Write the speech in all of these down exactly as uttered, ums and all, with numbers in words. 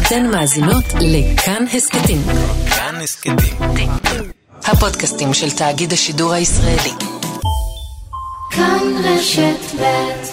אתן מאזינות לכאן הסקטים. כאן הסקטים. הפודקאסטים של תאגיד השידור הישראלי. כאן רשת ב'.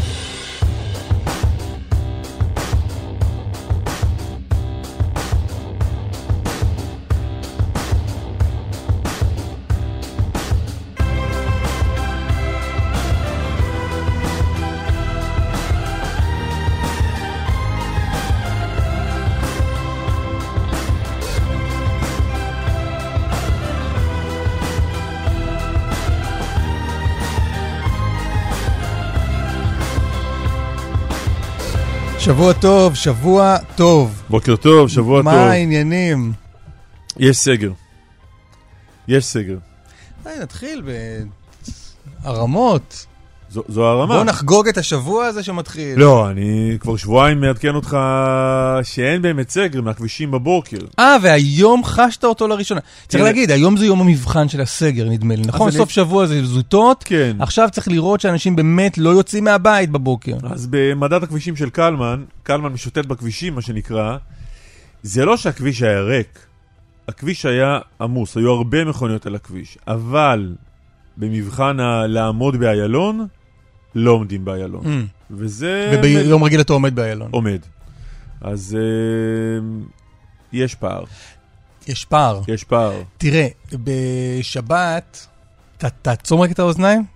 שבוע טוב, שבוע טוב. בוקר טוב, שבוע מה טוב. מה העניינים? יש סגר. יש סגר. היי, נתחיל בהרמות. זו, זו הרמה. בוא נחגוג את השבוע הזה שמתחיל. לא, אני כבר שבועיים מעדכן אותך שאין באמת סגר מהכבישים בבוקר. אה, והיום חשת אותו לראשונה. צריך להגיד, היום זה יום המבחן של הסגר, נדמה לי. נכון, סוף שבוע זה זוטות. כן. עכשיו צריך לראות שאנשים באמת לא יוצאים מהבית בבוקר. אז במדד הכבישים של קלמן, קלמן משוטט בכבישים, מה שנקרא, זה לא שהכביש היה ריק. הכביש היה עמוס, היו הרבה מכוניות על הכביש. אבל במבחן לעמוד באיילון, לא עומדים באיילון. Mm. וזה... וביום רגיל אתה עומד באיילון. עומד. אז אה, יש פער. יש פער. יש פער. תראה, בשבת, ת, תעצום רק את האוזניים.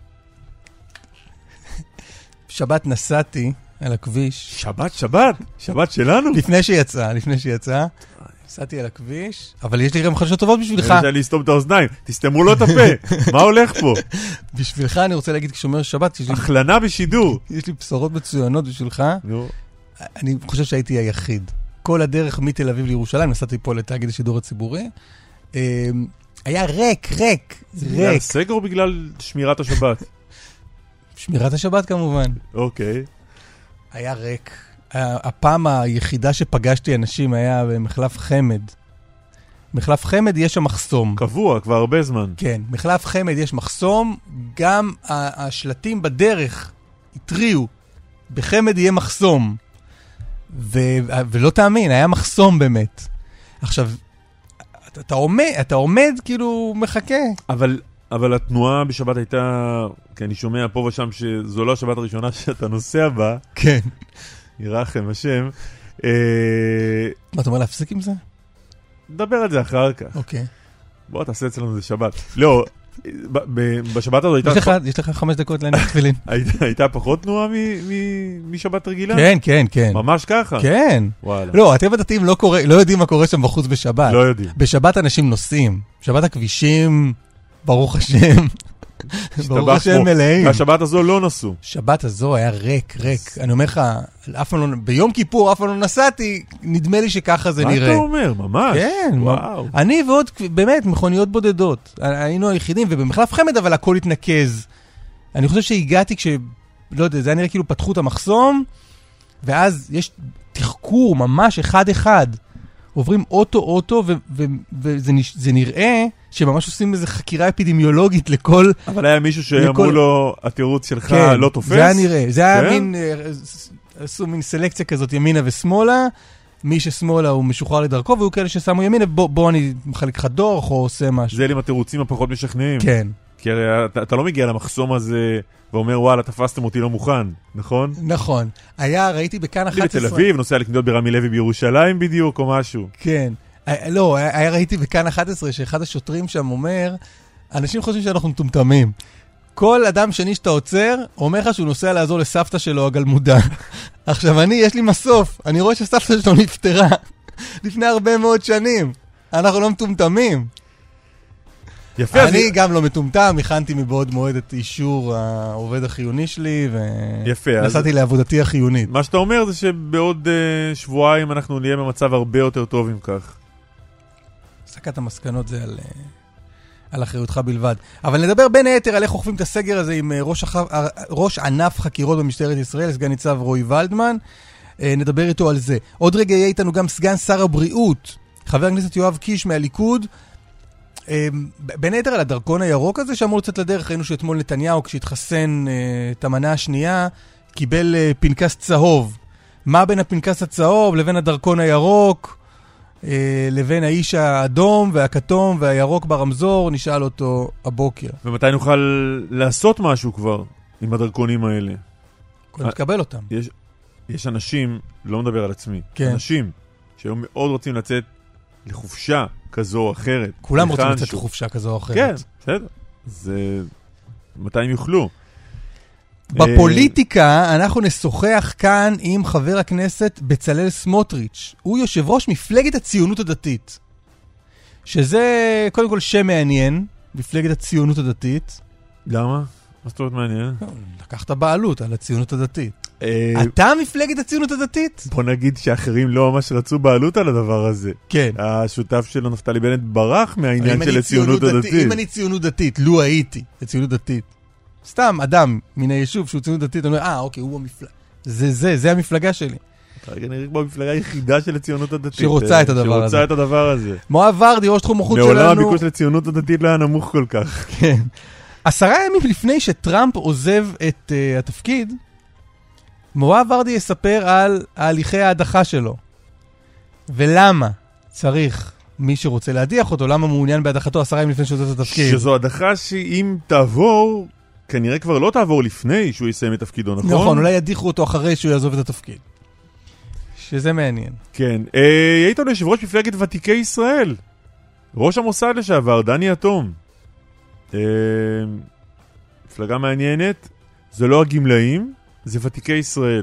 בשבת נסעתי על הכביש. שבת, שבת? שבת שלנו? לפני שיצא, לפני שיצא. נסעתי על הכביש, אבל יש לי גם חדשות טובות בשבילך. אני רוצה להסתום את האוזניים, תסתמו לו את הפה. מה הולך פה? בשבילך אני רוצה להגיד כשומר שבת. החלנה בשידור. יש לי בשורות מצוינות בשבילך. נו. אני חושב שהייתי היחיד. כל הדרך מתל אביב לירושלים, נסעתי פה לתאגיד השידור הציבורי. היה ריק, ריק, בגלל ריק. סגר או בגלל שמירת השבת? שמירת השבת כמובן. אוקיי. היה ריק. הפעם היחידה שפגשתי אנשים היה במחלף חמד. מחלף חמד יש שם מחסום. קבוע, כבר הרבה זמן. כן, מחלף חמד יש מחסום, גם השלטים בדרך התריעו, בחמד יהיה מחסום. ו- ולא תאמין, היה מחסום באמת. עכשיו, אתה, אתה עומד, אתה עומד כאילו מחכה. אבל, אבל התנועה בשבת הייתה, כי אני שומע פה ושם שזו לא השבת הראשונה שאתה נוסע בה. כן. ירחם השם. מה, אתה אומר להפסיק עם זה? נדבר על זה אחר כך. אוקיי. בוא תעשה אצלנו זה שבת. לא, בשבת הזו הייתה... יש לך חמש דקות להניח תפילין. הייתה פחות תנועה משבת רגילה? כן, כן, כן. ממש ככה? כן. וואלה. לא, אתם הדתיים לא יודעים מה קורה שם בחוץ בשבת. לא יודעים. בשבת אנשים נוסעים. בשבת הכבישים, ברוך השם. ברוך השם מלאים. והשבת הזו לא נסו. שבת הזו היה ריק, ריק. אני אומר לך, ביום כיפור אף פעם לא נסעתי, נדמה לי שככה זה נראה. מה אתה אומר? ממש? כן. וואו. אני ועוד, באמת, מכוניות בודדות. היינו היחידים, ובמחלף חמד, אבל הכל התנקז. אני חושב שהגעתי כש... לא יודע, זה היה נראה כאילו פתחו את המחסום, ואז יש תחקור ממש אחד-אחד. עוברים אוטו-אוטו, וזה נראה שממש עושים איזו חקירה אפידמיולוגית לכל... אבל היה מישהו שאמרו לו, התירוץ שלך לא תופס? זה היה נראה. זה היה מין, עשו מין סלקציה כזאת ימינה ושמאלה, מי ששמאלה הוא משוחרר לדרכו, והיו כאלה ששמו ימינה, בוא אני מחלק לך דוח או עושה משהו. זה אלה עם התירוצים הפחות משכנעים. כן. כי הרי אתה, אתה לא מגיע למחסום הזה ואומר, וואלה, תפסתם אותי לא מוכן, נכון? נכון. היה, ראיתי בכאן אחת עשרה... בתל אביב, נוסע לקניות ברמי לוי בירושלים בדיוק, או משהו. כן. לא, היה, ראיתי בכאן אחת עשרה שאחד השוטרים שם אומר, אנשים חושבים שאנחנו מטומטמים. כל אדם שני שאתה עוצר, אומר לך שהוא נוסע לעזור לסבתא שלו הגלמודה. עכשיו, אני, יש לי מסוף. אני רואה שסבתא שלו נפטרה לפני הרבה מאוד שנים. אנחנו לא מטומטמים. יפה, אני אז... גם לא מטומטם, הכנתי מבעוד מועד את אישור העובד החיוני שלי, ונסעתי אז... לעבודתי החיונית. מה שאתה אומר זה שבעוד uh, שבועיים אנחנו נהיה במצב הרבה יותר טוב עם כך. סקת המסקנות זה על, uh, על אחריותך בלבד. אבל נדבר בין היתר על איך אוכפים את הסגר הזה עם uh, ראש, הח... ראש ענף חקירות במשטרת ישראל, סגן ניצב רועי ולדמן. Uh, נדבר איתו על זה. עוד רגע יהיה איתנו גם סגן שר הבריאות, חבר הכנסת יואב קיש מהליכוד, בין היתר על הדרכון הירוק הזה שאמור לצאת לדרך. ראינו שאתמול נתניהו כשהתחסן את המנה השנייה קיבל פנקס צהוב, מה בין הפנקס הצהוב לבין הדרכון הירוק, אה, לבין האיש האדום והכתום והירוק ברמזור, נשאל אותו הבוקר. ומתי נוכל לעשות משהו כבר עם הדרכונים האלה? קודם נקבל אותם. יש, יש אנשים, לא מדבר על עצמי, כן. אנשים שהיום מאוד רוצים לצאת לחופשה כזו או אחרת. כולם רוצים לצאת שהוא... לחופשה כזו או אחרת. כן, בסדר. זה... מתי הם יוכלו? בפוליטיקה אנחנו נשוחח כאן עם חבר הכנסת בצלאל סמוטריץ'. הוא יושב ראש מפלגת הציונות הדתית. שזה קודם כל שם מעניין, מפלגת הציונות הדתית. למה? מה זאת אומרת מעניין? לקחת בעלות על הציונות הדתית. אתה מפלגת הציונות הדתית? בוא נגיד שאחרים לא ממש רצו בעלות על הדבר הזה. כן. השותף שלו נפתלי בנט ברח מהעניין של הציונות הדתית. אם אני ציונות דתית, לו הייתי הציונות דתית. סתם אדם מן היישוב שהוא ציונות דתית, אני אומר, אה, אוקיי, הוא המפלגה. זה זה, זה המפלגה שלי. כרגע נראה כמו המפלגה היחידה של הציונות הדתית. שרוצה את הדבר הזה. שרוצה את הדבר הזה. מואב ורדי, ראש תחום החוץ שלנו. מעולם הביקוש לציונות הדתית לא היה נמוך כל כך. כן. עשרה ימים לפני שטראמפ עוזב את uh, התפקיד, מואב ורדי יספר על ההליכי ההדחה שלו. ולמה צריך מי שרוצה להדיח אותו, למה מעוניין בהדחתו עשרה ימים לפני שעוזב את התפקיד. שזו הדחה שאם תעבור, כנראה כבר לא תעבור לפני שהוא יסיים את תפקידו, נכון? נכון, אולי ידיחו אותו אחרי שהוא יעזוב את התפקיד. שזה מעניין. כן. אה, היית לו יושב ראש מפלגת ותיקי ישראל. ראש המוסד לשעבר, דני אטום. אה, מפלגה מעניינת. זה לא הגמלאים, זה ותיקי ישראל.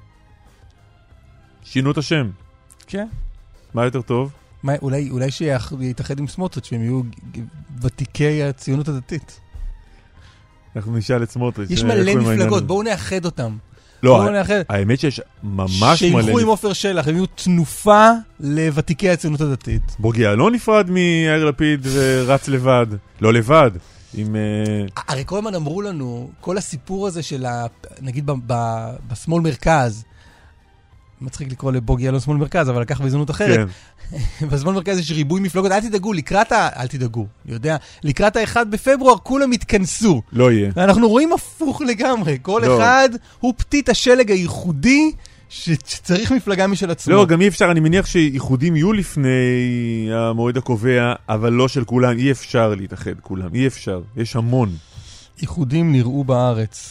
שינו את השם. כן. מה יותר טוב? מה, אולי, אולי שיתאחד עם סמוטריץ' והם יהיו ותיקי הציונות הדתית. אנחנו נשאל את סמוטריץ'. יש מלא מפלגות, בואו נאחד אותם. לא, האמת שיש ממש מלא. שילכו עם עופר שלח, הם יהיו תנופה לוותיקי הציונות הדתית. בוגי יעלון נפרד מיאיר לפיד ורץ לבד. לא לבד. עם... הרי כל הזמן אמרו לנו, כל הסיפור הזה של, נגיד בשמאל מרכז, מצחיק לקרוא לבוגי יעלון שמאל מרכז, אבל לקח בהזדמנות אחרת. בשמאל מרכז יש ריבוי מפלגות, אל תדאגו, לקראת ה... אל תדאגו, אני יודע, לקראת ה-אחד בפברואר כולם התכנסו. לא יהיה. ואנחנו רואים הפוך לגמרי, כל אחד הוא פתית השלג הייחודי שצריך מפלגה משל עצמו. לא, גם אי אפשר, אני מניח שייחודים יהיו לפני המועד הקובע, אבל לא של כולם, אי אפשר להתאחד כולם, אי אפשר, יש המון. ייחודים נראו בארץ.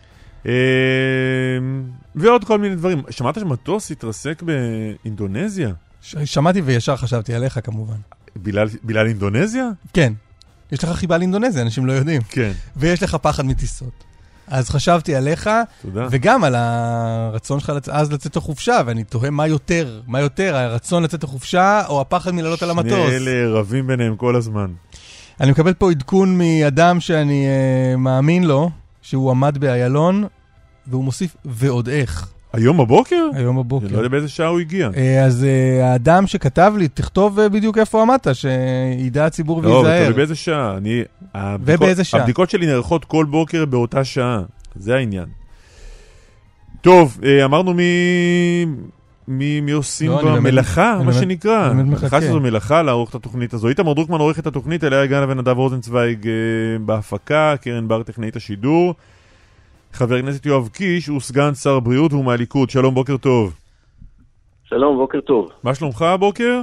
ועוד כל מיני דברים. שמעת שמטוס התרסק באינדונזיה? שמעתי וישר חשבתי עליך כמובן. בגלל אינדונזיה? כן. יש לך חיבה לאינדונזיה, אנשים לא יודעים. כן. ויש לך פחד מטיסות. אז חשבתי עליך, תודה. וגם על הרצון שלך אז לצאת לחופשה, ואני תוהה מה יותר, מה יותר, הרצון לצאת לחופשה או הפחד מלעלות על המטוס. שני אלה רבים ביניהם כל הזמן. אני מקבל פה עדכון מאדם שאני uh, מאמין לו, שהוא עמד באיילון, והוא מוסיף ועוד איך. היום בבוקר? היום בבוקר. אני לא יודע באיזה שעה הוא הגיע. אז uh, האדם שכתב לי, תכתוב uh, בדיוק איפה עמדת, שידע הציבור לא, ויזהר. לא, ותלוי באיזה שעה. אני, הבדיקות, ובאיזה שעה. הבדיקות שלי נערכות כל בוקר באותה שעה. זה העניין. טוב, אמרנו מי... מי, מי עושים לא, במלאכה, באמת, מה באמת, שנקרא. מלאכה שזו מלאכה לערוך את התוכנית הזו. איתמר דרוקמן עורך את התוכנית, אליה הגנה ונדב רוזנצוויג בהפקה, קרן בר טכנאית השידור. חבר הכנסת יואב קיש הוא סגן שר הבריאות והוא מהליכוד. שלום, בוקר טוב. שלום, בוקר טוב. מה שלומך הבוקר?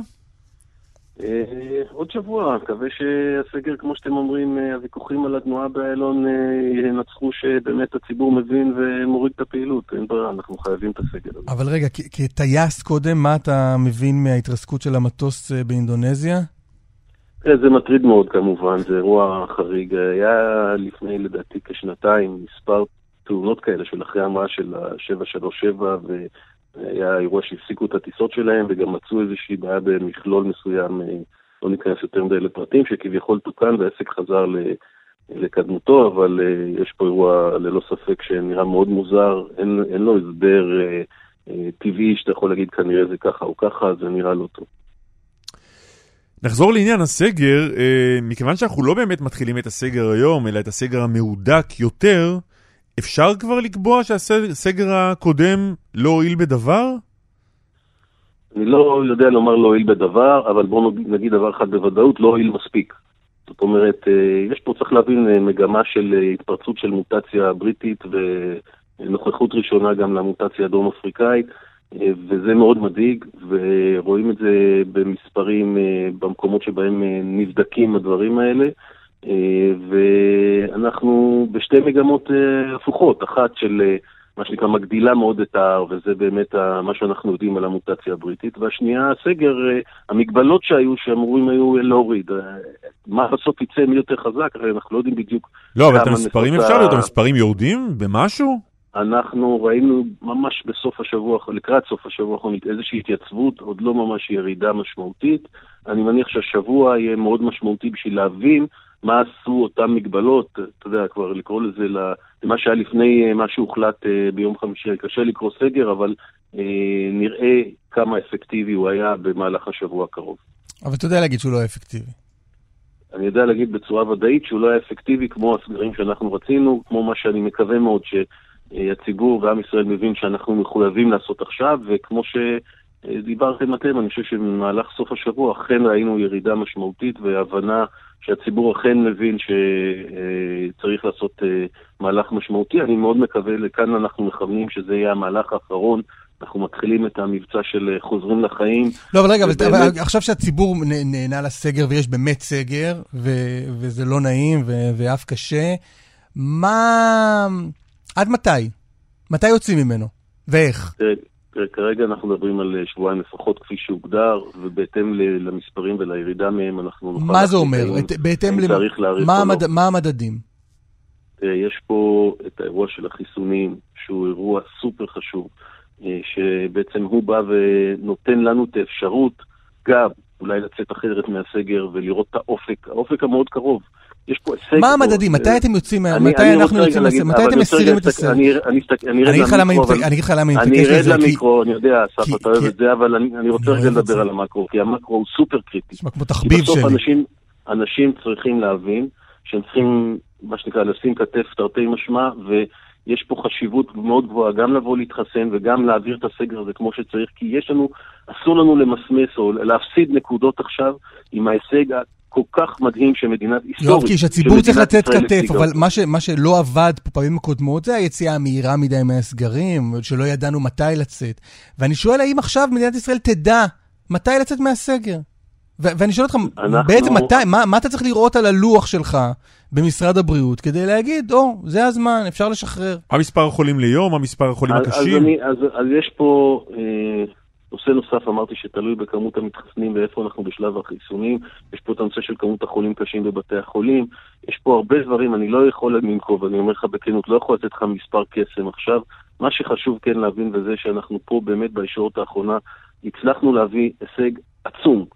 עוד שבוע, מקווה שהסגר, כמו שאתם אומרים, הוויכוחים על התנועה באיילון ינצחו שבאמת הציבור מבין ומוריד את הפעילות. אין ברירה, אנחנו חייבים את הסגר הזה. אבל רגע, כטייס קודם, מה אתה מבין מההתרסקות של המטוס באינדונזיה? זה מטריד מאוד כמובן, זה אירוע חריג. היה לפני לדעתי כשנתיים מספר תאונות כאלה של אחרי המראה של ה-שבע שלוש שבע ו... היה אירוע שהפסיקו את הטיסות שלהם, וגם מצאו איזושהי בעיה במכלול מסוים, לא ניכנס יותר מדי לפרטים, שכביכול תוקן והעסק חזר לקדמותו, אבל יש פה אירוע ללא ספק שנראה מאוד מוזר, אין, אין לו הסבר טבעי שאתה יכול להגיד כנראה זה ככה או ככה, זה נראה לא טוב. נחזור לעניין הסגר, מכיוון שאנחנו לא באמת מתחילים את הסגר היום, אלא את הסגר המהודק יותר, אפשר כבר לקבוע שהסגר הקודם לא הועיל בדבר? אני לא יודע לומר לא הועיל בדבר, אבל בואו נגיד דבר אחד בוודאות, לא הועיל מספיק. זאת אומרת, יש פה צריך להבין מגמה של התפרצות של מוטציה בריטית ונוכחות ראשונה גם למוטציה הדרום אפריקאית, וזה מאוד מדאיג, ורואים את זה במספרים במקומות שבהם נבדקים הדברים האלה, ואנחנו בשתי מגמות הפוכות, אחת של מה שנקרא מגדילה מאוד את ה-R, וזה באמת מה שאנחנו יודעים על המוטציה הבריטית, והשנייה, הסגר, המגבלות שהיו, שאמורים היו להוריד. מה בסוף יצא מי יותר חזק, הרי אנחנו לא יודעים בדיוק... לא, אבל את המספרים אפשר להיות, המספרים יורדים במשהו? אנחנו ראינו ממש בסוף השבוע, לקראת סוף השבוע, איזושהי התייצבות, עוד לא ממש ירידה משמעותית. אני מניח שהשבוע יהיה מאוד משמעותי בשביל להבין מה עשו אותם מגבלות, אתה יודע, כבר לקרוא לזה, למה שהיה לפני מה שהוחלט ביום חמישי, קשה לקרוא סגר, אבל נראה כמה אפקטיבי הוא היה במהלך השבוע הקרוב. אבל אתה יודע להגיד שהוא לא היה אפקטיבי. אני יודע להגיד בצורה ודאית שהוא לא היה אפקטיבי כמו הסגרים שאנחנו רצינו, כמו מה שאני מקווה מאוד שהציבור ועם ישראל מבין שאנחנו מחויבים לעשות עכשיו, וכמו שדיברתם אתם, אני חושב שבמהלך סוף השבוע אכן ראינו ירידה משמעותית והבנה שהציבור אכן מבין שצריך לעשות מהלך משמעותי. אני מאוד מקווה, לכאן אנחנו מכוונים שזה יהיה המהלך האחרון, אנחנו מתחילים את המבצע של חוזרים לחיים. לא, אבל רגע, אבל עכשיו שהציבור נהנה לסגר ויש באמת סגר, וזה לא נעים ואף קשה, מה... עד מתי? מתי יוצאים ממנו? ואיך? כרגע אנחנו מדברים על שבועיים לפחות כפי שהוגדר, ובהתאם למספרים ולירידה מהם אנחנו... מה זה אומר? בהתאם מה המדדים? יש פה את האירוע של החיסונים, שהוא אירוע סופר חשוב, שבעצם הוא בא ונותן לנו את האפשרות גם אולי לצאת אחרת מהסגר ולראות את האופק, האופק המאוד קרוב. יש פה הישג... מה המדדים? מתי אתם יוצאים, מתי אנחנו יוצאים, מתי אתם מסירים את הסגר? אני אגיד לך למה אני ארד למיקרו, אני יודע, אסף, אתה אוהב את זה, אבל אני רוצה רגע לדבר על המקרו, כי המקרו הוא סופר קריטי. כמו תחביב שלי. בסוף אנשים צריכים להבין שהם צריכים, מה שנקרא, לשים כתף תרתי משמע, ויש פה חשיבות מאוד גבוהה, גם לבוא להתחסן וגם להעביר את הסגר הזה כמו שצריך, כי יש לנו, אסור לנו למסמס או להפסיד נקודות עכשיו עם ההישג כל כך מדהים שמדינת היסטורית... יואב, כי שהציבור צריך לתת כתף, אבל מה, ש, מה שלא עבד פה פעמים הקודמות, זה היציאה המהירה מדי מהסגרים, שלא ידענו מתי לצאת. ואני שואל, האם עכשיו מדינת ישראל תדע מתי לצאת מהסגר? ו- ואני שואל אותך, אנחנו... בעצם מתי, מה, מה אתה צריך לראות על הלוח שלך במשרד הבריאות, כדי להגיד, או, זה הזמן, אפשר לשחרר. המספר החולים ליום, המספר החולים אז, הקשים? אז, אני, אז, אז יש פה... אה... נושא נוסף, אמרתי שתלוי בכמות המתחסנים ואיפה אנחנו בשלב החיסונים. יש פה את הנושא של כמות החולים קשים בבתי החולים. יש פה הרבה דברים, אני לא יכול לנקוב, אני אומר לך בכנות, לא יכול לתת לך מספר קסם עכשיו. מה שחשוב כן להבין וזה שאנחנו פה באמת בישורת האחרונה הצלחנו להביא הישג עצום,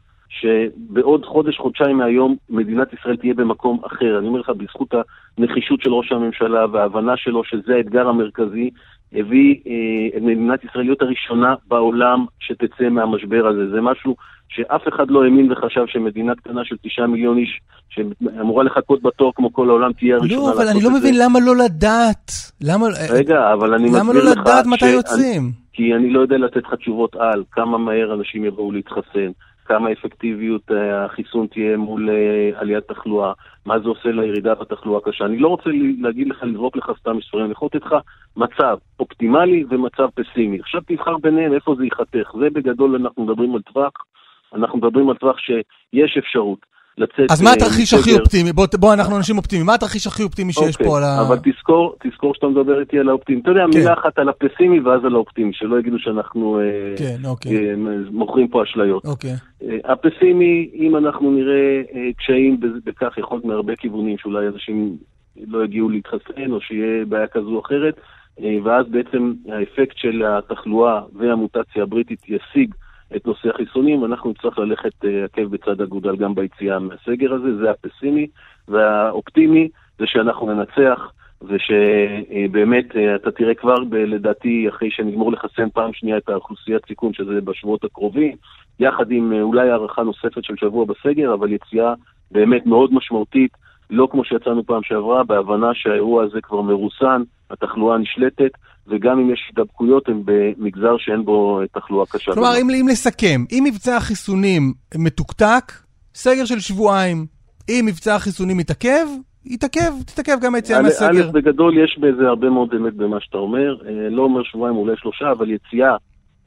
שבעוד חודש, חודשיים מהיום מדינת ישראל תהיה במקום אחר. אני אומר לך, בזכות הנחישות של ראש הממשלה וההבנה שלו שזה האתגר המרכזי, הביא אה, את מדינת ישראל להיות הראשונה בעולם שתצא מהמשבר הזה. זה משהו שאף אחד לא האמין וחשב שמדינה קטנה של תשעה מיליון איש שאמורה לחכות בתור כמו כל העולם תהיה הראשונה. לא, אבל אני לא מבין למה לא לדעת. למה, רגע, אבל אני למה לא לדעת מתי יוצאים? כי אני לא יודע לתת לך תשובות על כמה מהר אנשים יבואו להתחסן, כמה אפקטיביות החיסון תהיה מול עליית תחלואה, מה זה עושה לירידה בתחלואה קשה. אני לא רוצה להגיד לך, לזרוק לך סתם מספרים, אני יכול לתת לך מצב אופטימלי ומצב פסימי. עכשיו תבחר ביניהם איפה זה ייחתך. זה בגדול אנחנו מדברים על טווח, אנחנו מדברים על טווח שיש אפשרות לצאת... אז מה התרחיש הכי אופטימי? בוא, בוא אנחנו אנשים אופטימיים. מה התרחיש הכי אופטימי שיש אוקיי, פה על ה... אבל תזכור, תזכור שאתה מדבר איתי על האופטימי. אתה יודע, כן. מילה אחת על הפסימי ואז על האופטימי, שלא יגידו שאנחנו כן, אוקיי. אה, מוכרים פה אשליות. אוקיי. אה, הפסימי, אם אנחנו נראה אה, קשיים בכך, יכול להיות מהרבה כיוונים, שאולי אנשים לא יגיעו להתחסן, או שיהיה בעיה כזו או אחרת, אה, ואז בעצם האפקט של התחלואה והמוטציה הבריטית ישיג את נושא החיסונים, אנחנו נצטרך ללכת עקב בצד אגודל גם ביציאה מהסגר הזה, זה הפסימי, והאופטימי זה שאנחנו ננצח, ושבאמת אתה תראה כבר לדעתי אחרי שנגמור לחסן פעם שנייה את האוכלוסיית סיכון, שזה בשבועות הקרובים, יחד עם אולי הערכה נוספת של שבוע בסגר, אבל יציאה באמת מאוד משמעותית, לא כמו שיצאנו פעם שעברה, בהבנה שהאירוע הזה כבר מרוסן, התחלואה נשלטת, וגם אם יש דבקויות הם במגזר שאין בו תחלואה קשה. כלומר, אם, אם לסכם, אם מבצע החיסונים מתוקתק, סגר של שבועיים. אם מבצע החיסונים מתעכב, יתעכב, תתעכב גם היציאה מהסגר. א', בגדול יש בזה הרבה מאוד אמת במה שאתה אומר. לא אומר שבועיים, אולי שלושה, אבל יציאה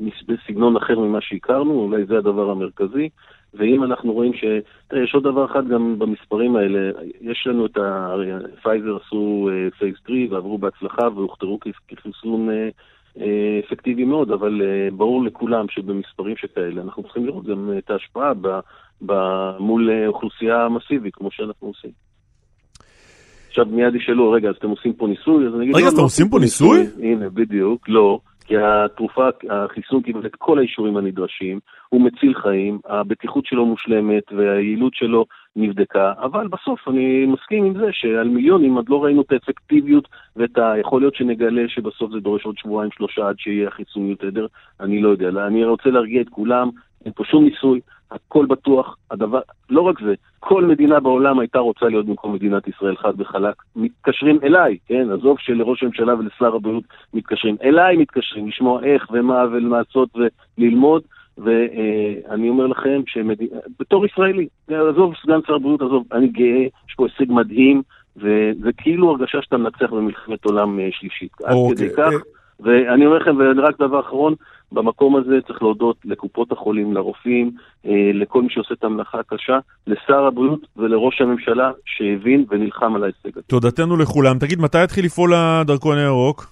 בסגנון אחר ממה שהכרנו, אולי זה הדבר המרכזי. ואם אנחנו רואים ש... תראה, יש עוד דבר אחד גם במספרים האלה, יש לנו את ה... פייזר עשו פייס שלוש ועברו בהצלחה והוכתרו כחיסון אפקטיבי מאוד, אבל ברור לכולם שבמספרים שכאלה אנחנו צריכים לראות גם את ההשפעה ב... ב... מול אוכלוסייה מסיבית, כמו שאנחנו עושים. עכשיו מיד ישאלו, רגע, אז אתם עושים פה ניסוי? אז אני אגיד, רגע, אז אתם עושים פה ניסוי? הנה, בדיוק, לא. כי התרופה, החיסון קיבל את כל האישורים הנדרשים, הוא מציל חיים, הבטיחות שלו מושלמת והיעילות שלו נבדקה, אבל בסוף אני מסכים עם זה שעל מיליונים עד לא ראינו את האפקטיביות ואת היכול להיות שנגלה שבסוף זה דורש עוד שבועיים שלושה עד שיהיה החיסון יותר, אני לא יודע, אני רוצה להרגיע את כולם, אין פה שום ניסוי, הכל בטוח, הדבר, לא רק זה, כל מדינה בעולם הייתה רוצה להיות במקום מדינת ישראל חד וחלק, מתקשרים אליי, כן, עזוב שלראש הממשלה ולשר הבריאות מתקשרים, אליי מתקשרים, לשמוע איך ומה ולעשות וללמוד, ואני אומר לכם שבתור ישראלי, עזוב סגן שר הבריאות, עזוב, אני גאה, יש פה הישג מדהים, וזה כאילו הרגשה שאתה מנצח במלחמת עולם שלישית, עד כדי כך, ואני אומר לכם, ורק דבר אחרון, במקום הזה צריך להודות לקופות החולים, לרופאים, לכל מי שעושה את המלאכה הקשה, לשר הבריאות ולראש הממשלה שהבין ונלחם על ההישג הזה. תודתנו לכולם. תגיד, מתי התחיל לפעול הדרכון הירוק?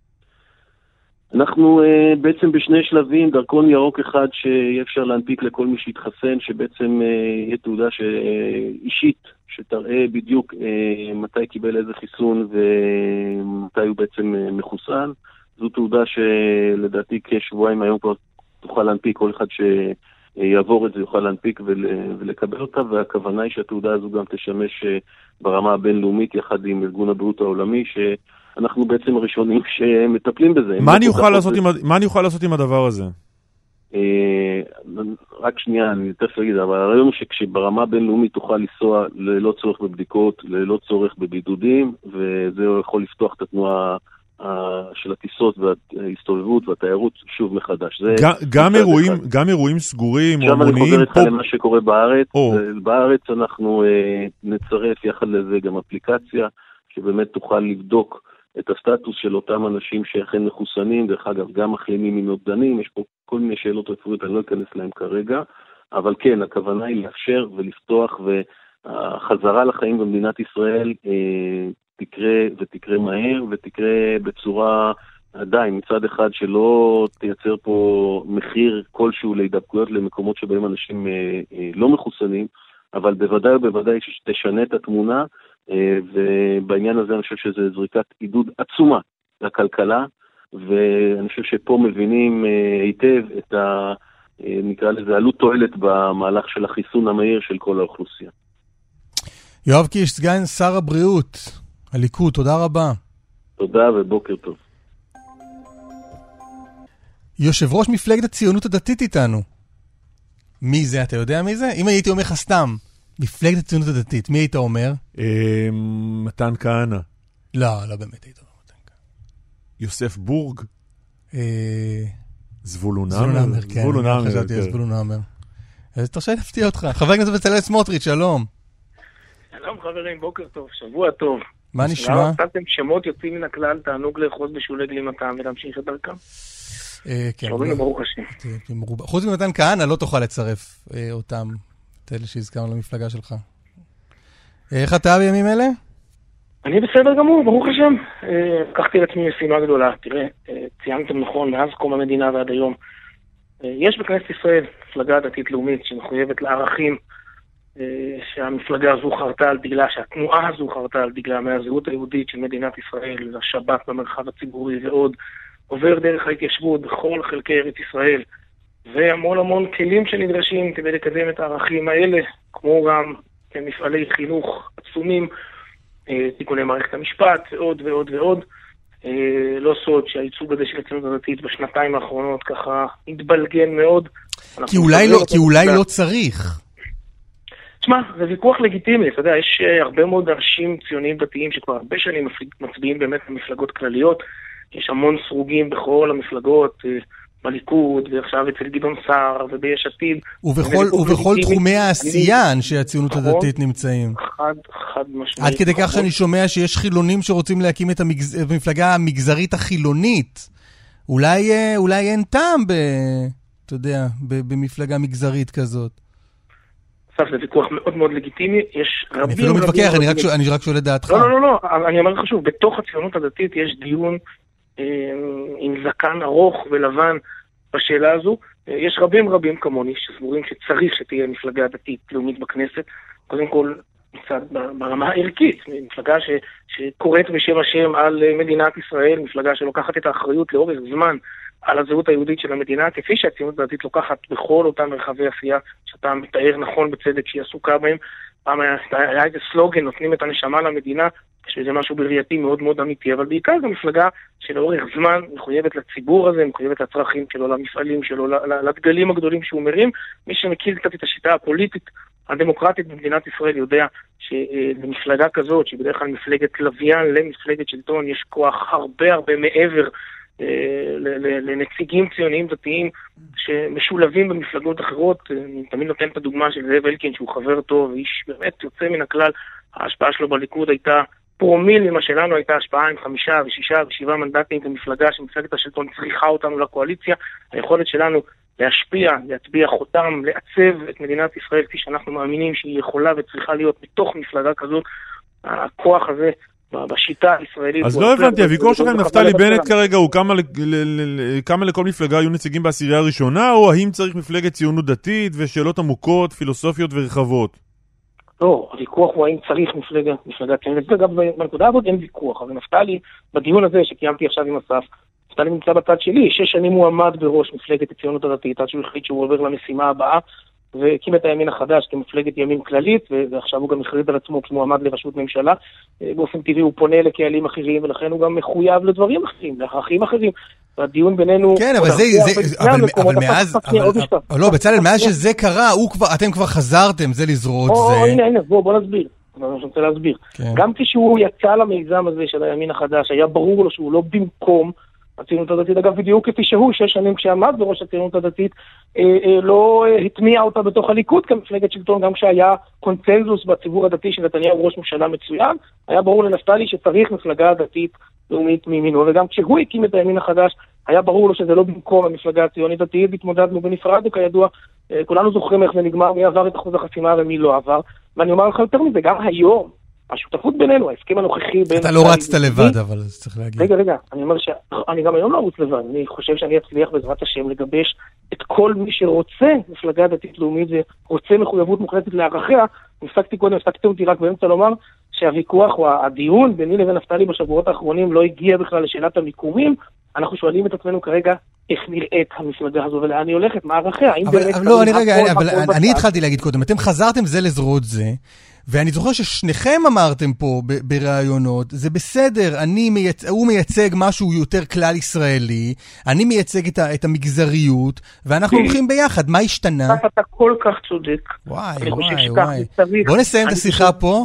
אנחנו uh, בעצם בשני שלבים, דרכון ירוק אחד שיהיה אפשר להנפיק לכל מי שיתחסן, שבעצם uh, יהיה תעודה ש... uh, אישית, שתראה בדיוק uh, מתי קיבל איזה חיסון ומתי הוא בעצם uh, מחוסן. זו תעודה שלדעתי כשבועיים היום כבר תוכל להנפיק, כל אחד שיעבור את זה יוכל להנפיק ול... ולקבל אותה, והכוונה היא שהתעודה הזו גם תשמש uh, ברמה הבינלאומית יחד עם ארגון הבריאות העולמי, ש... אנחנו בעצם הראשונים שמטפלים בזה. מה אני אוכל לעשות עם, מה אני אוכל לעשות עם הדבר הזה? רק שנייה, אני תכף אגיד, אבל הרעיון הוא שכשברמה בינלאומית תוכל לנסוע ללא צורך בבדיקות, ללא צורך בבידודים, וזה יכול לפתוח את התנועה של הטיסות וההסתובבות והתיירות שוב מחדש. גם אירועים, גם אירועים סגורים או המוניים. עכשיו אני חוזר איתך למה שקורה בארץ. בארץ אנחנו נצרף יחד לזה גם אפליקציה, שבאמת תוכל לבדוק את הסטטוס של אותם אנשים שאכן מחוסנים, דרך אגב, גם מחלימים מנוגדנים, יש פה כל מיני שאלות רפואיות, אני לא אכנס להם כרגע, אבל כן, הכוונה היא לאפשר ולפתוח, והחזרה לחיים במדינת ישראל אה, תקרה ותקרה מהר, ותקרה בצורה עדיין, מצד אחד שלא תייצר פה מחיר כלשהו להידבקויות למקומות שבהם אנשים אה, אה, לא מחוסנים, אבל בוודאי ובוודאי שתשנה את התמונה, ובעניין הזה אני חושב שזה זריקת עידוד עצומה לכלכלה, ואני חושב שפה מבינים היטב את ה... נקרא לזה עלות תועלת במהלך של החיסון המהיר של כל האוכלוסייה. יואב קיש, סגן שר הבריאות, הליכוד, תודה רבה. תודה ובוקר טוב. יושב ראש מפלגת הציונות הדתית איתנו. מי זה, אתה יודע מי זה? אם הייתי אומר לך סתם, מפלגת הציונות הדתית, מי היית אומר? מתן כהנא. לא, לא באמת היית אומר מתן כהנא. יוסף בורג? זבולון זבולון עמר, כן. זבולון עמר, חשבתי על זבולון עמר. אז תרשה להפתיע אותך. חבר הכנסת בצלאל סמוטריץ', שלום. שלום חברים, בוקר טוב, שבוע טוב. מה נשמע? נתתם שמות יוצאים מן הכלל, תענוג לאחוז בשולי גלימתם ולהמשיך את דרכם. כן. שלום ברוך השם. חוץ ממתן כהנא לא תוכל לצרף אותם. אלה שהזכרנו למפלגה שלך. איך אתה בימים אלה? אני בסדר גמור, ברוך השם. לקחתי לעצמי משימה גדולה. תראה, ציינתם נכון, מאז קום המדינה ועד היום. יש בכנסת ישראל מפלגה דתית לאומית שמחויבת לערכים שהמפלגה הזו חרתה על דגלה, שהתנועה הזו חרתה על דגלה מהזהות היהודית של מדינת ישראל, השבת במרחב הציבורי ועוד, עובר דרך ההתיישבות בכל חלקי ארץ ישראל. והמון המון כלים שנדרשים כדי לקדם את הערכים האלה, כמו גם מפעלי חינוך עצומים, תיקוני מערכת המשפט, ועוד ועוד ועוד. לא סוד שהייצוג הזה של הציונות הדתית בשנתיים האחרונות ככה התבלגן מאוד. כי אולי לא, כי אולי לא צריך. תשמע, זה ויכוח לגיטימי, אתה יודע, יש הרבה מאוד אנשים ציוניים דתיים שכבר הרבה שנים מצביעים באמת במפלגות כלליות, יש המון סרוגים בכל המפלגות, בליכוד, ועכשיו אצל גדעון סער, וביש עתיד. ובכל, ובכל תחומי העשייה אנשי הציונות הדתית נמצאים. חד, חד משמעית. עד כדי כך שאני שומע שיש חילונים שרוצים להקים את המפלגה המגזרית החילונית. אולי, אולי אין טעם ב, אתה יודע, במפלגה מגזרית כזאת. זה ויכוח מאוד מאוד לגיטימי, יש רבים... אני אפילו מתווכח, אני רק, אני רק שואל את דעתך. לא, לא, לא, לא, אני אומר חשוב, בתוך הציונות הדתית יש דיון אה, עם זקן ארוך ולבן בשאלה הזו. אה, יש רבים רבים כמוני שסבורים שצריך שתהיה מפלגה דתית לאומית בכנסת, קודם כל מצד ברמה הערכית, מפלגה ש, שקוראת בשם השם על מדינת ישראל, מפלגה שלוקחת את האחריות לאורך זמן על הזהות היהודית של המדינה, כפי שהציונות הדתית לוקחת בכל אותם מרחבי עשייה שאתה מתאר נכון בצדק שהיא עסוקה בהם. פעם היה, היה איזה סלוגן, נותנים את הנשמה למדינה, שזה משהו בראייתי מאוד מאוד אמיתי, אבל בעיקר זו מפלגה שלאורך זמן מחויבת לציבור הזה, מחויבת לצרכים שלו, למפעלים שלו, לדגלים הגדולים שהוא מרים. מי שמכיר קצת את השיטה הפוליטית הדמוקרטית במדינת ישראל יודע שלמפלגה כזאת, שהיא בדרך כלל מפלגת לוויין למפלגת שלטון, יש כוח הרבה הרבה מעבר לנציגים ציוניים דתיים שמשולבים במפלגות אחרות. אני תמיד נותן את הדוגמה של זאב אלקין שהוא חבר טוב, איש באמת יוצא מן הכלל. ההשפעה שלו בליכוד הייתה פרומיל ממה שלנו הייתה השפעה עם חמישה ושישה ושבעה מנדטים במפלגה שמפלגת השלטון צריכה אותנו לקואליציה. היכולת שלנו להשפיע, להטביע חותם, לעצב את מדינת ישראל כפי שאנחנו מאמינים שהיא יכולה וצריכה להיות בתוך מפלגה כזאת, הכוח הזה בשיטה הישראלית. אז לא הבנתי, הוויכוח שלכם נפתלי בנט כרגע הוא כמה לכל מפלגה היו נציגים בעשירייה הראשונה, או האם צריך מפלגת ציונות דתית ושאלות עמוקות, פילוסופיות ורחבות? לא, הוויכוח הוא האם צריך מפלגה, מפלגה ציונית. אגב, בנקודה הזאת אין ויכוח, אבל נפתלי, בדיון הזה שקיימתי עכשיו עם אסף, נפתלי נמצא בצד שלי, שש שנים הוא עמד בראש מפלגת הציונות הדתית, עד שהוא החליט שהוא עובר למשימה הבאה, והקים את הימין החדש כמפלגת ימין כללית, ועכשיו הוא גם הכריז על עצמו כמועמד לראשות ממשלה. באופן טבעי הוא פונה לקהלים אחרים, ולכן הוא גם מחויב לדברים אחרים, לערכים אחרים. והדיון בינינו... כן, אבל זה... אבל מאז... לא, בצלאל, מאז שזה קרה, אתם כבר חזרתם, זה לזרות, זה... הנה, הנה, בוא נסביר. אני רוצה להסביר. גם כשהוא יצא למיזם הזה של הימין החדש, היה ברור לו שהוא לא במקום הציונות הדתית. אגב, בדיוק כפי שהוא, שש שנים כשעמד בראש הציונות הדתית, אה, אה, לא אה, התמיע אותה בתוך הליכוד כמפלגת שלטון, גם כשהיה קונצנזוס בציבור הדתי של נתניהו ראש ממשלה מצוין, היה ברור לנפתלי שצריך מפלגה דתית לאומית מימינו, וגם כשהוא הקים את הימין החדש, היה ברור לו שזה לא במקום המפלגה הציונית דתית, התמודדנו בנפרד, וכידוע, אה, כולנו זוכרים איך זה נגמר, מי עבר את אחוז החסימה ומי לא עבר, ואני אומר לך יותר מזה, גם היום, השותפות בינינו, ההסכם הנוכחי בין... אתה לא רצת לבד, אבל צריך להגיד. רגע, רגע, אני אומר שאני גם היום לא רוץ לבד. אני חושב שאני אצליח בעזרת השם לגבש את כל מי שרוצה מפלגה דתית לאומית ורוצה מחויבות מוחלטת לערכיה. נפסקתי קודם, נפסקתי אותי רק באמצע לומר שהוויכוח או הדיון ביני לבין נפתלי בשבועות האחרונים לא הגיע בכלל לשאלת המיקומים. אנחנו שואלים את עצמנו כרגע איך נראית המפלגה הזו ולאן היא הולכת, מה ערכיה. לא, אני רגע, אבל אני התחלתי להגיד קודם, אתם חזרתם זה לזרועות זה, ואני זוכר ששניכם אמרתם פה ברעיונות, זה בסדר, אני מייצ... הוא מייצג משהו יותר כלל ישראלי, אני מייצג את, ה... את המגזריות, ואנחנו הולכים ביחד, מה השתנה? אתה כל כך צודק. וואי, וואי, וואי. בוא נסיים את השיחה פה.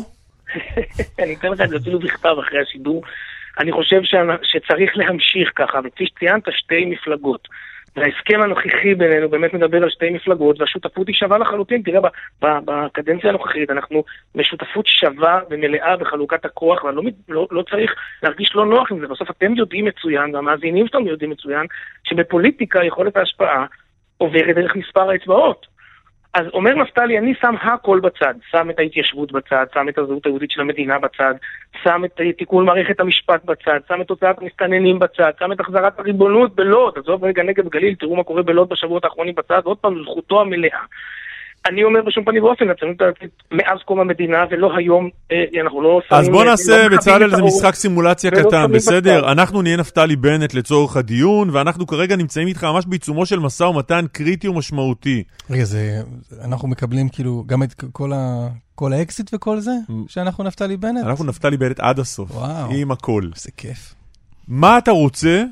אני אתן לך את זה אפילו בכתב אחרי השידור. אני חושב שצריך להמשיך ככה, וכפי שציינת שתי מפלגות. וההסכם הנוכחי בינינו באמת מדבר על שתי מפלגות, והשותפות היא שווה לחלוטין. תראה, בקדנציה הנוכחית אנחנו משותפות שווה ומלאה בחלוקת הכוח, ואני לא, לא, לא צריך להרגיש לא נוח עם זה. בסוף אתם יודעים מצוין, והמאזינים שלנו יודעים מצוין, שבפוליטיקה יכולת ההשפעה עוברת דרך מספר האצבעות. אז אומר נפתלי, אני שם הכל בצד, שם את ההתיישבות בצד, שם את הזהות היהודית של המדינה בצד, שם את תיקון מערכת המשפט בצד, שם את תוצאת המסתננים בצד, שם את החזרת הריבונות בלוד, עזוב רגע נגב גליל, תראו מה קורה בלוד בשבועות האחרונים בצד, עוד פעם זכותו המלאה. אני אומר בשום פנים ואופן, הציונות הדתית מאז קום המדינה, ולא היום, אנחנו לא... אז בוא נעשה בצלאל איזה משחק סימולציה קטן, בסדר? אנחנו נהיה נפתלי בנט לצורך הדיון, ואנחנו כרגע נמצאים איתך ממש בעיצומו של משא ומתן קריטי ומשמעותי. רגע, אנחנו מקבלים כאילו גם את כל האקסיט וכל זה? שאנחנו נפתלי בנט? אנחנו נפתלי בנט עד הסוף, עם הכל. זה כיף. מה אתה רוצה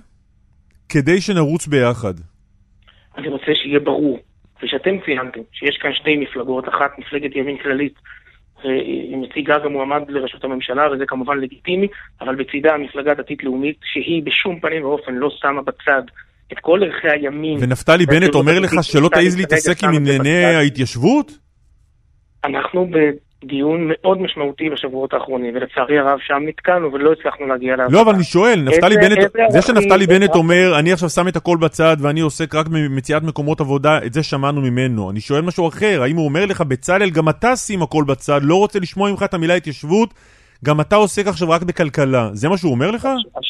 כדי שנרוץ ביחד? אני רוצה שיהיה ברור. ושאתם ציינתם, שיש כאן שתי מפלגות, אחת מפלגת ימין כללית, היא מציגה גם מועמד לראשות הממשלה, וזה כמובן לגיטימי, אבל בצידה המפלגה דתית לאומית, שהיא בשום פנים ואופן לא שמה בצד את כל ערכי הימין. ונפתלי בנט אומר לך שלא תעיז להתעסק עם ענייני ההתיישבות? אנחנו דיון מאוד משמעותי בשבועות האחרונים, ולצערי הרב שם נתקענו ולא הצלחנו להגיע להבנה. לא, אבל אני שואל, נפתלי בנט, זה שנפתלי בנט אומר, אני עכשיו שם את הכל בצד ואני עוסק רק במציאת מקומות עבודה, את זה שמענו ממנו. אני שואל משהו אחר, האם הוא אומר לך, בצלאל, גם אתה שים הכל בצד, לא רוצה לשמוע ממך את המילה התיישבות, גם אתה עוסק עכשיו רק בכלכלה. זה מה שהוא אומר לך?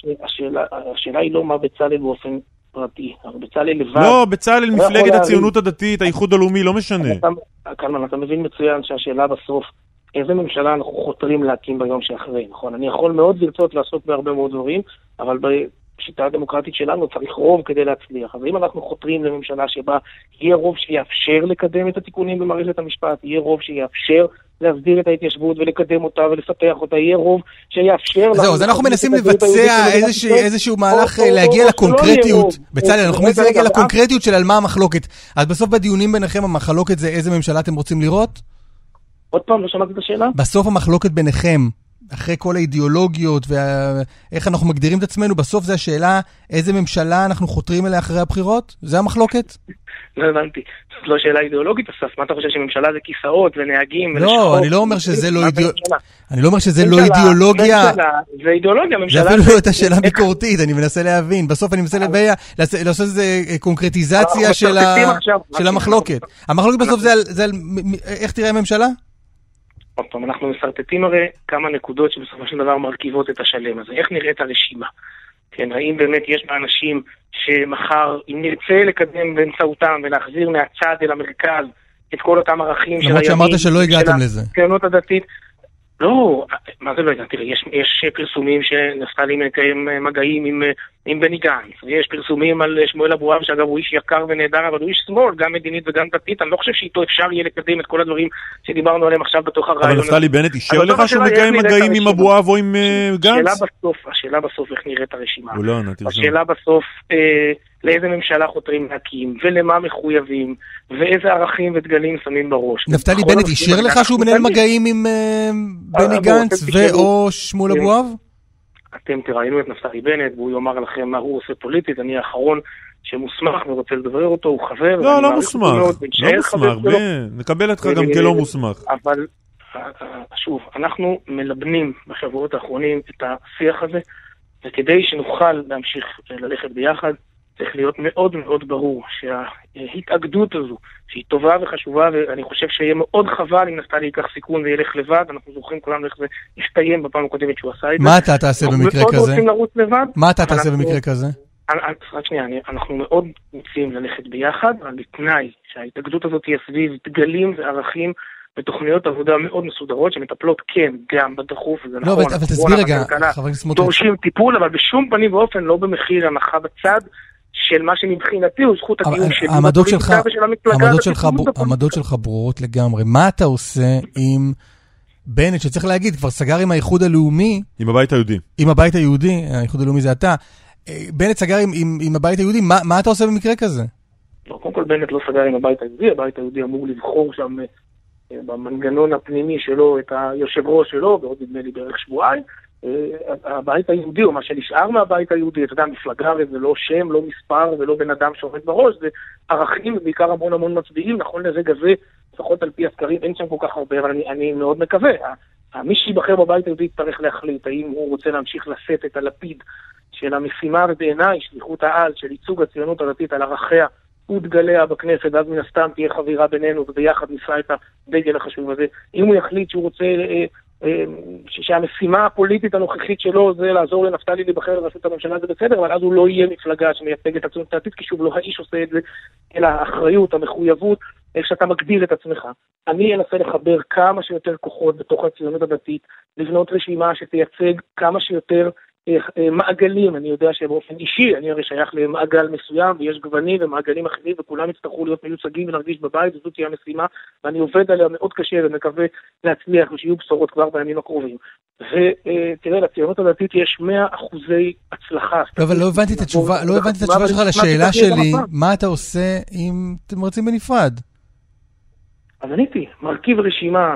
השאלה היא לא מה בצלאל באופן פרטי, בצלאל לבד. לא, בצלאל מפלגת הציונות הדתית, האיחוד הלאומי, לא משנה. קלמן, אתה מבין מצוין שהשאלה בסוף, איזה ממשלה אנחנו חותרים להקים ביום שאחרי, נכון? אני יכול מאוד לרצות לעשות בהרבה מאוד דברים, אבל בשיטה הדמוקרטית שלנו צריך רוב כדי להצליח. אז אם אנחנו חותרים לממשלה שבה יהיה רוב שיאפשר לקדם את התיקונים במערכת המשפט, יהיה רוב שיאפשר להסדיר את ההתיישבות ולקדם אותה ולפתח אותה, יהיה רוב שיאפשר... זהו, אז אנחנו מנסים לבצע איזשהו מהלך להגיע לקונקרטיות. בצלאל, אנחנו מנסים להגיע לקונקרטיות של על מה המחלוקת. אז בסוף בדיונים ביניכם המחלוקת זה איזה ממשלה אתם רוצים לראות? עוד פעם, לא שמעתי את השאלה? בסוף המחלוקת ביניכם, אחרי כל האידיאולוגיות ואיך אנחנו מגדירים את עצמנו, בסוף זה השאלה איזה ממשלה אנחנו חותרים אליה אחרי הבחירות? זה המחלוקת? לא הבנתי. זאת לא שאלה אידיאולוגית, אסף. מה אתה חושב שממשלה זה כיסאות ונהגים? לא, אני לא אומר שזה לא אידיאולוגיה. אני לא אומר שזה לא אידיאולוגיה. זה אידיאולוגיה, ממשלה... זה אפילו לא הייתה שאלה ביקורתית, אני מנסה להבין. בסוף אני מנסה לבעיה, לעשות איזה קונקרטיזציה של המחלוקת. המחלוקת בסוף זה על איך תראה הממשלה? עוד פעם, אנחנו מסרטטים הרי כמה נקודות שבסופו של דבר מרכיבות את השלם הזה. איך נראית הרשימה? כן, האם באמת יש באנשים שמחר, אם נרצה לקדם באמצעותם ולהחזיר מהצד אל המרכז את כל אותם ערכים של הימין, למרות שאמרת שלא הגעתם לזה. הציונות הדתית, לא, מה זה לא יודע, תראה, יש, יש פרסומים שנפתלי מקיים מגעים עם, עם בני גנץ, ויש פרסומים על שמואל אבואב, שאגב הוא איש יקר ונהדר, אבל הוא איש שמאל, גם מדינית וגם דתית, אני לא חושב שאיתו אפשר יהיה לקדם את כל הדברים שדיברנו עליהם עכשיו בתוך הרעיון. אבל נפתלי בנט אישר לך שהוא מקיים מגעים עם אבואב או עם גנץ? השאלה בסוף, השאלה בסוף איך נראית הרשימה. הוא לא ענה, תרשום. השאלה בסוף, אה, לאיזה ממשלה חותרים להקים, ולמה מחויבים, ואיזה ערכים ודגלים שמים בראש. נפתלי בנט אישר לך שהוא מנהל מגעים עם בני גנץ ואו שמואל אבואב? אתם תראיינו את נפתלי בנט, והוא יאמר לכם מה הוא עושה פוליטית, אני האחרון שמוסמך ורוצה לדבר אותו, הוא חבר. לא, לא מוסמך, לא מוסמך, נקבל אותך גם כלא מוסמך. אבל, שוב, אנחנו מלבנים בשבועות האחרונים את השיח הזה, וכדי שנוכל להמשיך ללכת ביחד, צריך להיות מאוד מאוד ברור שההתאגדות הזו, שהיא טובה וחשובה, ואני חושב שיהיה מאוד חבל אם נפתלי ייקח סיכון וילך לבד, אנחנו זוכרים כולנו איך זה הסתיים בפעם הקודמת שהוא עשה את זה. מה אתה תעשה במקרה כזה? מאוד רוצים לרוץ לבד. מה אתה תעשה במקרה כזה? רק שנייה, אנחנו מאוד רוצים ללכת ביחד, אבל בתנאי שההתאגדות הזאת תהיה סביב דגלים וערכים ותוכניות עבודה מאוד מסודרות, שמטפלות כן, גם בדחוף, וזה נכון. לא, אבל תסביר רגע, חבר הכנסת סמוטריץ'. דורשים טיפול, אבל בשום פנים ואופן לא במחיר הנחה בצד, של מה שמבחינתי הוא זכות הקיום שלי. העמדות שלך, העמדות שלך, העמדות שלך ברורות לגמרי. מה אתה עושה עם בנט, שצריך להגיד, כבר סגר עם האיחוד הלאומי, עם הבית היהודי. עם הבית היהודי, האיחוד הלאומי זה אתה. בנט סגר עם, עם, עם הבית היהודי, מה, מה אתה עושה במקרה כזה? לא, קודם כל בנט לא סגר עם הבית היהודי, הבית היהודי אמור לבחור שם במנגנון הפנימי שלו את היושב ראש שלו, ועוד נדמה לי בערך שבועיים. הבית היהודי, או מה שנשאר מהבית היהודי, אתה יודע, מפלגה, זה לא שם, לא מספר, ולא בן אדם שעומד בראש, זה ערכים, ובעיקר המון המון מצביעים, נכון לרגע זה, לפחות על פי הסקרים, אין שם כל כך הרבה, אבל אני, אני מאוד מקווה. מי שיבחר בבית היהודי יצטרך להחליט, האם הוא רוצה להמשיך לשאת את הלפיד של המשימה, ובעיניי, שליחות העל של ייצוג הציונות הדתית על ערכיה, ודגליה בכנסת, ואז מן הסתם תהיה חבירה בינינו, וביחד נישא את הדגל החשוב הזה. אם הוא יחליט שהוא רוצה... שהמשימה הפוליטית הנוכחית שלו זה לעזור לנפתלי להיבחר לראשות הממשלה, זה בסדר, אבל אז הוא לא יהיה מפלגה שמייצג את הציונות הדתית, כי שוב לא האיש עושה את זה, אלא האחריות, המחויבות, איך שאתה מגדיר את עצמך. אני אנסה לחבר כמה שיותר כוחות בתוך הציונות הדתית, לבנות רשימה שתייצג כמה שיותר מעגלים. אני יודע שבאופן אישי, אני הרי שייך למעגל מסוים, ויש גוונים ומעגלים אחרים, וכולם יצטרכו להיות מיוצגים ולהרגיש בבית, וזאת תהיה המשימה, ואני עובד עליה מאוד קשה, ומקווה להצליח, ושיהיו בשורות כבר בימים הקרובים. ותראה, לציונות הדתית יש מאה אחוזי הצלחה. לא, אבל לא הבנתי את התשובה, לא הבנתי את התשובה שלך לשאלה שלי, מה אתה עושה אם אתם רוצים בנפרד? אז עניתי, מרכיב רשימה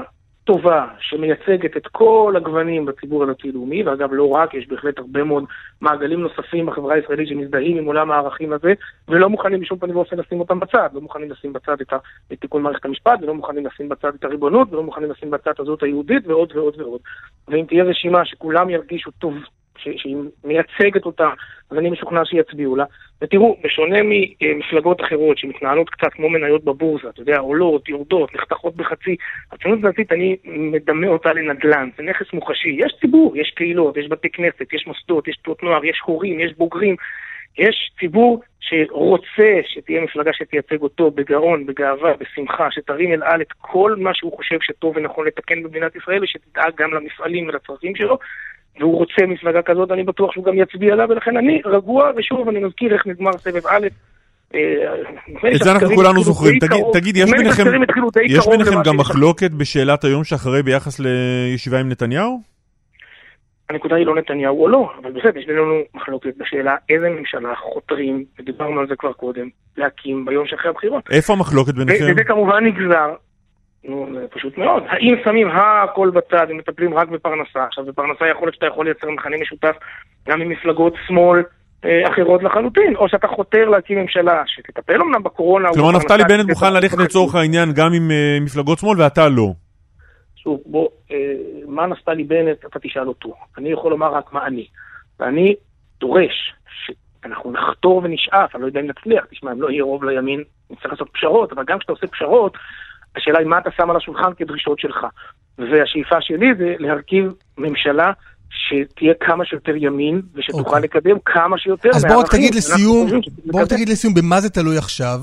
טובה שמייצגת את כל הגוונים בציבור הדתי-לאומי, ואגב לא רק, יש בהחלט הרבה מאוד מעגלים נוספים בחברה הישראלית שמזדהים עם עולם הערכים הזה, ולא מוכנים בשום פנים ואופן לשים אותם בצד, לא מוכנים לשים בצד את, ה, את תיקון מערכת המשפט, ולא מוכנים לשים בצד את הריבונות, ולא מוכנים לשים בצד את הזהות היהודית, ועוד ועוד ועוד. ואם תהיה רשימה שכולם ירגישו טוב, שהיא מייצגת אותה, אז אני משוכנע שיצביעו לה. ותראו, בשונה ממפלגות אחרות שמתנהלות קצת כמו מניות בבורסה, אתה יודע, עולות, יורדות, נחתכות בחצי, הציונות הדתית אני מדמה אותה לנדל"ן, זה נכס מוחשי. יש ציבור, יש קהילות, יש בתי כנסת, יש מוסדות, יש תנועות נוער, יש הורים, יש בוגרים, יש ציבור שרוצה שתהיה מפלגה שתייצג אותו בגאון, בגאווה, בשמחה, שתרים אל על את כל מה שהוא חושב שטוב ונכון לתקן במדינת ישראל, ושתדאג גם למפעלים ולצרכים שלו, והוא רוצה מפלגה כזאת, אני בטוח שהוא גם יצביע עליו, ולכן אני רגוע, ושוב אני מזכיר איך נגמר סבב א', את זה אנחנו כולנו זוכרים. תגיד, יש ביניכם גם מחלוקת בשאלת היום שאחרי ביחס לישיבה עם נתניהו? הנקודה היא לא נתניהו או לא, אבל בסדר, יש בינינו מחלוקת בשאלה איזה ממשלה חותרים, ודיברנו על זה כבר קודם, להקים ביום שאחרי הבחירות. איפה המחלוקת ביניכם? וזה כמובן נגזר. נו, זה פשוט מאוד. האם שמים הכל בצד, אם מטפלים רק בפרנסה. עכשיו, בפרנסה יכול להיות שאתה יכול לייצר מכנה משותף גם עם מפלגות שמאל אה, אחרות לחלוטין, או שאתה חותר להקים ממשלה שתטפל אמנם בקורונה. כלומר, נפתלי בנט מוכן ללכת לצורך העניין גם עם אה, מפלגות שמאל, ואתה לא. שוב, בוא, אה, מה נפתלי בנט, אתה תשאל אותו. אני יכול לומר רק מה אני. ואני דורש שאנחנו נחתור ונשאף, אני לא יודע אם נצליח, תשמע, אם לא יהיה רוב לימין, נצטרך לעשות פשרות, אבל גם כשאתה עושה פשרות, השאלה היא מה אתה שם על השולחן כדרישות שלך. והשאיפה שלי זה להרכיב ממשלה שתהיה כמה שיותר ימין, ושתוכל okay. לקדם כמה שיותר. אז בואו רק תגיד לסיום, בואו רק תגיד לסיום, במה זה תלוי עכשיו?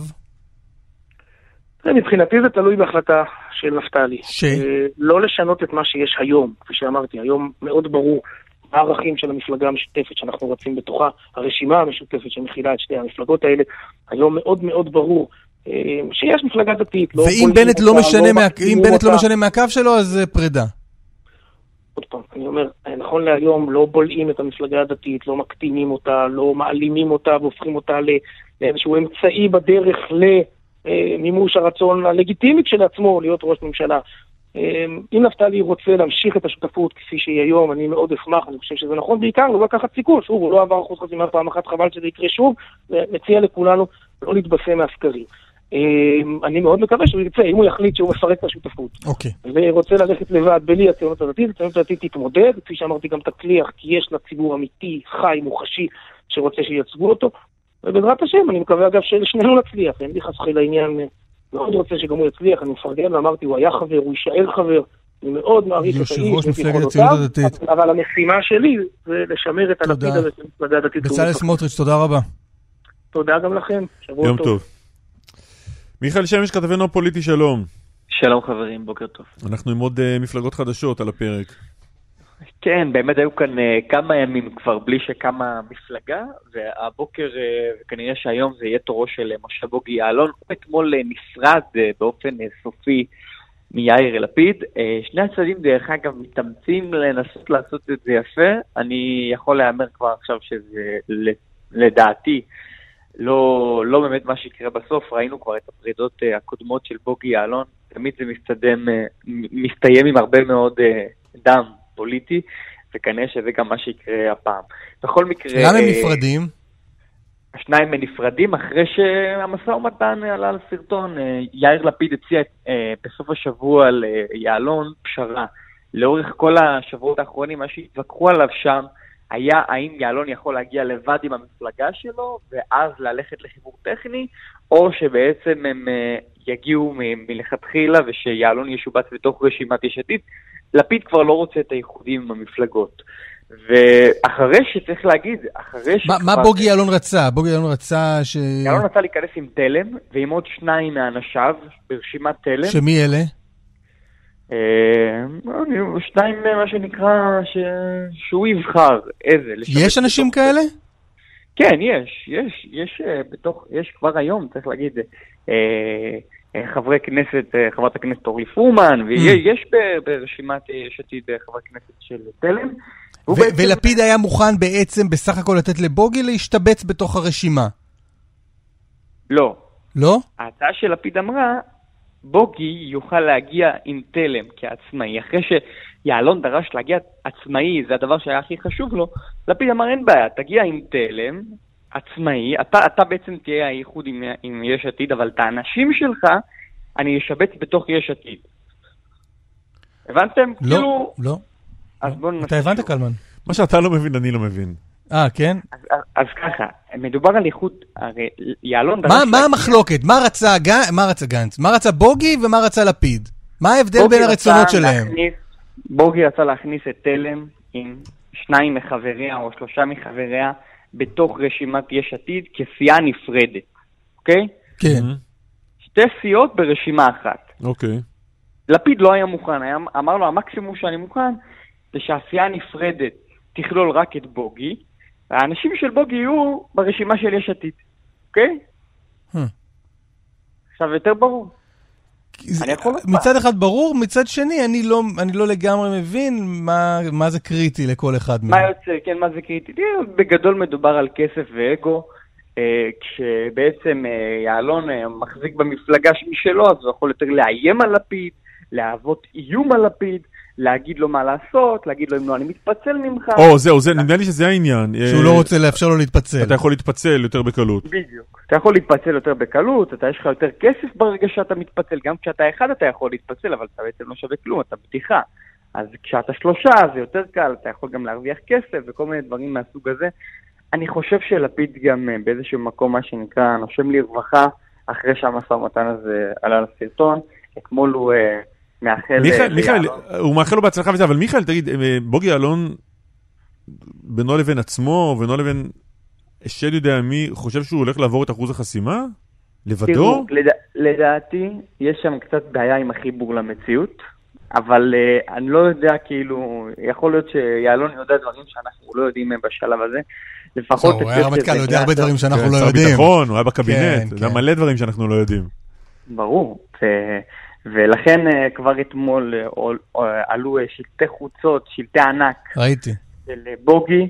מבחינתי זה תלוי בהחלטה של נפתלי. ש? לא לשנות את מה שיש היום, כפי שאמרתי, היום מאוד ברור הערכים של המפלגה המשותפת שאנחנו רוצים בתוכה, הרשימה המשותפת שמכילה את שתי המפלגות האלה, היום מאוד מאוד ברור, שיש מפלגה דתית. ואם בנט לא משנה מה, אם בנט לא משנה מהקו שלו, אז פרידה. עוד פעם, אני אומר, נכון להיום לא בולעים את המפלגה הדתית, לא מקטינים אותה, לא מעלימים אותה והופכים אותה לאיזשהו אמצעי בדרך למימוש הרצון הלגיטימית של עצמו להיות ראש ממשלה. אם נפתלי רוצה להמשיך את השותפות כפי שהיא היום, אני מאוד אשמח, אני חושב שזה נכון בעיקר, לא לקחת סיכון, שוב, הוא לא עבר אחוז חסימה פעם אחת, חבל שזה יקרה שוב, ומציע לכולנו לא להתבשם מהסקרים. אני מאוד מקווה שהוא ירצה, אם הוא יחליט שהוא מפרק את השותפות. אוקיי. ורוצה ללכת לבד בלי הציונות הדתית, הציונות הדתית תתמודד, כפי שאמרתי גם תצליח, כי יש לה ציבור אמיתי, חי, מוחשי, שרוצה שייצגו אותו, ובעזרת השם, אני מקווה אגב שלשנינו נצליח, אין לי חס וחלילה לעניין, מאוד רוצה שגם הוא יצליח, אני מפרגן ואמרתי, הוא היה חבר, הוא יישאר חבר, אני מאוד מעריך את האיש, אבל המשימה שלי זה לשמר את הלפיד הזה של מפלגה דתית. בצלאל סמוטריץ', תודה רבה. תודה גם לכם, שבוע יום טוב. טוב. מיכאל שמש, כתבנו הפוליטי, שלום. שלום חברים, בוקר טוב. אנחנו עם עוד uh, מפלגות חדשות על הפרק. כן, באמת היו כאן uh, כמה ימים כבר בלי שקמה מפלגה, והבוקר, uh, כנראה שהיום זה יהיה תורו של uh, משה בוגי יעלון, הוא אתמול uh, נפרד uh, באופן uh, סופי מיאיר לפיד. Uh, שני הצדדים דרך אגב מתאמצים לנסות לעשות את זה יפה, אני יכול להאמר כבר עכשיו שזה לדעתי, לא, לא באמת מה שיקרה בסוף, ראינו כבר את הפרידות uh, הקודמות של בוגי יעלון, תמיד זה מסתדם, uh, מסתיים עם הרבה מאוד uh, דם פוליטי, וכנראה שזה גם מה שיקרה הפעם. בכל מקרה... למה הם נפרדים? Uh, השניים הם נפרדים, אחרי שהמשא ומתן עלה על סרטון, uh, יאיר לפיד הציע uh, בסוף השבוע ליעלון פשרה. לאורך כל השבועות האחרונים, מה שהתווכחו עליו שם, היה האם יעלון יכול להגיע לבד עם המפלגה שלו, ואז ללכת לחיבור טכני, או שבעצם הם יגיעו מ- מלכתחילה, ושיעלון ישובץ בתוך רשימת יש עתיד. לפיד כבר לא רוצה את הייחודים עם המפלגות. ואחרי שצריך להגיד, אחרי ש... מה בוגי יעלון רצה? בוגי יעלון רצה ש... יעלון רצה להיכנס עם תלם, ועם עוד שניים מאנשיו, ברשימת תלם. שמי אלה? שניים מה שנקרא שהוא יבחר איזה. יש אנשים כאלה? כן, יש, יש, יש בתוך, יש כבר היום, צריך להגיד, חברי כנסת, חברת הכנסת אורלי פרומן, ויש ברשימת יש עתיד חברי כנסת של תלם. ולפיד היה מוכן בעצם בסך הכל לתת לבוגי להשתבץ בתוך הרשימה? לא. לא? ההצעה של לפיד אמרה, בוגי יוכל להגיע עם תלם כעצמאי. אחרי שיעלון דרש להגיע עצמאי, זה הדבר שהיה הכי חשוב לו, לפיד אמר אין בעיה, תגיע עם תלם עצמאי, אתה, אתה בעצם תהיה הייחוד עם, עם יש עתיד, אבל את האנשים שלך אני אשבץ בתוך יש עתיד. הבנתם? לא, כאילו... לא. אז בוא ננסה. אתה הבנת, קלמן? מה שאתה לא מבין, אני לא מבין. אה, כן? אז, אז, אז ככה, מדובר על איחוד, הרי יעלון דרש... מה, מה המחלוקת? מה רצה, מה רצה גנץ? מה רצה בוגי ומה רצה לפיד? מה ההבדל בין הרצונות שלהם? להכניס, בוגי רצה להכניס את תלם עם שניים מחבריה או שלושה מחבריה בתוך רשימת יש עתיד כסיעה נפרדת, אוקיי? כן. שתי סיעות ברשימה אחת. אוקיי. לפיד לא היה מוכן, היה, אמר לו, המקסימום שאני מוכן זה שהסיעה נפרדת תכלול רק את בוגי, והאנשים של בוגי יהיו ברשימה של יש עתיד, אוקיי? עכשיו יותר ברור. אני יכול... מצד אחד ברור, מצד שני אני לא, אני לא לגמרי מבין מה, מה זה קריטי לכל אחד מהם. מה יוצא, כן, מה זה קריטי? בגדול מדובר על כסף ואגו, כשבעצם יעלון מחזיק במפלגה משלו, אז הוא יכול יותר לאיים על לפיד, להוות איום על לפיד, להגיד לו מה לעשות, להגיד לו אם לא אני מתפצל ממך. או, זהו, זה, נדמה לי שזה העניין. שהוא לא רוצה לאפשר לו להתפצל. אתה יכול להתפצל יותר בקלות. בדיוק. אתה יכול להתפצל יותר בקלות, אתה יש לך יותר כסף ברגע שאתה מתפצל, גם כשאתה אחד אתה יכול להתפצל, אבל אתה בעצם לא שווה כלום, אתה בדיחה. אז כשאתה שלושה זה יותר קל, אתה יכול גם להרוויח כסף וכל מיני דברים מהסוג הזה. אני חושב שלפיד גם באיזשהו מקום, מה שנקרא, נושם לרווחה, אחרי שהמשא ומתן הזה עלה לסרטון. אתמול הוא מאחל... מיכאל, מיכאל, הוא מאחל לו בהצלחה וזה, אבל מיכאל, תגיד, בוגי יעלון, בינו לבין עצמו, בינו לבין השד יודע מי, חושב שהוא הולך לעבור את אחוז החסימה? לבדו? תראו, לד... לדעתי, יש שם קצת בעיה עם החיבור למציאות, אבל uh, אני לא יודע, כאילו, יכול להיות שיעלון יודע דברים שאנחנו לא יודעים בשלב הזה. לפחות... הוא היה רמטכ"ל, הוא יודע הרבה דברים שאנחנו לא שר יודעים. ביטחון, הוא היה בקבינט, הוא יודע מלא דברים שאנחנו לא יודעים. ברור, ולכן כבר אתמול עלו שלטי חוצות, שלטי ענק. ראיתי. של בוגי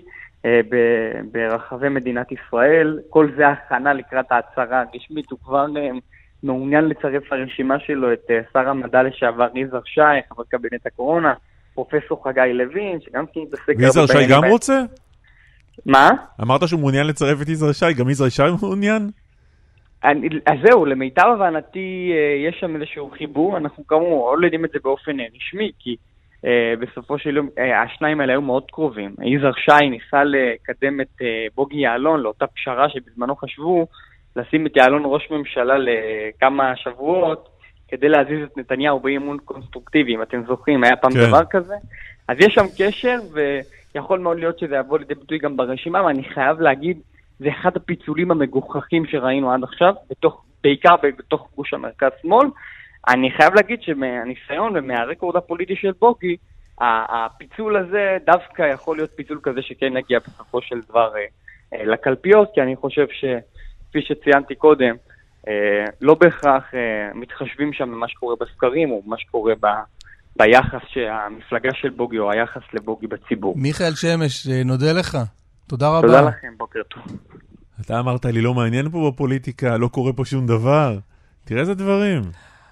ברחבי מדינת ישראל. כל זה הכנה לקראת ההצהרה הרשמית. הוא כבר מעוניין לצרף לרשימה שלו את שר המדע לשעבר יזהר שי, חבר קבינט הקורונה, פרופסור חגי לוין, שגם כן מתעסק... ויזהר שי גם רוצה? מה? אמרת שהוא מעוניין לצרף את יזהר שי, גם יזהר שי מעוניין? אני, אז זהו, למיטב הבנתי יש שם איזשהו חיבור, אנחנו כאמור לא יודעים את זה באופן רשמי, כי uh, בסופו של יום uh, השניים האלה היו מאוד קרובים. יזהר שי ניסה לקדם את uh, בוגי יעלון לאותה פשרה שבזמנו חשבו לשים את יעלון ראש ממשלה לכמה שבועות, כדי להזיז את נתניהו באי-אמון קונסטרוקטיבי, אם אתם זוכרים, היה פעם כן. דבר כזה. אז יש שם קשר, ויכול מאוד להיות שזה יבוא לידי ביטוי גם ברשימה, אבל אני חייב להגיד, זה אחד הפיצולים המגוחכים שראינו עד עכשיו, בתוך, בעיקר בתוך גוש המרכז שמאל. אני חייב להגיד שמהניסיון ומהרקורד הפוליטי של בוגי, הפיצול הזה דווקא יכול להיות פיצול כזה שכן נגיע בסופו של דבר לקלפיות, כי אני חושב שכפי שציינתי קודם, לא בהכרח מתחשבים שם במה שקורה בסקרים, או מה שקורה ב... ביחס שהמפלגה של בוגי, או היחס לבוגי בציבור. מיכאל שמש, נודה לך. תודה רבה. תודה לכם, בוקר טוב. אתה אמרת לי, לא מעניין פה בפוליטיקה, לא קורה פה שום דבר. תראה איזה דברים.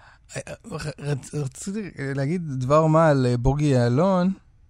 רציתי להגיד דבר מה על בוגי יעלון.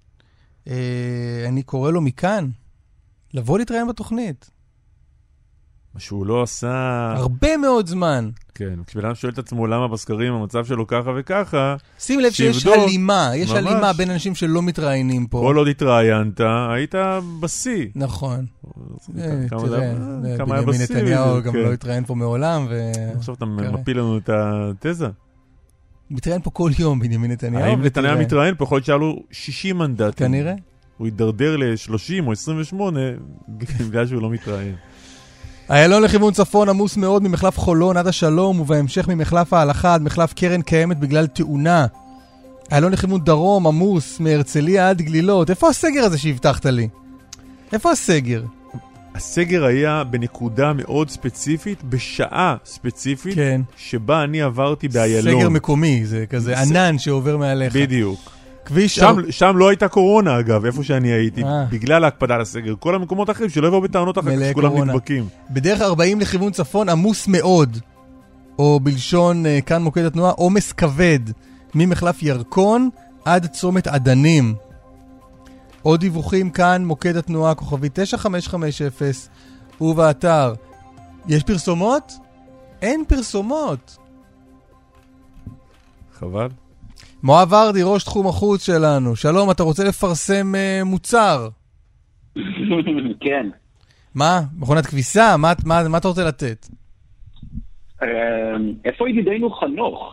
אני קורא לו מכאן, לבוא להתראיין בתוכנית. מה שהוא לא עשה... הרבה מאוד זמן. כן, כשבן שואל את עצמו למה בסקרים המצב שלו ככה וככה... שים לב שיש הלימה, יש הלימה בין אנשים שלא מתראיינים פה. כל עוד התראיינת, היית בסי. נכון. תראה, בנימין נתניהו גם לא התראיין פה מעולם. עכשיו אתה מפיל לנו את התזה. מתראיין פה כל יום בנימין נתניהו. האם נתניהו מתראיין פה? יכול להיות שעלו שישים מנדטים. כנראה. הוא ידרדר ל-שלושים או עשרים ושמונה בגלל שהוא לא מתראיין. איילון לכיוון צפון עמוס מאוד ממחלף חולון עד השלום, ובהמשך ממחלף ההלכה עד מחלף קרן קיימת בגלל תאונה. איילון לכיוון דרום עמוס מהרצליה עד גלילות. איפה הסגר הזה שהבטחת לי? איפה הסגר? הסגר היה בנקודה מאוד ספציפית, בשעה ספציפית, כן. שבה אני עברתי באיילון. סגר מקומי, זה כזה ס... ענן שעובר מעליך. בדיוק. כביש... שם, שם לא הייתה קורונה אגב, איפה שאני הייתי, אה. בגלל ההקפדה על הסגר. כל המקומות האחרים שלא יבואו בטענות אחר כך שכולם נדבקים. בדרך ארבעים לכיוון צפון עמוס מאוד. או בלשון uh, כאן מוקד התנועה, עומס כבד ממחלף ירקון עד צומת עדנים. עוד דיווחים כאן מוקד התנועה כוכבי תשע חמש חמש אפס ובאתר. יש פרסומות? אין פרסומות. חבל. מואב ורדי, ראש תחום החוץ שלנו. שלום, אתה רוצה לפרסם uh, מוצר? כן. מה? מכונת כביסה? מה, מה, מה אתה רוצה לתת? איפה ידידנו חנוך?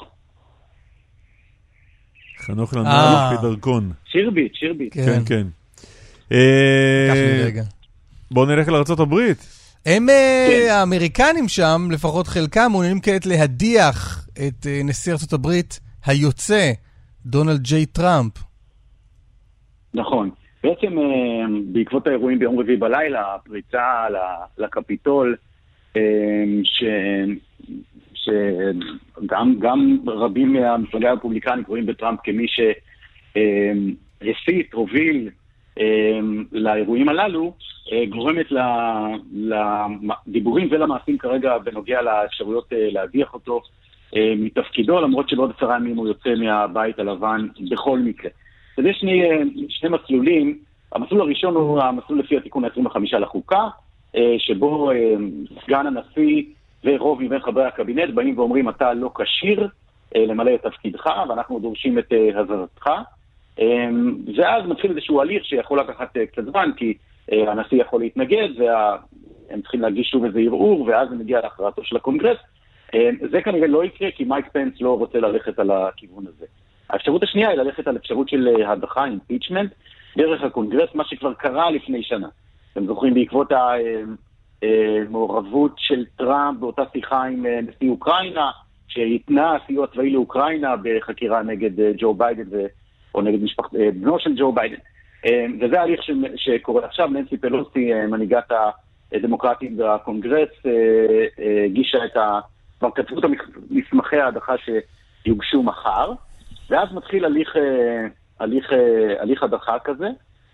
חנוך לנוער לפי דרכון. שירביט, שירביט. כן, כן. קח לי רגע. בואו נלך לארצות הברית. הם האמריקנים שם, לפחות חלקם, מעוניינים כעת להדיח את נשיא ארצות הברית היוצא, דונלד ג'יי טראמפ. נכון. בעצם בעקבות האירועים ביום רביעי בלילה, הפריצה לקפיטול, ש... שגם גם רבים מהמפלגה הרפובליקנית קוראים בטראמפ כמי שהסית, הוביל לאירועים הללו, גורמת לדיבורים ולמעשים כרגע בנוגע לאפשרויות להדיח אותו מתפקידו, למרות שבעוד עשרה ימים הוא יוצא מהבית הלבן בכל מקרה. אז יש שני, שני מסלולים. המסלול הראשון הוא המסלול לפי התיקון ה-עשרים וחמישה לחוקה, שבו סגן הנשיא ורוב מבין חברי הקבינט באים ואומרים אתה לא כשיר למלא את תפקידך ואנחנו דורשים את הזרתך. ואז מתחיל איזשהו הליך שיכול לקחת קצת זמן, כי הנשיא יכול להתנגד והם צריכים להגיש שוב איזה ערעור ואז זה מגיע להכרעתו של הקונגרס. זה כנראה לא יקרה כי מייק פנס לא רוצה ללכת על הכיוון הזה. האפשרות השנייה היא ללכת על אפשרות של הדחה, impeachment, דרך הקונגרס, מה שכבר קרה לפני שנה. אתם זוכרים בעקבות המעורבות של טראמפ באותה שיחה עם נשיא אוקראינה, שהתנה סיוע צבאי לאוקראינה בחקירה נגד ג'ו ביידן או נגד משפחת בנו של ג'ו ביידן. וזה ההליך שקורה עכשיו. ננסי פלוסי, מנהיגת הדמוקרטים בקונגרס, הגישה את ה... כבר כתבו את מסמכי ההדחה שיוגשו מחר, ואז מתחיל הליך, הליך, הליך הדחה כזה,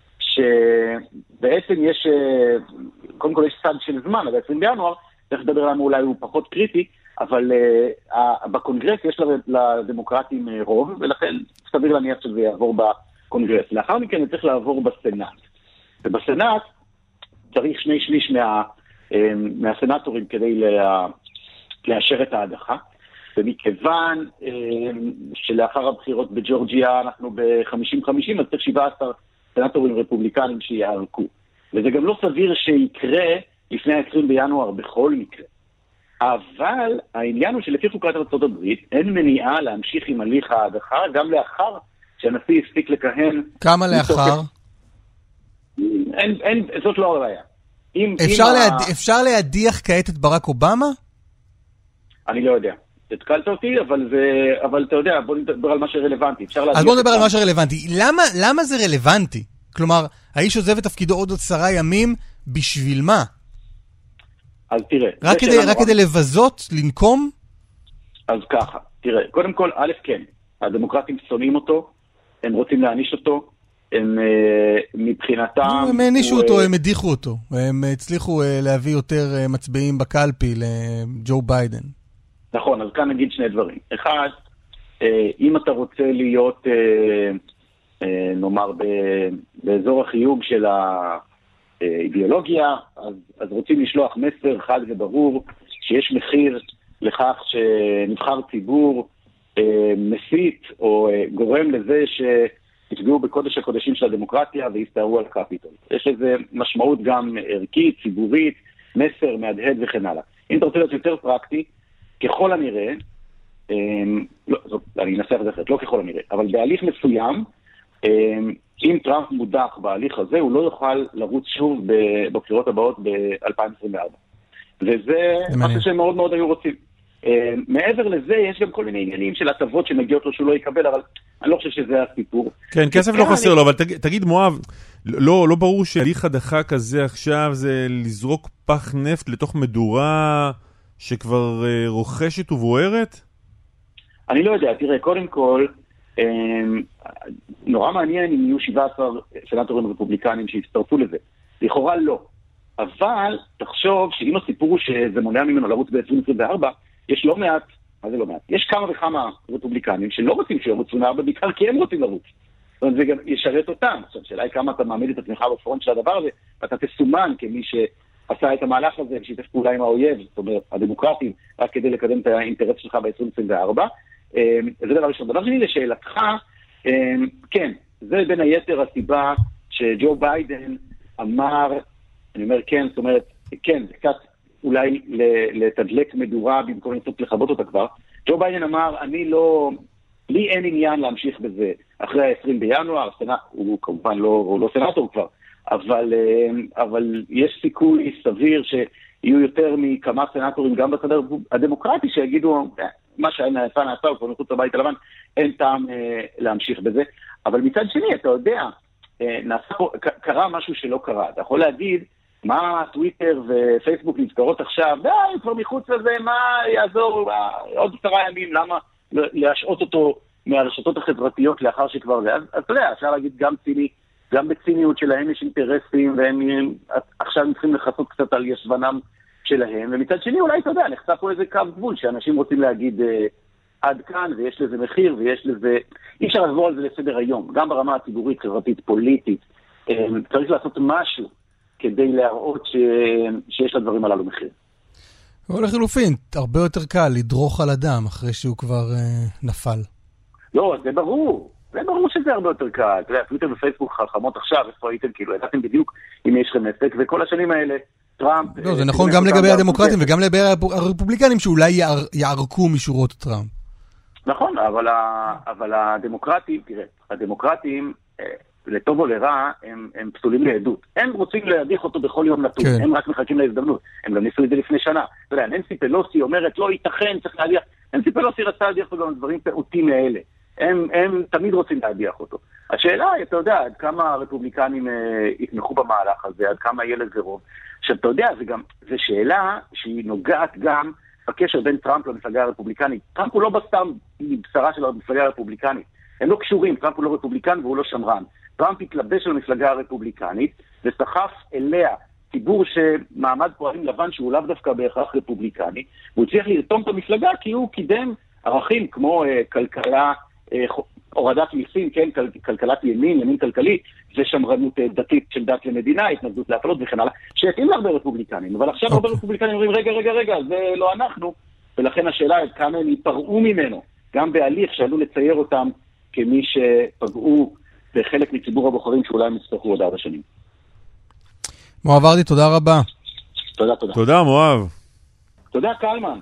שבעצם יש, קודם כל יש סד של זמן, עד עשרים בינואר, צריך לדבר למה אולי הוא פחות קריטי, אבל uh, בקונגרס יש לדמוקרטים רוב, ולכן סביר להניח שזה יעבור בקונגרס. לאחר מכן זה צריך לעבור בסנאט. ובסנאט צריך שני שליש מה, מהסנאטורים כדי לה, לאשר את ההדחה. ומכיוון אה, שלאחר הבחירות בג'ורג'יה אנחנו ב-חמישים חמישים, אז צריך שבעה עשר סנאטורים רפובליקנים שיערקו. וזה גם לא סביר שיקרה לפני ה-עשרים בינואר בכל מקרה. אבל העניין הוא שלפי חוקת ארצות הברית אין מניעה להמשיך עם הליך ההדחה גם לאחר שהנשיא הספיק לכהן. כמה לאחר? אין, אין, זאת לא הבעיה. אפשר, להד... ה... אפשר להדיח כעת את ברק אובמה? אני לא יודע. התקלת אותי, אבל זה, אבל אתה יודע, בוא נדבר על מה שרלוונטי. אז בוא נדבר על מה שרלוונטי. למה, למה זה רלוונטי? כלומר, האיש עוזב את תפקידו עוד עשרה ימים, בשביל מה? אז תראה. רק כדי, רק כדי לבזות, לנקום? אז ככה, תראה, קודם כל, א' כן, הדמוקרטים שונאים אותו, הם רוצים להעניש אותו, הם מבחינתם... הם הענישו אותו, הם הדיחו אותו, הם הצליחו להביא יותר מצביעים בקלפי לג'ו ביידן. נכון, אז כאן נגיד שני דברים. אחד, אם אתה רוצה להיות, נאמר, באזור החיוג של האידיאולוגיה, אז, אז רוצים לשלוח מסר חד וברור שיש מחיר לכך שנבחר ציבור מסית או גורם לזה שיפגעו בקודש הקודשים של הדמוקרטיה ויסתערו על קפיטול. יש לזה משמעות גם ערכית, ציבורית, מסר, מהדהד וכן הלאה. אם אתה רוצה להיות יותר פרקטי, ככל הנראה, לא, זאת, אני אנסח את זה אחרת, לא ככל הנראה, אבל בהליך מסוים, אם טראמפ מודח בהליך הזה, הוא לא יוכל לרוץ שוב בבחירות הבאות ב-אלפיים עשרים וארבע. וזה משהו שהם מאוד מאוד היו רוצים. מעבר לזה, יש גם כל מיני עניינים של הטבות שמגיעות לו שהוא לא יקבל, אבל אני לא חושב שזה הסיפור. כן, כסף לא חסר לו, אבל תגיד מואב, לא, לא ברור שהליך הדחה כזה עכשיו זה לזרוק פח נפט לתוך מדורה שכבר רוכשת ובוערת? אני לא יודע, תראה, קודם כל, נורא מעניין אם יהיו שבעה עשר סנאטורים רפובליקנים שהצטרפו לזה. לכאורה לא. אבל תחשוב שאם הסיפור הוא שזה מונע ממנו לרוץ ב-עשרים עשרים וארבע, יש לא מעט, מה זה לא מעט? יש כמה וכמה רפובליקנים שלא רוצים שירוצו מארבע, בעיקר כי הם רוצים לרוץ. זאת אומרת, זה גם ישרת אותם. עכשיו, שאלה היא כמה אתה מעמיד את עצמך בפרונט של הדבר הזה, ואתה תסומן כמי שעשה את המהלך הזה, ושיתף פעולה עם האויב, זאת אומרת, הדמוקרטים, רק כדי לקדם את האינטרס שלך ב-עשרים עשרים וארבע. זה דבר ראשון. דבר שני, לשאלתך, כן, זה בין היתר הסיבה שג'ו ביידן אמר, אני אומר כן, זאת אומרת, כן, זה קצת אולי לתדלק מדורה במקום לנסות לכבות אותה כבר. ג'ו ביידן אמר, אני לא, לי אין עניין להמשיך בזה אחרי ה-עשרים בינואר, סנט, הוא כמובן לא, הוא לא סנטור כבר, אבל, אבל יש סיכוי סביר שיהיו יותר מכמה סנטורים גם בצד הדמוקרטי שיגידו, מה שנעשה נעשה, הוא כבר מחוץ לבית הלבן, אין טעם להמשיך בזה. אבל מצד שני, אתה יודע, נעשה פה, קרה משהו שלא קרה. אתה יכול להגיד, מה טוויטר ופייסבוק נזכרות עכשיו, די, כבר מחוץ לזה, מה יעזור, עוד עשרה ימים, למה להשעות אותו מהרשתות החברתיות לאחר שכבר זה. אז, אז אתה יודע, אפשר להגיד גם ציני, גם בציניות שלהם יש אינטרסים, והם עכשיו צריכים לחסות קצת על ישבנם שלהם, ומצד שני אולי, אתה יודע, נחצה פה איזה קו גבול, שאנשים רוצים להגיד אה, עד כאן, ויש לזה מחיר, ויש לזה, אי אפשר לעבור על זה לסדר היום, גם ברמה הציבורית, חברתית, פוליטית, אה, צריך לעשות משהו, כדי להראות ש... שיש לדברים הללו מחיר. או לחילופין, הרבה יותר קל לדרוך על אדם אחרי שהוא כבר אה, נפל. לא, זה ברור. זה ברור שזה הרבה יותר קל. אתה יודע, טוויטר ופייסבוק חכמות עכשיו, איפה הייתם, כאילו, ידעתם בדיוק אם יש לכם עסק, וכל השנים האלה, טראמפ... לא, זה נכון גם לגבי הדמוקרטים וגם לגבי הרפובליקנים, שאולי יערקו משורות טראמפ. נכון, אבל, ה... אבל הדמוקרטים, תראה, הדמוקרטים... לטוב או לרע, הם, הם פסולים לעדות. הם רוצים להדיח אותו בכל יום נתון. כן. הם רק מחכים להזדמנות. הם גם ניסו את זה לפני שנה. אתה יודע, ננסי פלוסי אומרת, לא ייתכן, צריך להדיח. ננסי פלוסי רצה להדיח אותו גם דברים פעוטים מאלה. הם, הם תמיד רוצים להדיח אותו. השאלה, אתה יודע, עד כמה הרפובליקנים אה, יתמכו במהלך הזה, עד כמה יהיה לזה רוב. עכשיו, אתה יודע, זה גם, זה שאלה שהיא נוגעת גם בקשר בין טראמפ למפלגה הרפובליקנית. טראמפ הוא לא בסתם מבשרה של המפלגה הרפובליקנית. הם לא קשורים, טראמפ הוא לא רפובליקן והוא לא שמרן. טראמפ התלבש על המפלגה הרפובליקנית וסחף אליה ציבור שמעמד פועלים לבן שהוא לאו דווקא בהכרח רפובליקני, והוא הצליח לרתום את המפלגה כי הוא קידם ערכים כמו אה, כלכלה, אה, הורדת מיסים, כן, כל, כלכלת ימין, ימין כלכלי, ושמרנות אה, דתית של דת למדינה, התנגדות להפלות וכן הלאה, שהתאים להרבה רפובליקנים, אבל עכשיו הרבה רפובליקנים אומרים רגע, רגע, רגע, זה לא אנחנו, ולכן השאלה היא כמה הם ייפרעו ממנו, גם בהליך שעלו לצייר אותם כמי שפגעו בחלק מציבור הבוחרים שאולי הם יצטרכו עוד ארבע שנים. מואב ורדי, תודה רבה. תודה, תודה. תודה, מואב. תודה, קלמן.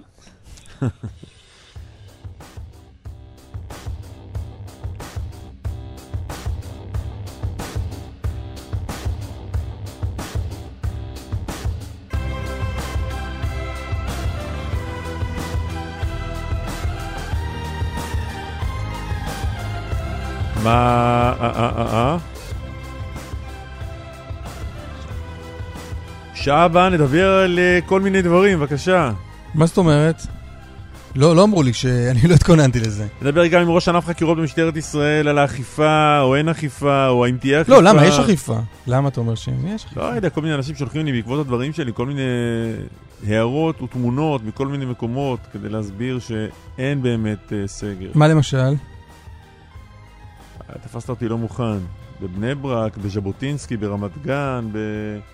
מה... אה, אה, אה, אה. שעה הבאה נדבר על כל מיני דברים, בבקשה. מה זאת אומרת? לא, לא אמרו לי שאני לא התכוננתי לזה. נדבר גם עם ראש ענף חקירות במשטרת ישראל על האכיפה, או אין אכיפה, או האם תהיה אכיפה. לא, למה? יש אכיפה. למה אתה אומר שיש אכיפה? לא יודע, כל מיני אנשים שולחים לי בעקבות הדברים שלי, כל מיני הערות ותמונות מכל מיני מקומות, כדי להסביר שאין באמת סגר. מה למשל? תפסת אותי לא מוכן. בבני ברק, בז'בוטינסקי, ברמת גן, ב...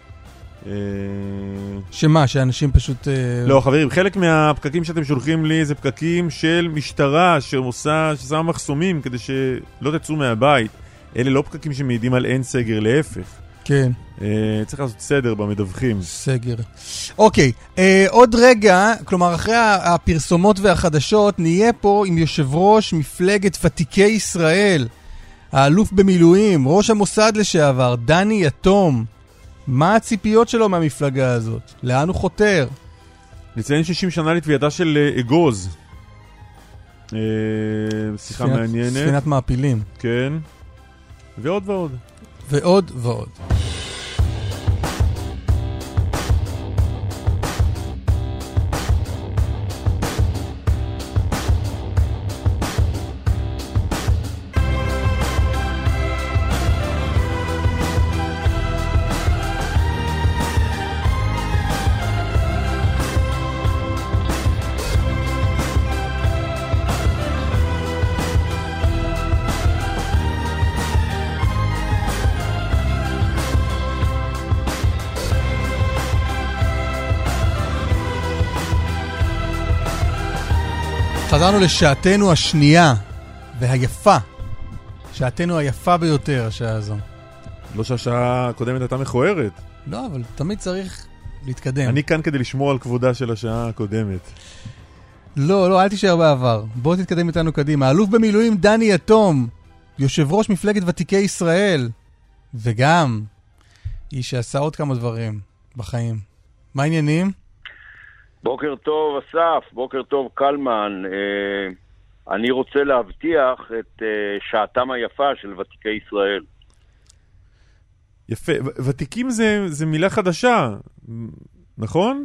שמה? שאנשים פשוט... לא, חברים, חלק מהפקקים שאתם שולחים לי זה פקקים של משטרה שעושה, ששמה מחסומים כדי שלא תצאו מהבית. אלה לא פקקים שמעידים על אין סגר, להפך. כן. צריך לעשות סדר במדווחים. סגר. אוקיי, עוד רגע, כלומר אחרי הפרסומות והחדשות, נהיה פה עם יושב ראש מפלגת ותיקי ישראל, האלוף במילואים, ראש המוסד לשעבר, דני יתום. מה הציפיות שלו מהמפלגה הזאת? לאן הוא חותר? נציין שישים שנה לתביעתה של אגוז. שיחה מעניינת. ספינת מעפילים. כן. ועוד ועוד. ועוד ועוד. חזרנו לשעתנו השנייה והיפה. שעתנו היפה ביותר, השעה הזו. לא שהשעה הקודמת הייתה מכוערת. לא, אבל תמיד צריך להתקדם. אני כאן כדי לשמור על כבודה של השעה הקודמת. לא, לא, אל תישאר בעבר. בוא תתקדם איתנו קדימה. אלוף במילואים דני יתום, יושב ראש מפלגת ותיקי ישראל, וגם איש שעשה עוד כמה דברים בחיים. מה העניינים? בוקר טוב אסף, בוקר טוב קלמן. אה, אני רוצה להבטיח את אה, שעתם היפה של ותיקי ישראל. יפה. ו- ותיקים זה, זה מילה חדשה, נכון?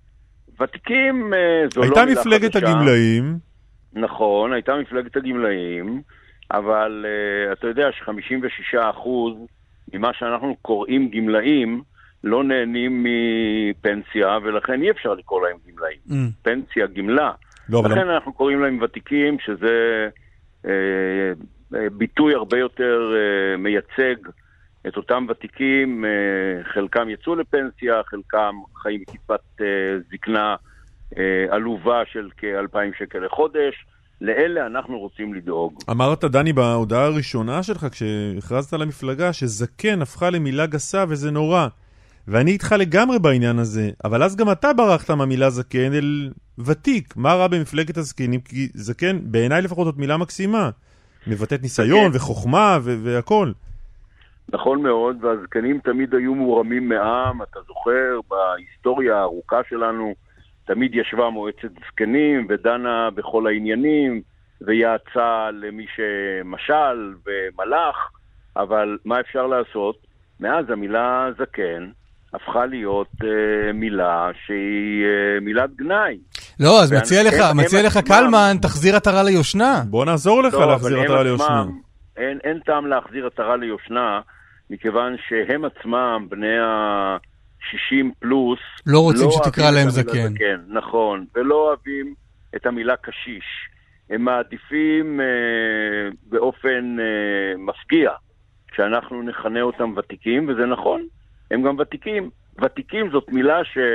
ותיקים אה, זו לא מילה חדשה. הייתה מפלגת הגמלאים. נכון, הייתה מפלגת הגמלאים, אבל uh, אתה יודע ש-חמישים ושישה אחוז ממה שאנחנו קוראים גמלאים לא נהנים מפנסיה, ולכן אי אפשר לקרוא להם גמלאים. Mm. פנסיה, גמלה. לא, לכן אבל... אנחנו קוראים להם ותיקים, שזה uh, uh, ביטוי הרבה יותר uh, מייצג את אותם ותיקים. Uh, חלקם יצאו לפנסיה, חלקם חיים בקצבת uh, זקנה uh, עלובה של כ-אלפיים שקל לחודש. לאלה אנחנו רוצים לדאוג. אמרת, דני, בהודעה הראשונה שלך, כשהכרזת על המפלגה, שזקן הפכה למילה גסה וזה נורא. ואני איתך לגמרי בעניין הזה, אבל אז גם אתה ברחת מהמילה זקן אל ותיק. מה רע במפלגת הזקנים? כי זקן, בעיניי לפחות זאת מילה מקסימה. מבטאת ניסיון וחוכמה והכל. נכון מאוד, והזקנים תמיד היו מורמים מעם. אתה זוכר, בהיסטוריה הארוכה שלנו, תמיד ישבה מועצת זקנים ודנה בכל העניינים ויעצה למי שמשל ומלך, אבל מה אפשר לעשות? מאז המילה זקן הפכה להיות uh, מילה שהיא uh, מילת גנאי. לא, אז מציע לך, מציע לך קלמן, תחזיר עטרה ליושנה. בוא נעזור לך להחזיר עטרה ליושנה. אין, אין טעם להחזיר עטרה ליושנה, מכיוון שהם עצמם, בני ה... שישים פלוס, לא רוצים לא שתקרא להם זקן. זקן. נכון, ולא אוהבים את המילה קשיש. הם מעדיפים אה, באופן אה, מפגיע שאנחנו נכנה אותם ותיקים, וזה נכון, הם גם ותיקים. ותיקים זאת מילה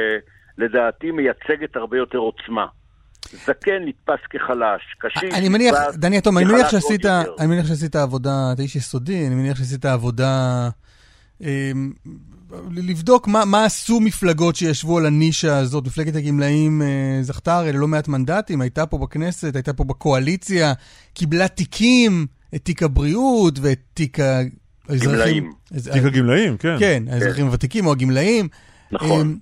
שלדעתי מייצגת הרבה יותר עוצמה. זקן נתפס כחלש, קשיש אני מניח, דני יתום, אני מניח שעשית, אני מניח שעשית עבודה, אתה איש יסודי, אני מניח שעשית עבודה... אה, לבדוק מה, מה עשו מפלגות שישבו על הנישה הזאת. מפלגת הגמלאים אה, זכתה הרי ללא מעט מנדטים, הייתה פה בכנסת, הייתה פה בקואליציה, קיבלה תיקים, את תיק הבריאות ואת תיק האזרחים. תיק הגמלאים, כן. כן, האזרחים הוותיקים או הגמלאים. נכון.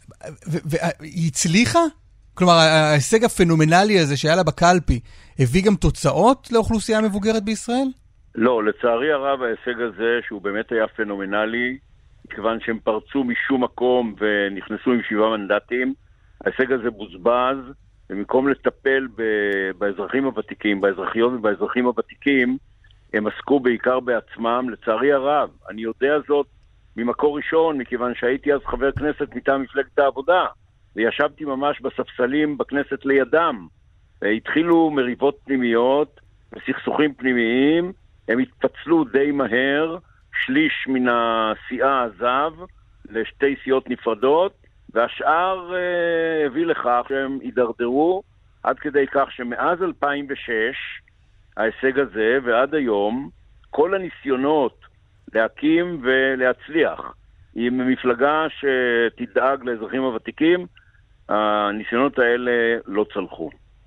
והיא הצליחה? כלומר, ההישג הפנומנלי הזה שהיה לה בקלפי, הביא גם תוצאות לאוכלוסייה המבוגרת בישראל? לא, לצערי הרב ההישג הזה, שהוא באמת היה פנומנלי, כיוון שהם פרצו משום מקום ונכנסו עם שבעה מנדטים, ההישג הזה בוזבז, ובמקום לטפל ב- באזרחים הוותיקים, באזרחיות ובאזרחים הוותיקים, הם עסקו בעיקר בעצמם, לצערי הרב. אני יודע זאת ממקור ראשון, מכיוון שהייתי אז חבר כנסת מטעם מפלגת העבודה, וישבתי ממש בספסלים בכנסת לידם, והתחילו מריבות פנימיות וסכסוכים פנימיים, הם התפצלו די מהר, שליש מן הסיעה עזב לשתי סיעות נפרדות, והשאר אה, הביא לכך שהם הידרדרו עד כדי כך שמאז אלפיים ושש ההישג הזה ועד היום כל הניסיונות להקים ולהצליח עם מפלגה שתדאג לאזרחים הוותיקים, הניסיונות האלה לא צלחו.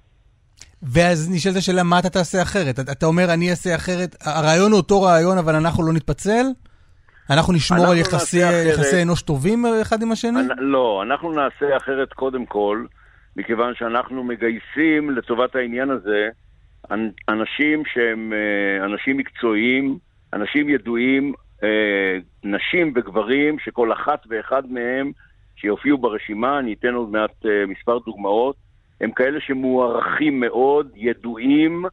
ואז נשאלת השאלה, מה אתה תעשה אחרת? אתה אומר, אני אעשה אחרת, הרעיון הוא אותו רעיון, אבל אנחנו לא נתפצל? אנחנו נשמור על יחסי, יחסי אנוש טובים אחד עם השני? לא, אנחנו נעשה אחרת קודם כל, מכיוון שאנחנו מגייסים לטובת העניין הזה, אנשים שהם אנשים מקצועיים, אנשים ידועים, נשים וגברים, שכל אחת ואחד מהם שיופיעו ברשימה, אני אתן עוד מעט מספר דוגמאות, הם כאלה שמוערכים מאוד, ידועים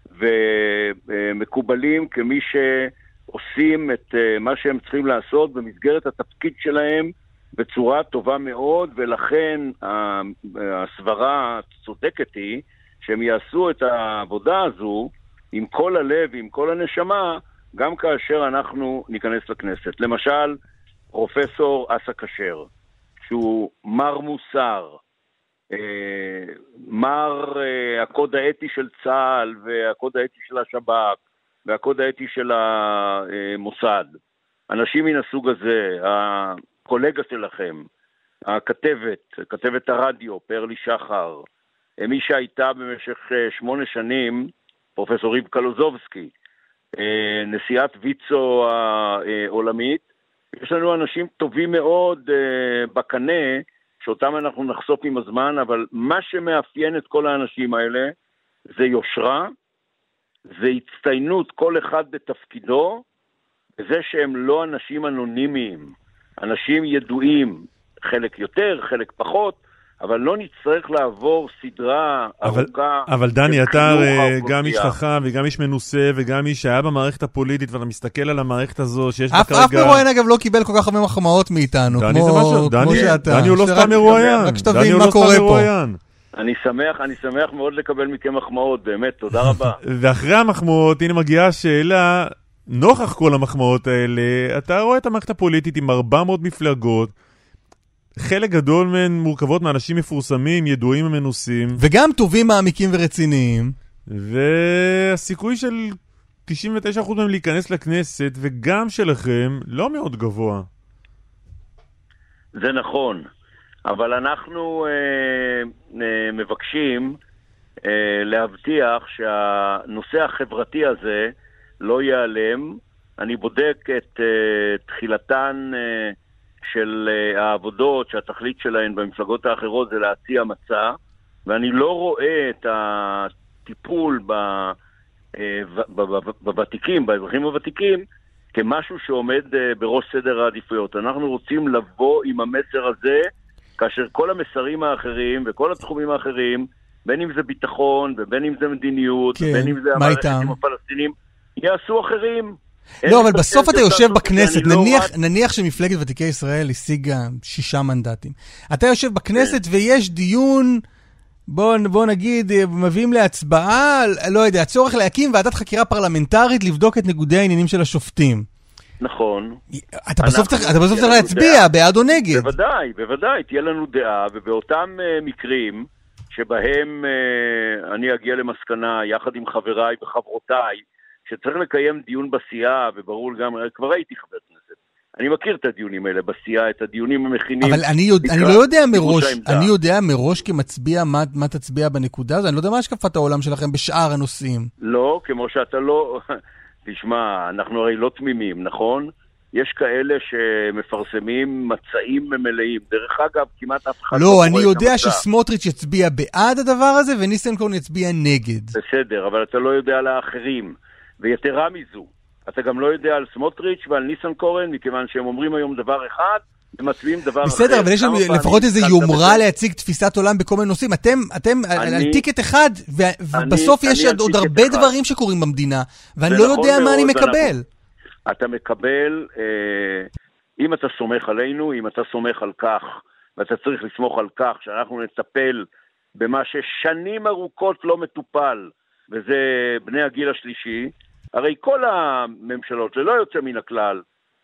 ומקובלים כמי שעושים את מה שהם צריכים לעשות במסגרת התפקיד שלהם בצורה טובה מאוד, ולכן הסברה הצודקת היא שהם יעשו את העבודה הזו עם כל הלב, עם כל הנשמה, גם כאשר אנחנו ניכנס לכנסת. למשל, פרופסור אסא כשר, שהוא מר מוסר, מר הקוד האתי של צה"ל והקוד האתי של השב"כ והקוד האתי של המוסד. אנשים מן הסוג הזה, הקולגה שלכם, הכתבת, כתבת הרדיו, פרלי שחר, מי שהייתה במשך שמונה שנים, פרופסור ריב קלוזובסקי, נשיאת ויצו העולמית, יש לנו אנשים טובים מאוד בקנה, שאותם אנחנו נחשוף עם הזמן, אבל מה שמאפיין את כל האנשים האלה, זה יושרה, זה הצטיינות כל אחד בתפקידו, וזה שהם לא אנשים אנונימיים, אנשים ידועים, חלק יותר, חלק פחות, אבל לא נצטרך לעבור סדרה אבל, ארוכה. אבל דני, אתה גם איש חכם וגם איש מנוסה וגם איש שהיה במערכת הפוליטית, ואתה מסתכל על המערכת הזו שיש בה כרגע... אף מרואיין אגב לא קיבל כל כך הרבה מחמאות מאיתנו, דני כמו, זה משהו, כמו דני, שאתה. דני הוא לא סתם מרואיין. רק שתבין מה קורה פה. אני שמח, אני שמח מאוד לקבל מכם מחמאות, באמת, תודה רבה. ואחרי המחמאות, הנה מגיעה השאלה, נוכח כל המחמאות האלה, אתה רואה את המערכת הפוליטית עם ארבע מאות מפלגות, חלק גדול מהן מורכבות מאנשים מפורסמים, ידועים ומנוסים. וגם טובים, מעמיקים ורציניים. והסיכוי של תשעים ותשעה אחוז מהם להיכנס לכנסת, וגם שלכם, לא מאוד גבוה. זה נכון, אבל אנחנו אה, אה, מבקשים אה, להבטיח שהנושא החברתי הזה לא ייעלם. אני בודק את אה, תחילתן... אה, של uh, העבודות שהתכלית שלהן במפלגות האחרות זה להציע מצע, ואני לא רואה את הטיפול בוותיקים, באזרחים הוותיקים, כמשהו שעומד uh, בראש סדר העדיפויות. אנחנו רוצים לבוא עם המסר הזה, כאשר כל המסרים האחרים וכל התחומים האחרים, בין אם זה ביטחון ובין אם זה מדיניות, כן, ובין אם זה המערכת עם הפלסטינים, יעשו אחרים. לא, אבל בסוף אתה יושב בכנסת, נניח שמפלגת ותיקי ישראל השיגה שישה מנדטים. אתה יושב בכנסת ויש דיון, בוא נגיד, מביאים להצבעה, לא יודע, הצורך להקים ועדת חקירה פרלמנטרית לבדוק את ניגודי העניינים של השופטים. נכון. אתה בסוף צריך להצביע, בעד או נגד. בוודאי, בוודאי, תהיה לנו דעה, ובאותם מקרים שבהם אני אגיע למסקנה, יחד עם חבריי וחברותיי, שצריך לקיים דיון בסיעה, וברור גם, כבר הייתי חבר כנסת. אני מכיר את הדיונים האלה בסיעה, את הדיונים המכינים. אבל אני, יודע, אני לא יודע מראש, אני יודע מראש כמצביע מה, מה תצביע בנקודה הזו, אני לא יודע מה השקפת העולם שלכם בשאר הנושאים. לא, כמו שאתה לא... תשמע, אנחנו הרי לא תמימים, נכון? יש כאלה שמפרסמים מצעים מלאים. דרך אגב, כמעט אף אחד... לא, אני יודע שסמוטריץ' יצביע בעד הדבר הזה, וניסנקורן יצביע נגד. בסדר, אבל אתה לא יודע על האחרים. ויתרה מזו, אתה גם לא יודע על סמוטריץ' ועל ניסנקורן, מכיוון שהם אומרים היום דבר אחד, הם מצביעים דבר אחר. בסדר, אבל יש לנו לפחות איזה יומרה להציג תפיסת עולם בכל מיני נושאים. אתם, אתם על טיקט אחד, ובסוף יש עוד הרבה דברים שקורים במדינה, ואני לא יודע מה אני מקבל. אתה מקבל, אם אתה סומך עלינו, אם אתה סומך על כך, ואתה צריך לסמוך על כך, שאנחנו נטפל במה ששנים ארוכות לא מטופל, וזה בני הגיל השלישי, הרי כל הממשלות, ללא יוצא מן הכלל,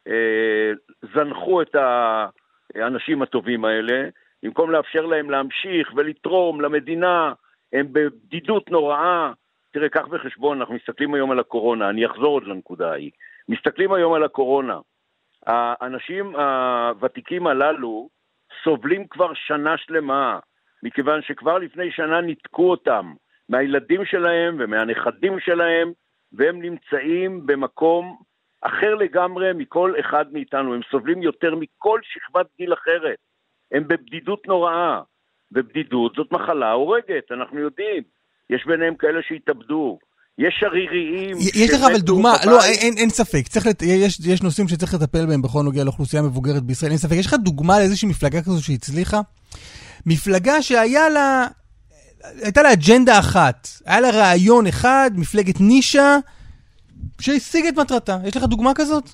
זנחו את האנשים הטובים האלה, במקום לאפשר להם להמשיך ולתרום למדינה, הם בבדידות נוראה. תראה, כך בחשבון, אנחנו מסתכלים היום על הקורונה, אני אחזור עוד לנקודה ההיא, מסתכלים היום על הקורונה, האנשים הוותיקים הללו סובלים כבר שנה שלמה, מכיוון שכבר לפני שנה ניתקו אותם, מהילדים שלהם ומהנכדים שלהם, והם נמצאים במקום אחר לגמרי מכל אחד מאיתנו. הם סובלים יותר מכל שכבת גיל אחרת. הם בבדידות נוראה. ובדידות זאת מחלה הורגת, אנחנו יודעים. יש ביניהם כאלה שהתאבדו. יש שריריים. יש לך אבל דוגמה, לא, אין, אין ספק. צריך לת... יש, יש נושאים שצריך לטפל בהם בכל נוגע לאוכלוסייה מבוגרת בישראל. אין ספק. יש לך דוגמה לאיזושהי מפלגה כזו שהצליחה? מפלגה שהיה לה... הייתה לה אג'נדה אחת, היה לה רעיון אחד, מפלגת נישה, שהשיג את מטרתה. יש לך דוגמה כזאת?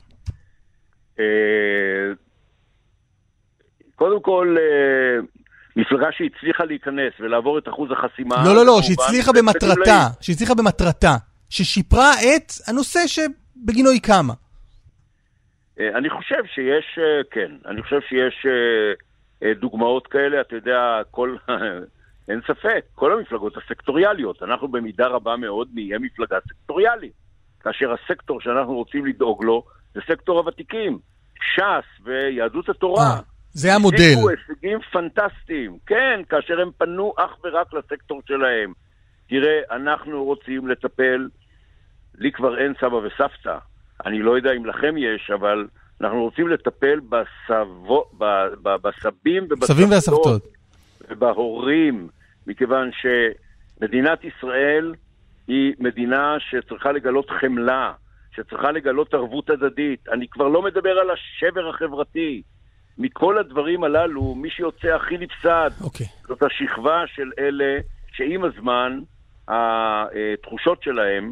קודם כל, מפלגה שהצליחה להיכנס ולעבור את אחוז החסימה... לא, לא, לא, שהצליחה במטרתה, שהצליחה במטרתה, ששיפרה את הנושא שבגינו היא קמה. אני חושב שיש, כן, אני חושב שיש דוגמאות כאלה, אתה יודע, כל... אין ספק, כל המפלגות הסקטוריאליות, אנחנו במידה רבה מאוד נהיה מפלגה סקטוריאלית, כאשר הסקטור שאנחנו רוצים לדאוג לו, זה סקטור הוותיקים, ש"ס ויהדות התורה. אה, זה המודל. השיגו הישגים פנטסטיים, כן, כאשר הם פנו אך ורק לסקטור שלהם. תראה, אנחנו רוצים לטפל, לי כבר אין סבא וסבתא, אני לא יודע אם לכם יש, אבל אנחנו רוצים לטפל בסבו, ב, ב, בסבים סבים והסבתות ובהורים, מכיוון שמדינת ישראל היא מדינה שצריכה לגלות חמלה, שצריכה לגלות ערבות הדדית. אני כבר לא מדבר על השבר החברתי. מכל הדברים הללו, מי שיוצא הכי נפסד, okay. זאת השכבה של אלה שעם הזמן התחושות שלהם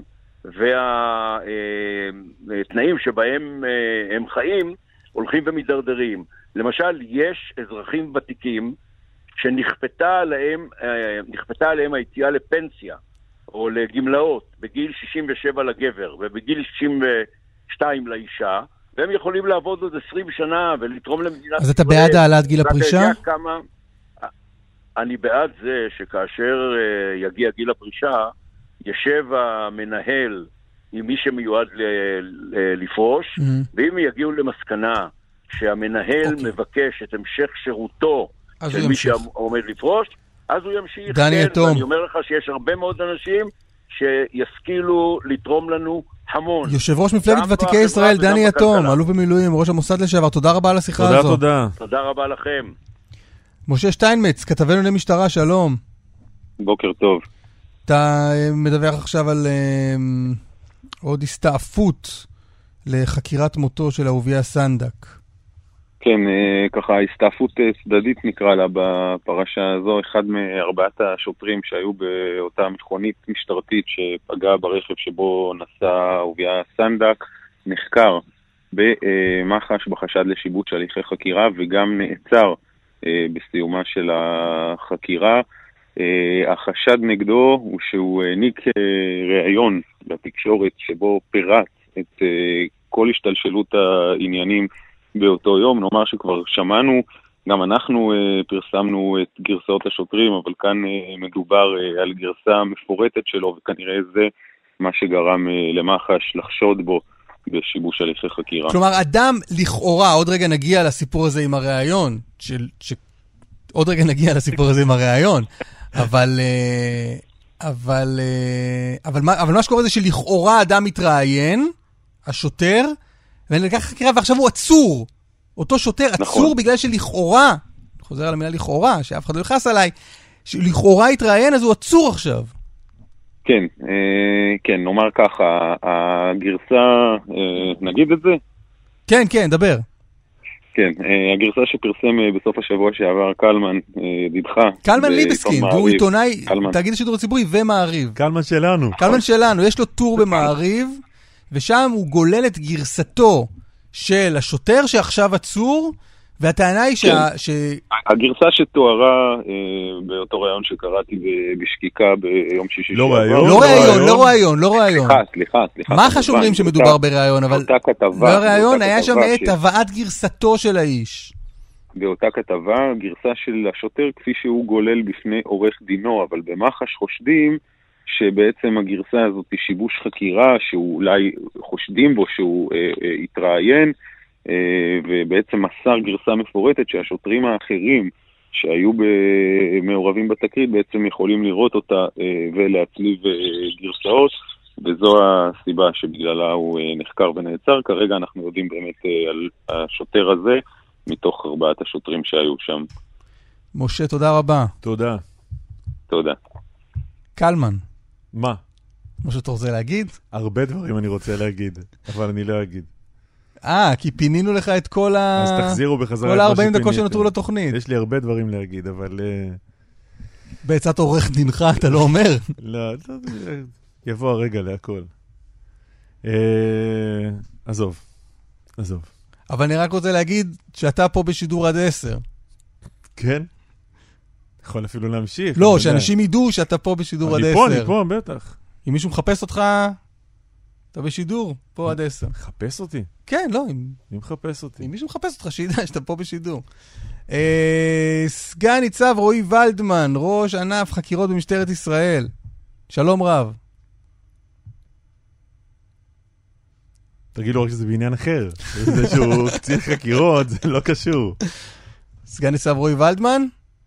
והתנאים שבהם הם חיים הולכים ומדרדרים. למשל, יש אזרחים ותיקים שנכפתה עליהם, נכפתה עליהם היציאה לפנסיה או לגמלאות בגיל שישים ושבע לגבר ובגיל שישים ושתיים לאישה, והם יכולים לעבוד עוד עשרים שנה ולתרום למדינת... אז אתה בעד העלאת גיל הפרישה? כמה... אני בעד זה שכאשר יגיע גיל הפרישה, ישב המנהל עם מי שמיועד לפרוש, mm-hmm. ואם יגיעו למסקנה שהמנהל okay. מבקש את המשך שירותו של מי שעומד לפרוש, אז הוא ימשיך. דני יתום. אני אומר לך שיש הרבה מאוד אנשים שישכילו לתרום לנו המון. יושב ראש מפלגת ותיקי ישראל, דני יתום, אלוף במילואים, ראש המוסד לשעבר, תודה רבה על השיחה תודה, הזו. תודה, תודה. תודה רבה לכם. משה שטיינמץ, כתבנו למשטרה, שלום. בוקר טוב. אתה מדווח עכשיו על uh, עוד הסתעפות לחקירת מותו של אהוביה סנדק. כן, uh, ככה הסתעפות uh, צדדית נקרא לה בפרשה הזו. אחד מארבעת השוטרים שהיו באותה מכונית משטרתית שפגעה ברכב שבו נסע אהוביה סנדק נחקר במח"ש בחשד לשיבוש הליכי חקירה וגם נעצר uh, בסיומה של החקירה. Uh, החשד נגדו הוא שהוא העניק uh, ראיון לתקשורת שבו פירט את uh, כל השתלשלות העניינים באותו יום. נאמר שכבר שמענו, גם אנחנו uh, פרסמנו את גרסאות השוטרים, אבל כאן uh, מדובר uh, על גרסה מפורטת שלו, וכנראה זה מה שגרם uh, למח"ש לחשוד בו בשיבוש הליכי חקירה. כלומר, אדם לכאורה, עוד רגע נגיע לסיפור הזה עם הראיון, של, ש... עוד רגע נגיע לסיפור הזה עם הראיון, אבל, אבל, אבל, מה, אבל מה שקורה זה שלכאורה אדם מתראיין, השוטר, ולקח חקירה, ועכשיו הוא עצור. אותו שוטר עצור נכון. בגלל שלכאורה, חוזר על המילה לכאורה, שאף אחד לא יכנס עליי, שלכאורה התראיין, אז הוא עצור עכשיו. כן, כן, נאמר ככה, הגרסה, נגיד את זה? כן, כן, דבר. כן, הגרסה שפרסם בסוף השבוע שעבר קלמן, ידידך. קלמן ליבסקין, הוא עיתונאי, תאגיד השידור הציבורי ומעריב. קלמן שלנו. קלמן שלנו, יש לו טור במעריב, ושם הוא גולל את גרסתו של השוטר שעכשיו עצור, והטענה היא שה... הגרסה שתוארה באותו רעיון שקראתי בשקיקה ביום שישי. לא רעיון. לא רעיון, לא רעיון, לא רעיון. סליחה, סליחה, סליחה. מה חשומרים שמדובר ברעיון, אבל... באותה כתבה... לא רעיון, היה שם את הבאת גרסתו של האיש. באותה כתבה, גרסה של השוטר כפי שהוא גולל בפני עורך דינו, אבל במח"ש חושדים שבעצם הגרסה הזאת היא שיבוש חקירה, שאולי חושדים בו שהוא התראיין, ובעצם מסר גרסה מפורטת שהשוטרים האחרים שהיו מעורבים בתקרית בעצם יכולים לראות אותה ולהצליב גרסאות, וזו הסיבה שבגללה הוא נחקר ונעצר. כרגע אנחנו יודעים באמת על השוטר הזה מתוך ארבעת השוטרים שהיו שם. משה, תודה רבה. תודה. תודה. קלמן. מה? משה, אתה רוצה להגיד? הרבה דברים אני רוצה להגיד, אבל אני לא אגיד. אה, כי פינינו לך את כל ה... אז תחזירו בחזרה כל ה-ארבעים דקות שנותרו לתוכנית. יש לי הרבה דברים להגיד, אבל... בעצת עורך דינך, אתה לא אומר? לא, יבוא הרגע להכל. עזוב, עזוב. אבל אני רק רוצה להגיד שאתה פה בשידור עד עשר. כן? יכול אפילו להמשיך. לא, שאנשים ידעו שאתה פה בשידור עד עשר. אני פה, אני פה, בטח. אם מישהו מחפש אותך... אתה בשידור, פה עד עשר. מחפש אותי? כן, לא. מי מחפש אותי? אם מישהו מחפש אותך, שידע שאתה פה בשידור. אה, סגן ניצב רועי ולדמן, ראש ענף חקירות במשטרת ישראל. שלום רב. תגיד לו רק שזה בעניין אחר. זה שהוא קצין חקירות, זה לא קשור. סגן ניצב רועי ולדמן?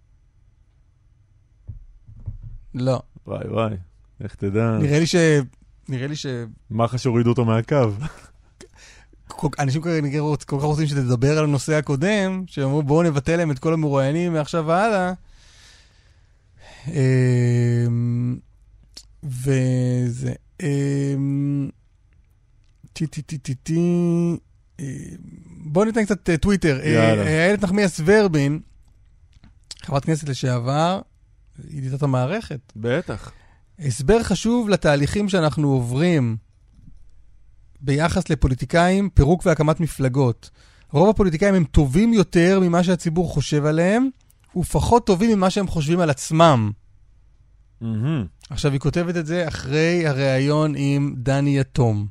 לא. וואי וואי, איך תדע. נראה לי ש... נראה לי ש... מה חשוב הורידו אותו מהקו? אנשים כנראה כל כך רוצים שתדבר על הנושא הקודם, שאמרו בואו נבטל להם את כל המרואיינים מעכשיו והלאה. וזה... טי טי טי טי טי... בואו ניתן קצת טוויטר. איילת נחמיאס ורבין, חברת כנסת לשעבר, ידידת המערכת. בטח. הסבר חשוב לתהליכים שאנחנו עוברים ביחס לפוליטיקאים, פירוק והקמת מפלגות. רוב הפוליטיקאים הם טובים יותר ממה שהציבור חושב עליהם, ופחות טובים ממה שהם חושבים על עצמם. Mm-hmm. עכשיו היא כותבת את זה אחרי הראיון עם דני יתום.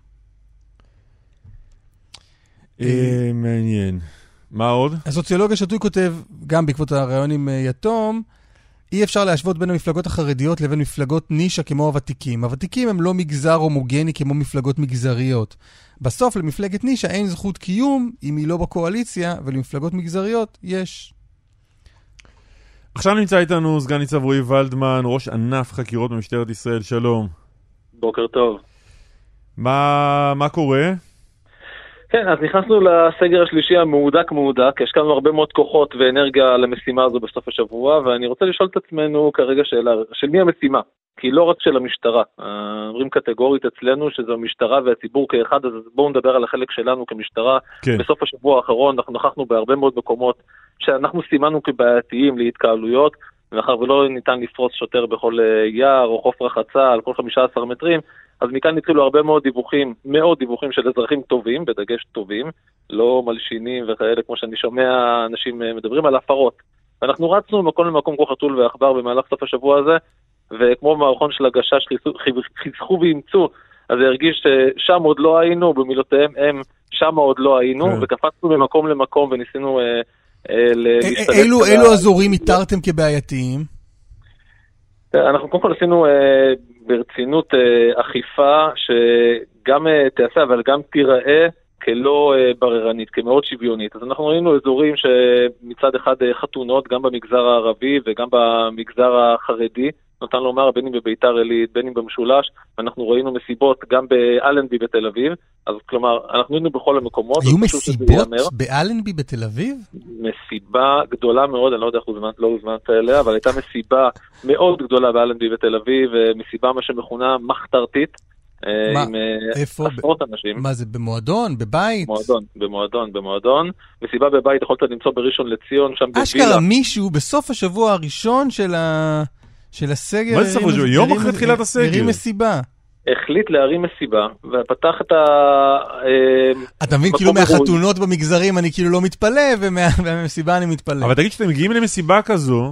אה, מעניין. מה עוד? הסוציולוג השתוי כותב, גם בעקבות הראיון עם יתום, אי אפשר להשוות בין המפלגות החרדיות לבין מפלגות נישה כמו הוותיקים. הוותיקים הם לא מגזר הומוגני כמו מפלגות מגזריות. בסוף למפלגת נישה אין זכות קיום אם היא לא בקואליציה, ולמפלגות מגזריות יש. עכשיו נמצא איתנו סגן ניצב רועי ולדמן, ראש ענף חקירות במשטרת ישראל. שלום. בוקר טוב. מה, מה קורה? כן, אז נכנסנו לסגר השלישי המהודק מהודק, השקענו הרבה מאוד כוחות ואנרגיה למשימה הזו בסוף השבוע, ואני רוצה לשאול את עצמנו כרגע שאלה, של מי המשימה? כי לא רק של המשטרה, אומרים קטגורית אצלנו שזו המשטרה והציבור כאחד, אז בואו נדבר על החלק שלנו כמשטרה. כן. בסוף השבוע האחרון אנחנו נכחנו בהרבה מאוד מקומות שאנחנו סימנו כבעייתיים להתקהלויות, ואחר ולא ניתן לפרוס שוטר בכל יער או חוף רחצה על כל חמישה עשר מטרים, אז מכאן התחילו הרבה מאוד דיווחים, מאוד דיווחים של אזרחים טובים, בדגש טובים, לא מלשינים וכאלה, כמו שאני שומע אנשים מדברים על הפרות. ואנחנו רצנו מקום למקום כמו חתול ואחבר במהלך סוף השבוע הזה, וכמו מערכון של הגשש חיזכו ואימצו, אז הרגיש ששם עוד לא היינו, במילותיהם הם שם עוד לא היינו, כן. וקפצנו ממקום למקום וניסינו אה, אה, להשתלט. אילו, אילו אזורים איתרתם כבעייתיים? אנחנו קודם כל עשינו אה, ברצינות אה, אכיפה שגם אה, תעשה, אבל גם תיראה כלא אה, בררנית, כמאוד שוויונית. אז אנחנו ראינו אזורים שמצד אחד אה, חתונות, גם במגזר הערבי וגם במגזר החרדי, נותן לומר, בין אם בביתר עילית, בין אם במשולש, ואנחנו ראינו מסיבות גם באלנבי בתל אביב, אז כלומר, אנחנו היינו בכל המקומות. היו מסיבות באלנבי בתל אביב? מסיבה גדולה מאוד, אני לא יודע איך לא הוזמנת אליה, אבל הייתה מסיבה מאוד גדולה באלנבי בתל אביב, מסיבה מה שמכונה מחתרתית, עם עשרות אנשים. מה זה, במועדון, בבית? במועדון, במועדון, במועדון. מסיבה בבית יכולת למצוא בראשון לציון, שם בבילה. אשכרה מישהו בסוף השבוע הראשון של ה... של הסגר... מה זה סוף השבוע? יום אחרי תחילת הסגר. הרים מסיבה. החליט להרים מסיבה, ופתח את ה... אתה מבין, כאילו מהחתונות במגזרים אני כאילו לא מתפלא, ומהמסיבה אני מתפלא. אבל תגיד שאתם מגיעים למסיבה כזו,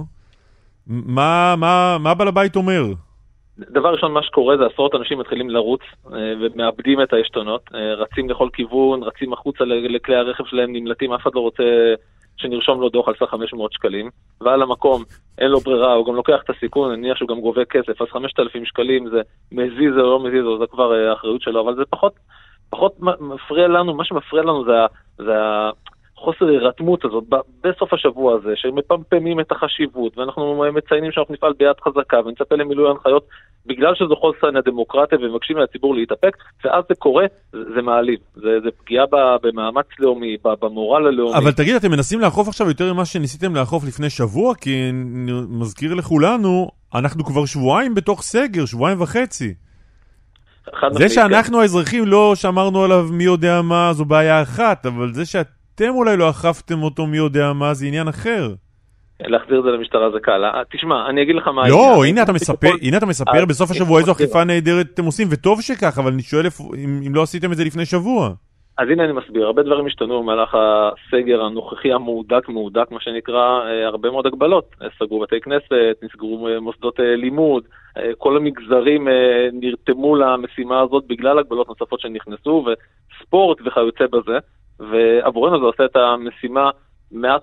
מה בעל הבית אומר? דבר ראשון, מה שקורה זה עשרות אנשים מתחילים לרוץ, ומאבדים את העשתונות, רצים לכל כיוון, רצים החוצה לכלי הרכב שלהם, נמלטים, אף אחד לא רוצה שנרשום לו דוח על סך חמש מאות שקלים, ועל המקום אין לו ברירה, הוא גם לוקח את הסיכון, נניח שהוא גם גובה כסף, אז חמשת אלפים שקלים זה מזיז או לא מזיז, זה כבר האחריות שלו, אבל זה פחות, פחות מפריע לנו, מה שמפריע לנו זה, זה החוסר הרתמות הזאת, בסוף השבוע הזה, שמפמפמים את החשיבות, ואנחנו מציינים שאנחנו נפעל ביד חזקה, ונצפה למילוי ההנחיות, בגלל שזו חוסן הדמוקרטיה, ומבקשים מהציבור להתאפק, ואז זה קורה, זה מעליב. זה, זה פגיעה במאמץ לאומי, במורל הלאומי. אבל תגיד, אתם מנסים לאכוף עכשיו יותר ממה שניסיתם לאכוף לפני שבוע? כי מזכיר לכולנו, אנחנו כבר שבועיים בתוך סגר, שבועיים וחצי. זה שאנחנו האזרחים לא שמרנו עליו מי יודע מה, זו בעיה אחת, אבל זה שאתם אולי לא אכפתם אותו מי יודע מה, זה עניין אחר. להחזיר את זה למשטרה זה קל. תשמע, אני אגיד לך מה... לא, הנה אתה מספר, הנה אתה מספר בסוף השבוע איזו אכיפה נהדרת אתם עושים, וטוב שכך, אבל אני שואל אם לא עשיתם את זה לפני שבוע. אז הנה אני מסביר, הרבה דברים השתנו במהלך הסגר הנוכחי המהודק, מהודק מה שנקרא, הרבה מאוד הגבלות. סגרו בתי כנסת, נסגרו מוסדות לימוד, כל המגזרים נרתמו למשימה הזאת בגלל הגבלות נוספות שנכנסו, וספורט וכיוצא בזה, ועבורנו זה עושה את המשימה מעט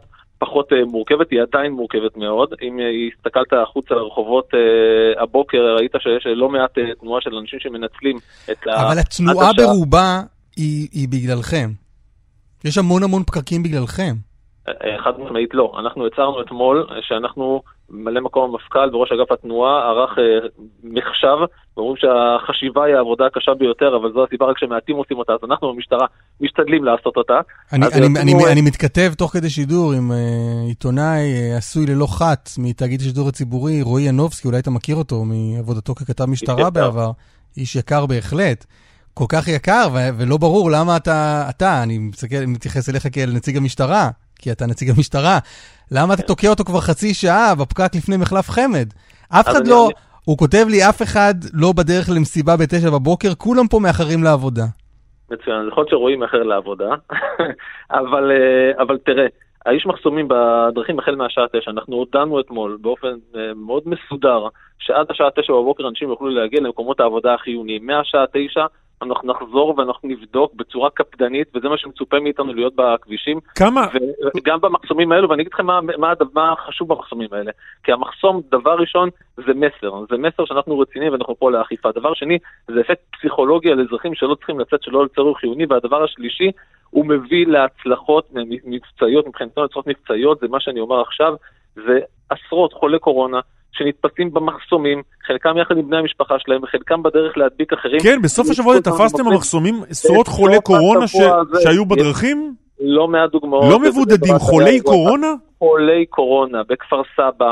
פחות מורכבת, היא עדיין מורכבת מאוד. אם הסתכלת החוץ על הרחובות הבוקר, ראית שיש לא מעט תנועה של אנשים שמנצלים את ה... אבל התנועה ברובה היא, היא בגללכם. יש המון המון פקקים בגללכם. אחד משמעית לא. אנחנו הצערנו אתמול שאנחנו מלא מקום המפכ"ל וראש אגף התנועה ערך מחשב, ואומרים שהחשיבה היא העבודה הקשה ביותר, אבל זו הסיבה רק שמעטים עושים אותה, אז אנחנו במשטרה משתדלים לעשות אותה. אני, אני, אני, אני, אני מתכתב תוך כדי שידור עם uh, עיתונאי uh, עשוי ללא חת מתאגיד השידור הציבורי, רועי ינובסקי, אולי אתה מכיר אותו מעבודתו ככתב משטרה בעבר, איש יקר בהחלט. כל כך יקר, ו- ולא ברור למה אתה, אתה, אני מסתכל, מתייחס אליך כאל נציג המשטרה, כי אתה נציג המשטרה, למה אתה תוקע אותו כבר חצי שעה בפקק לפני מחלף חמד? אף אחד לא, הוא כותב לי, אף אחד לא בדרך למסיבה בתשע בבוקר, כולם פה מאחרים לעבודה. מצוין, זה יכול להיות שרואים מאחר לעבודה, אבל, אבל תראה, האיש מחסומים בדרכים החל מהשעה תשע, אנחנו הודענו אתמול באופן מאוד מסודר, שעד השעה תשע בבוקר אנשים יוכלו להגיע למקומות העבודה החיוניים. מהשעה תשע אנחנו נחזור ואנחנו נבדוק בצורה קפדנית, וזה מה שמצופה מאיתנו להיות בכבישים. כמה? וגם במחסומים האלו, ואני אגיד לכם מה, מה, מה חשוב במחסומים האלה. כי המחסום, דבר ראשון, זה מסר. זה מסר שאנחנו רציניים ואנחנו פה לאכיפה. דבר שני, זה אפקט פסיכולוגי על אזרחים שלא צריכים לצאת שלא לצורך חיוני, והדבר השלישי, הוא מביא להצלחות מבצעיות, מבחינתנו להצלחות מבצעיות, זה מה שאני אומר עכשיו, זה עשרות חולי קורונה, שנתפסים במחסומים, חלקם יחד עם בני המשפחה שלהם, וחלקם בדרך להדביק אחרים. כן, בסוף השבוע תפסתם במחסומים עשרות חולי קורונה שהיו בדרכים? לא מעט דוגמאות. לא מבודדים, חולי קורונה? חולי קורונה, בכפר סבא,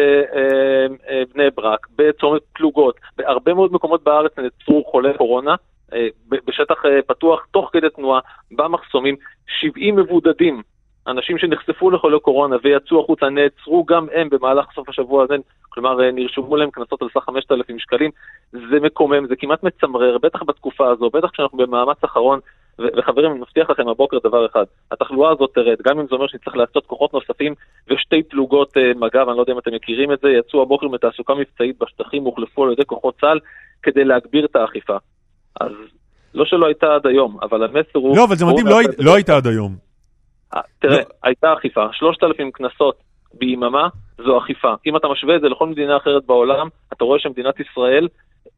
בבני ברק, בצומת פלוגות, בהרבה מאוד מקומות בארץ נעצרו חולי קורונה, בשטח פתוח, תוך כדי תנועה, במחסומים, שבעים מבודדים. אנשים שנחשפו לחולי קורונה ויצאו החוצה, נעצרו גם הם במהלך סוף השבוע הזה, כלומר נרשמו להם קנסות על סך חמשת אלפים שקלים, זה מקומם, זה כמעט מצמרר, בטח בתקופה הזו, בטח כשאנחנו במאמץ אחרון, ו- וחברים, אני מבטיח לכם הבוקר דבר אחד, התחלואה הזאת תרד, גם אם זה אומר שנצטרך לעשות כוחות נוספים ושתי פלוגות uh, מג"ב, אני לא יודע אם אתם מכירים את זה, יצאו הבוקר מתעסוקה מבצעית בשטחים, הוחלפו על ידי כוחות צה"ל כדי להגביר את האכיפה. אז לא שלא הייתה עד היום, אבל המסר הוא... לא, אבל זה מדהים, לא, הי... לא הייתה עד היום. תראה, הייתה אכיפה, שלושת אלפים כנסות ביממה, זו אכיפה. אם אתה משווה את זה לכל מדינה אחרת בעולם, אתה רואה שמדינת ישראל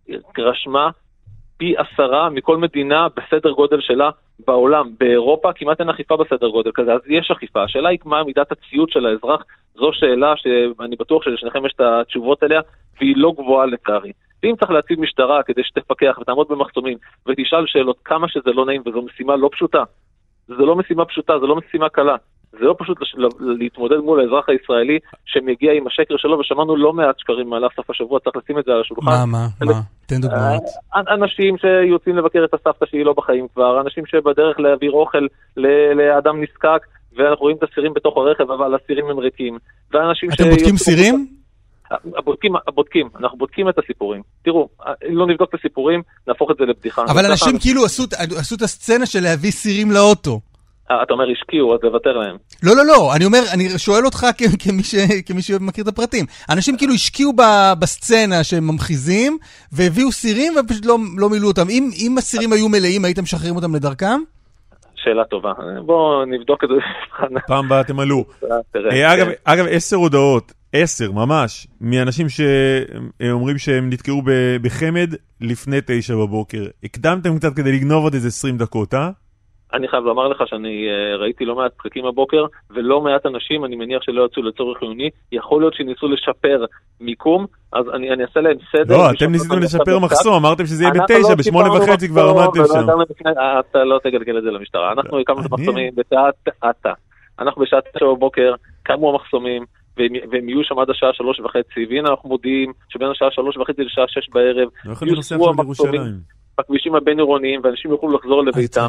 רשמה פי עשרה מכל מדינה בסדר גודל שלה בעולם. באירופה כמעט אין אכיפה בסדר גודל כזה, אז יש אכיפה. השאלה היא מה מידת הציות של האזרח, זו שאלה שאני בטוח שלשניכם יש את התשובות אליה, והיא לא גבוהה לצערי. ואם צריך להציב משטרה כדי שתפקח ותעמוד במחסומים ותשאל שאלות כמה שזה לא נעים, וזו משימה לא פשוטה. זה לא משימה פשוטה, זה לא משימה קלה. זה לא פשוט להתמודד מול האזרח הישראלי שמגיע עם השקר שלו, ושמענו לא מעט שקרים מהלך סוף השבוע, צריך לשים את זה על השולחן. מה, מה, מה? תן דוגמאות. אנשים שיוצאים לבקר את הסבתא שהיא לא בחיים כבר, אנשים שבדרך להעביר אוכל לאדם נזקק, ואנחנו רואים את הסירים בתוך הרכב, אבל הסירים הם ריקים. אתם בודקים סירים? בודקים, בודקים, אנחנו בודקים את הסיפורים. תראו, אם לא נבדוק את הסיפורים, נהפוך את זה לבדיחה. אבל אנשים כאילו עשו את הסצנה של להביא סירים לאוטו. אתה אומר, השקיעו, אז לוותר להם. לא, לא, לא, אני אומר, אני שואל אותך כמי שמכיר את הפרטים. אנשים כאילו השקיעו בסצנה שהם ממחיזים, והביאו סירים ופשוט לא מילאו אותם. אם הסירים היו מלאים, הייתם משחררים אותם לדרכם? שאלה טובה. בואו נבדוק את זה. פעם בה אתם עלו. אגב, עשר הודעות, עשר ממש, מאנשים שאומרים שהם נתקעו בחמד לפני תשע בבוקר. הקדמתם קצת כדי לגנוב עוד איזה עשרים דקות, אה? אני חייב לומר לך שאני ראיתי לא מעט פקקים הבוקר, ולא מעט אנשים, אני מניח שלא יצאו לצורך חיוני, יכול להיות שניסו לשפר מיקום, אז אני, אני אעשה להם סדר. לא, אתם ניסיתם לשפר מחסום, אמרתם שזה יהיה בתשע, בשמונה וחצי כבר עמדתם שם. אתה לא תגלגל את זה למשטרה. אנחנו הקמנו את המחסומים בשעת עתה. אנחנו בשעת תשע בבוקר, קמו המחסומים, והם יהיו שם עד השעה שלוש וחצי, והנה אנחנו מודיעים שבין השעה שלוש וחצי לשעה שש בערב, יוסרו המחסומים בכבישים הבין-עירוניים, ואנשים יוכלו לחזור לביתם.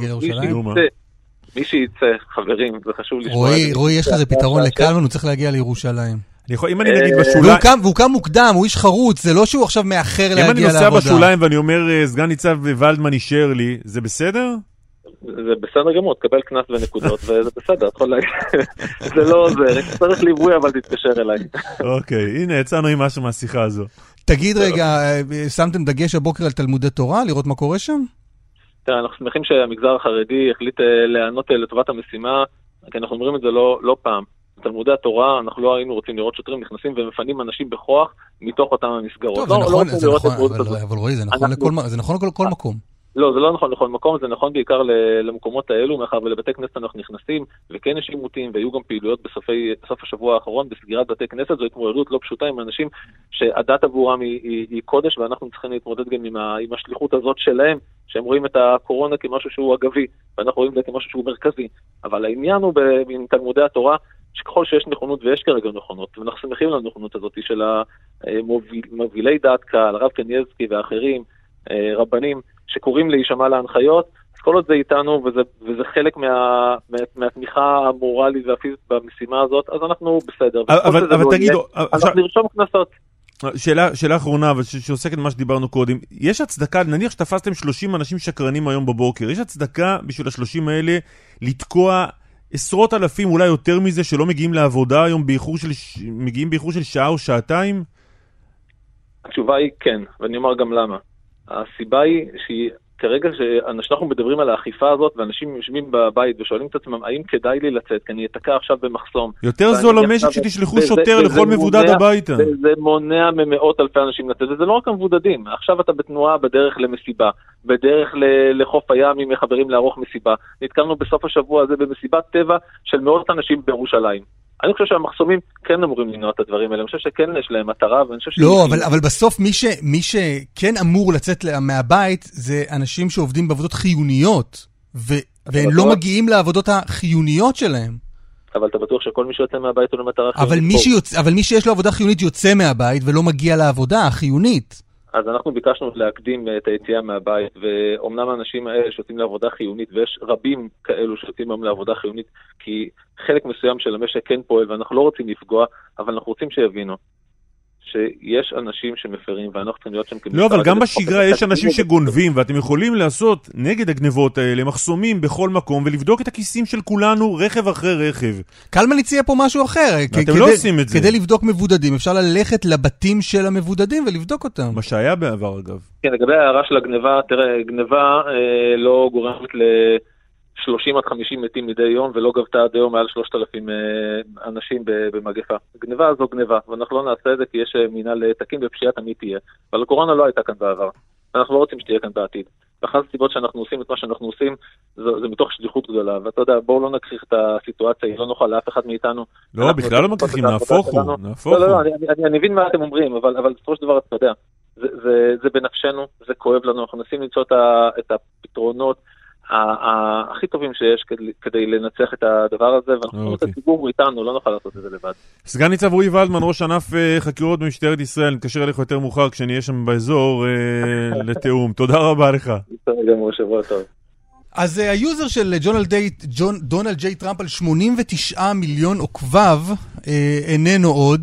מי שיצא, חברים, זה חשוב לשמוע. רועי, יש לזה פתרון לקלמן, הוא צריך להגיע לירושלים. אם אני נגיד בשוליים... והוא קם מוקדם, הוא איש חרוץ, זה לא שהוא עכשיו מאחר להגיע לעבודה. אם אני נוסע בשוליים ואני אומר, סגן ניצב ולדמן אישר לי, זה בסדר? זה בסדר גמור, תקבל כנס ונקודות, וזה בסדר, אתה יכול להגיד. זה לא זה, צריך ליווי, אבל תתקשר אליי. אוקיי, הנה, יצאנו עם משהו מהשיחה הזו. תגיד רגע, שמתם דגש הבוקר על תלמודי תורה, לראות מה קורה שם? תראה, אנחנו שמחים שהמגזר החרדי החליט לענות לטובת המשימה, כי אנחנו אומרים את זה לא, לא פעם. בתלמודי התורה אנחנו לא היינו רוצים לראות שוטרים נכנסים ומפנים אנשים בכוח מתוך אותם המסגרות. טוב, זה נכון, אבל רואי, זה נכון לכל מקום. לא, זה לא נכון לכל מקום, זה נכון בעיקר למקומות האלו, מאחר ולבתי כנסת אנחנו נכנסים, וכן יש עימותים, והיו גם פעילויות בסופי, בסוף השבוע האחרון, בסגירת בתי כנסת, זו התמודדות לא פשוטה עם אנשים שהדת עבורם היא, היא, היא קודש, ואנחנו צריכים להתמודד גם עם, ה, עם השליחות הזאת שלהם, שהם רואים את הקורונה כמשהו שהוא אגבי, ואנחנו רואים את זה כמשהו שהוא מרכזי. אבל העניין הוא עם תלמודי התורה, שככל שיש נכונות, ויש כרגע נכונות, ואנחנו שמחים לנכונות הזאת של המובילי דעת קהל, הרב קניאבסקי ואחרים, רבנים, שקוראים להישמע להנחיות, אז כל עוד זה איתנו, וזה, וזה חלק מה, מה, מהתמיכה המורלית והפיזית במשימה הזאת, אז אנחנו בסדר. אבל, אבל תגידו... אנחנו נרשום כנסות. שאלה, שאלה אחרונה, אבל שעוסקת במה שדיברנו קודם, יש הצדקה, נניח שתפסתם שלושים אנשים שקרנים היום בבוקר, יש הצדקה בשביל השלושים האלה לתקוע עשרות אלפים, אולי יותר מזה, שלא מגיעים לעבודה היום, באיחור של, מגיעים באיחור של שעה או שעתיים? התשובה היא כן, ואני אומר גם למה. הסיבה היא שכרגע שאנחנו מדברים על האכיפה הזאת, ואנשים יושבים בבית ושואלים את עצמם, האם כדאי לי לצאת? כי אני אתקע עכשיו במחסום. יותר זול למשק שתשלחו שוטר לכל מבודד הביתה. זה מונע ממאות אלפי אנשים לצאת, וזה לא רק המבודדים. עכשיו אתה בתנועה בדרך למסיבה, בדרך לחוף הים עם חברים לערוך מסיבה. נתקלנו בסוף השבוע הזה במסיבת טבע של מאות אנשים בירושלים. אני חושב שהמחסומים כן אמורים למנוע את הדברים האלה, אני חושב שכן יש להם מטרה, ואני חושב ש... לא, אבל, אבל בסוף מי, ש, מי שכן אמור לצאת מהבית, זה אנשים שעובדים בעבודות חיוניות, ו, והם לא מגיעים לעבודות החיוניות שלהם. אבל אתה בטוח שכל מי שיוצא מהבית הוא למטרה חיונית? אבל מי, שיוצ... אבל מי שיש לו עבודה חיונית יוצא מהבית, ולא מגיע לעבודה החיונית. אז אנחנו ביקשנו להקדים את היציאה מהבית, ואומנם האנשים האלה שיוצאים לעבודה חיונית, ויש רבים כאלו שיוצאים היום לעבודה חיונית, כי חלק מסוים של המשק כן פועל, ואנחנו לא רוצים לפגוע, אבל אנחנו רוצים שיבינו שיש אנשים שמפרים, ואנחנו צריכים להיות שם... לא, אבל גם בשגרה יש אנשים שגונבים, ואתם יכולים לעשות נגד הגנבות האלה, מחסומים בכל מקום, ולבדוק את הכיסים של כולנו, רכב אחרי רכב. קלמן הציע פה משהו אחר. אתם לא עושים את זה. כדי לבדוק מבודדים, אפשר ללכת לבתים של המבודדים ולבדוק אותם. מה שהיה בעבר, אגב. כן, לגבי ההערה של הגנבה, תראה, גנבה לא גורמת ל... שלושים עד חמישים מתים מדי יום, ולא גבתה עד היום מעל שלושת אלפים אנשים במגפה. גניבה זו גניבה, ואנחנו לא נעשה את זה כי יש מינהל תקין בפשיעה תמיד תהיה. אבל הקורונה לא הייתה כאן בעבר. אנחנו לא רוצים שתהיה כאן בעתיד. ואחת הסיבות שאנחנו עושים את מה שאנחנו עושים, זה, זה מתוך שליחות גדולה. ואתה יודע, בואו לא נכריח את הסיטואציה, היא לא נוכל לאף אחד מאיתנו. לא, בכלל לא מכריחים, נהפוך הוא, נהפוך הוא. לא, לא, אני, אני, אני מבין מה אתם אומרים, אבל, אבל בסופו של דבר, אתה יודע, זה, זה, זה בנפשנו, זה כואב לנו, אנחנו נסים למצוא את, ה, את הפתרונות, הכי טובים שיש כדי לנצח את הדבר הזה, ואנחנו רואים את הציבור איתנו, לא נוכל לעשות את זה לבד. סגן ניצב רועי ולדמן, ראש ענף חקירות במשטרת ישראל, נתקשר אליך יותר מאוחר כשנהיה שם באזור לתאום. תודה רבה לך. תודה גם, שבוע טוב. אז היוזר של דונלד ג'יי טראמפ על שמונים ותשעה מיליון עוקביו איננו עוד,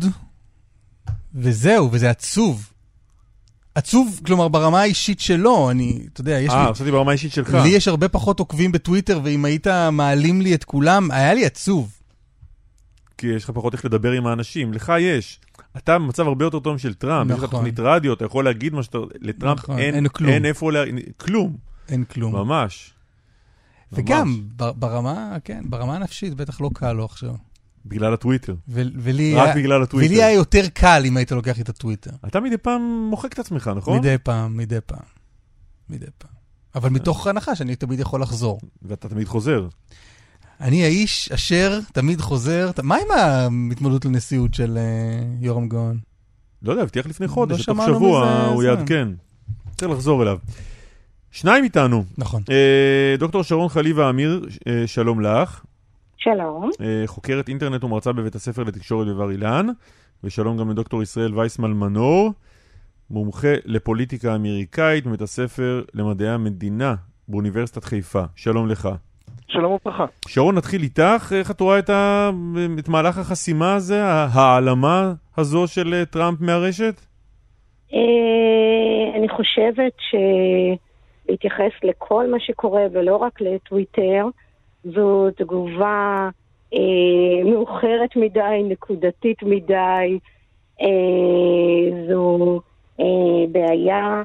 וזהו, וזה עצוב. עצוב, כלומר, ברמה האישית שלו, אני, אתה יודע, יש לי... אה, עשיתי ברמה האישית שלך. לי יש הרבה פחות עוקבים בטוויטר, ואם היית מעלים לי את כולם, היה לי עצוב. כי יש לך פחות איך לדבר עם האנשים. לך יש. אתה במצב הרבה יותר טוב של טראמפ. נכון. יש לך תוכנית רדיו, אתה יכול להגיד מה שאתה... לטראמפ נכון. אין, אין כלום. אין איפה לה... כלום. אין כלום. ממש. וגם, ממש. ברמה, כן, ברמה הנפשית, בטח לא קל לו עכשיו. בגלל הטוויטר. ו- ולי רק היה, בגלל הטוויטר. ולי היה יותר קל אם היית לוקח את הטוויטר. אתה מדי פעם מוחק את עצמך, נכון? מדי פעם, מדי פעם. מדי פעם. אבל מתוך הנחה שאני תמיד יכול לחזור. ואתה תמיד חוזר. אני האיש אשר תמיד חוזר. מה עם המתמודדות לנשיאות של uh, יורם גאון? לא יודע, הבטיח לפני חודש, תוך שבוע הוא יעדכן. צריך לחזור אליו. שניים איתנו. נכון. אה, דוקטור שרון חליבה אמיר, אה, שלום לך. שלום. חוקרת אינטרנט ומרצה בבית הספר לתקשורת בבר אילן, ושלום גם לדוקטור ישראל וייסמן מנור, מומחה לפוליטיקה אמריקאית מבית הספר למדעי המדינה באוניברסיטת חיפה. שלום לך. שלום וברכה. שרון, נתחיל איתך. איך את רואה את, ה... את מהלך החסימה הזה, העלמה הזו של טראמפ מהרשת? אני חושבת שלהתייחס לכל מה שקורה ולא רק לטוויטר, זו תגובה אה, מאוחרת מדי, נקודתית מדי, אה, זו אה, בעיה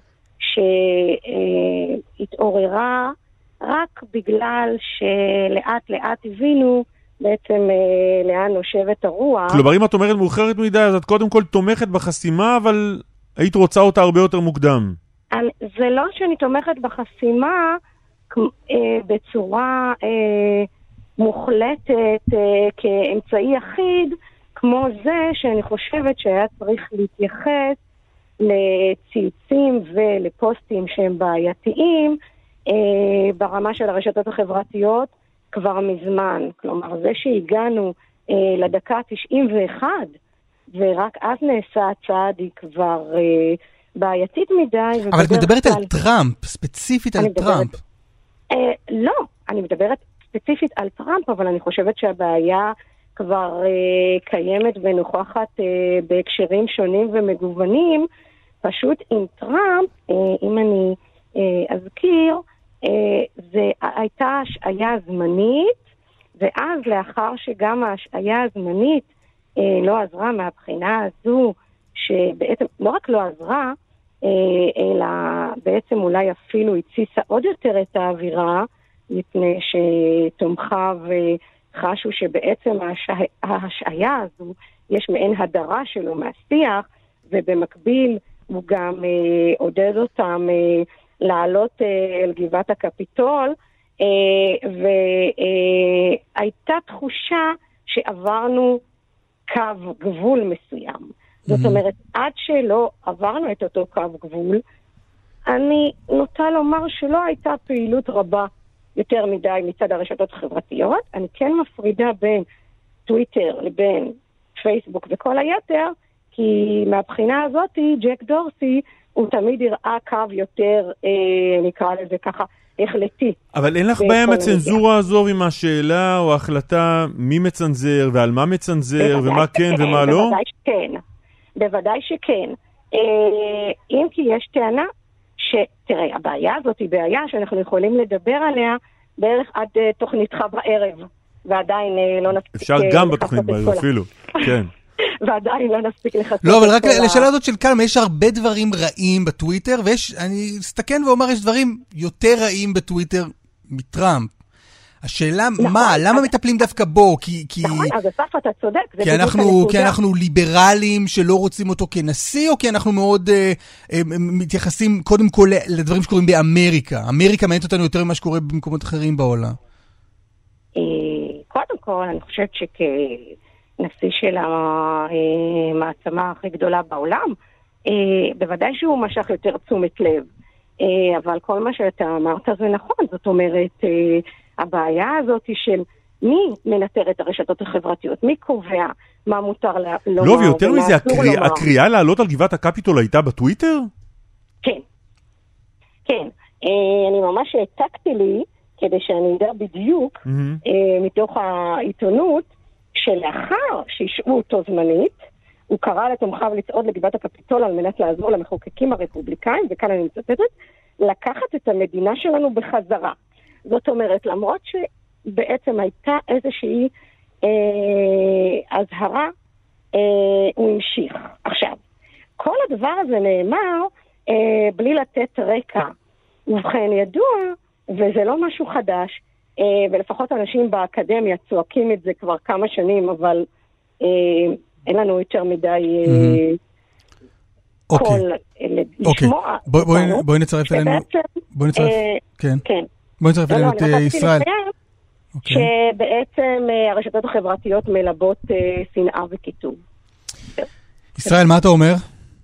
שהתעוררה רק בגלל שלאט לאט הבינו בעצם אה, לאן נושבת הרוח. כלומר, אם את אומרת מאוחרת מדי, אז את קודם כל תומכת בחסימה, אבל היית רוצה אותה הרבה יותר מוקדם. אני, זה לא שאני תומכת בחסימה אה, בצורה אה, מוחלטת אה, כאמצעי יחיד, כמו זה שאני חושבת שהיה צריך להתייחס לציוצים ולפוסטים שהם בעייתיים אה, ברמה של הרשתות החברתיות כבר מזמן. כלומר, זה שהגענו אה, לדקה תשעים ואחת ורק אז נעשה הצעד היא כבר אה, בעייתית מדי. אבל את מדברת כלל... על טראמפ, ספציפית על מדברת... טראמפ. אה, לא, אני מדברת ספציפית על טראמפ, אבל אני חושבת שהבעיה כבר אה, קיימת ונוכחת אה, בהקשרים שונים ומגוונים. פשוט עם טראמפ, אה, אם אני אה, אזכיר, אה, זה הייתה השעיה זמנית, ואז לאחר שגם ההשעיה הזמנית אה, לא עזרה מהבחינה הזו, שבעצם לא רק לא עזרה, אה, אלא בעצם אולי אפילו הציסה עוד יותר את האווירה, מפני שתומכיו חשו שבעצם ההשעיה, ההשעיה הזו, יש מעין הדרה שלו מהשיח, ובמקביל הוא גם אה, עודד אותם אה, לעלות אה, אל גבעת הקפיטול, אה, והייתה אה, תחושה שעברנו קו גבול מסוים. Mm-hmm. זאת אומרת, עד שלא עברנו את אותו קו גבול, אני נוטה לומר שלא הייתה פעילות רבה יותר מדי מצד הרשתות החברתיות. אני כן מפרידה בין טוויטר לבין פייסבוק וכל היתר, כי מהבחינה הזאת, ג'ק דורסי הוא תמיד יראה קו יותר, אה, נקרא לזה ככה, החלטי. אבל אין לך בעיה עם הצנזורה הזו, עם השאלה או ההחלטה מי מצנזר ועל מה מצנזר ומה כן ומה לא? בוודאי שכן. בוודאי שכן. אה, אם כי יש טענה שתראה, הבעיה הזאת היא בעיה שאנחנו יכולים לדבר עליה בערך עד uh, תוכניתך בערב, ועדיין uh, לא נספיק... אפשר גם בתוכנית בערב אפילו, כן. ועדיין לא נספיק לחצות... לא, אבל רק לשאלה הזאת של קלמה, יש הרבה דברים רעים בטוויטר, ויש, אני אסתכן ואומר, יש דברים יותר רעים בטוויטר מטראמפ. השאלה, מה, למה מטפלים דווקא בו? נכון, אז אסף, אתה צודק. כי אנחנו ליברלים שלא רוצים אותו כנשיא, או כי אנחנו מאוד מתייחסים קודם כל לדברים שקורים באמריקה? אמריקה מעניינת אותנו יותר ממה שקורה במקומות אחרים בעולם. קודם כל, אני חושבת שכנשיא של המעצמה הכי גדולה בעולם, בוודאי שהוא משך יותר תשומת לב. אבל כל מה שאתה אמרת זה נכון, זאת אומרת... הבעיה הזאת היא של מי מנטר את הרשתות החברתיות, מי קובע מה מותר לומר. לא, ויותר מזה, הקריאה לעלות על גבעת הקפיטול הייתה בטוויטר? כן. כן. אני ממש העתקתי לי, כדי שאני אדע בדיוק, מתוך העיתונות, שלאחר שישעו אותו זמנית, הוא קרא לתומכיו לצעוד לגבעת הקפיטול על מנת לעזור למחוקקים הרפובליקאים, וכאן אני מצטטת, לקחת את המדינה שלנו בחזרה. זאת אומרת, למרות שבעצם הייתה איזושהי אה, הזהרה, אה, הוא המשיך. עכשיו, כל הדבר הזה נאמר אה, בלי לתת רקע. ובכן ידוע, וזה לא משהו חדש, אה, ולפחות אנשים באקדמיה צועקים את זה כבר כמה שנים, אבל אה, אין לנו יותר מדי אה, אוקיי. קול לשמוע. בואי בוא, בוא נצרף אלינו. בואי נצרף, אה, כן. כן. בואי נצרף אלינו את ישראל. שבעצם הרשתות החברתיות מלבות שנאה וקיטוב. ישראל, מה אתה אומר?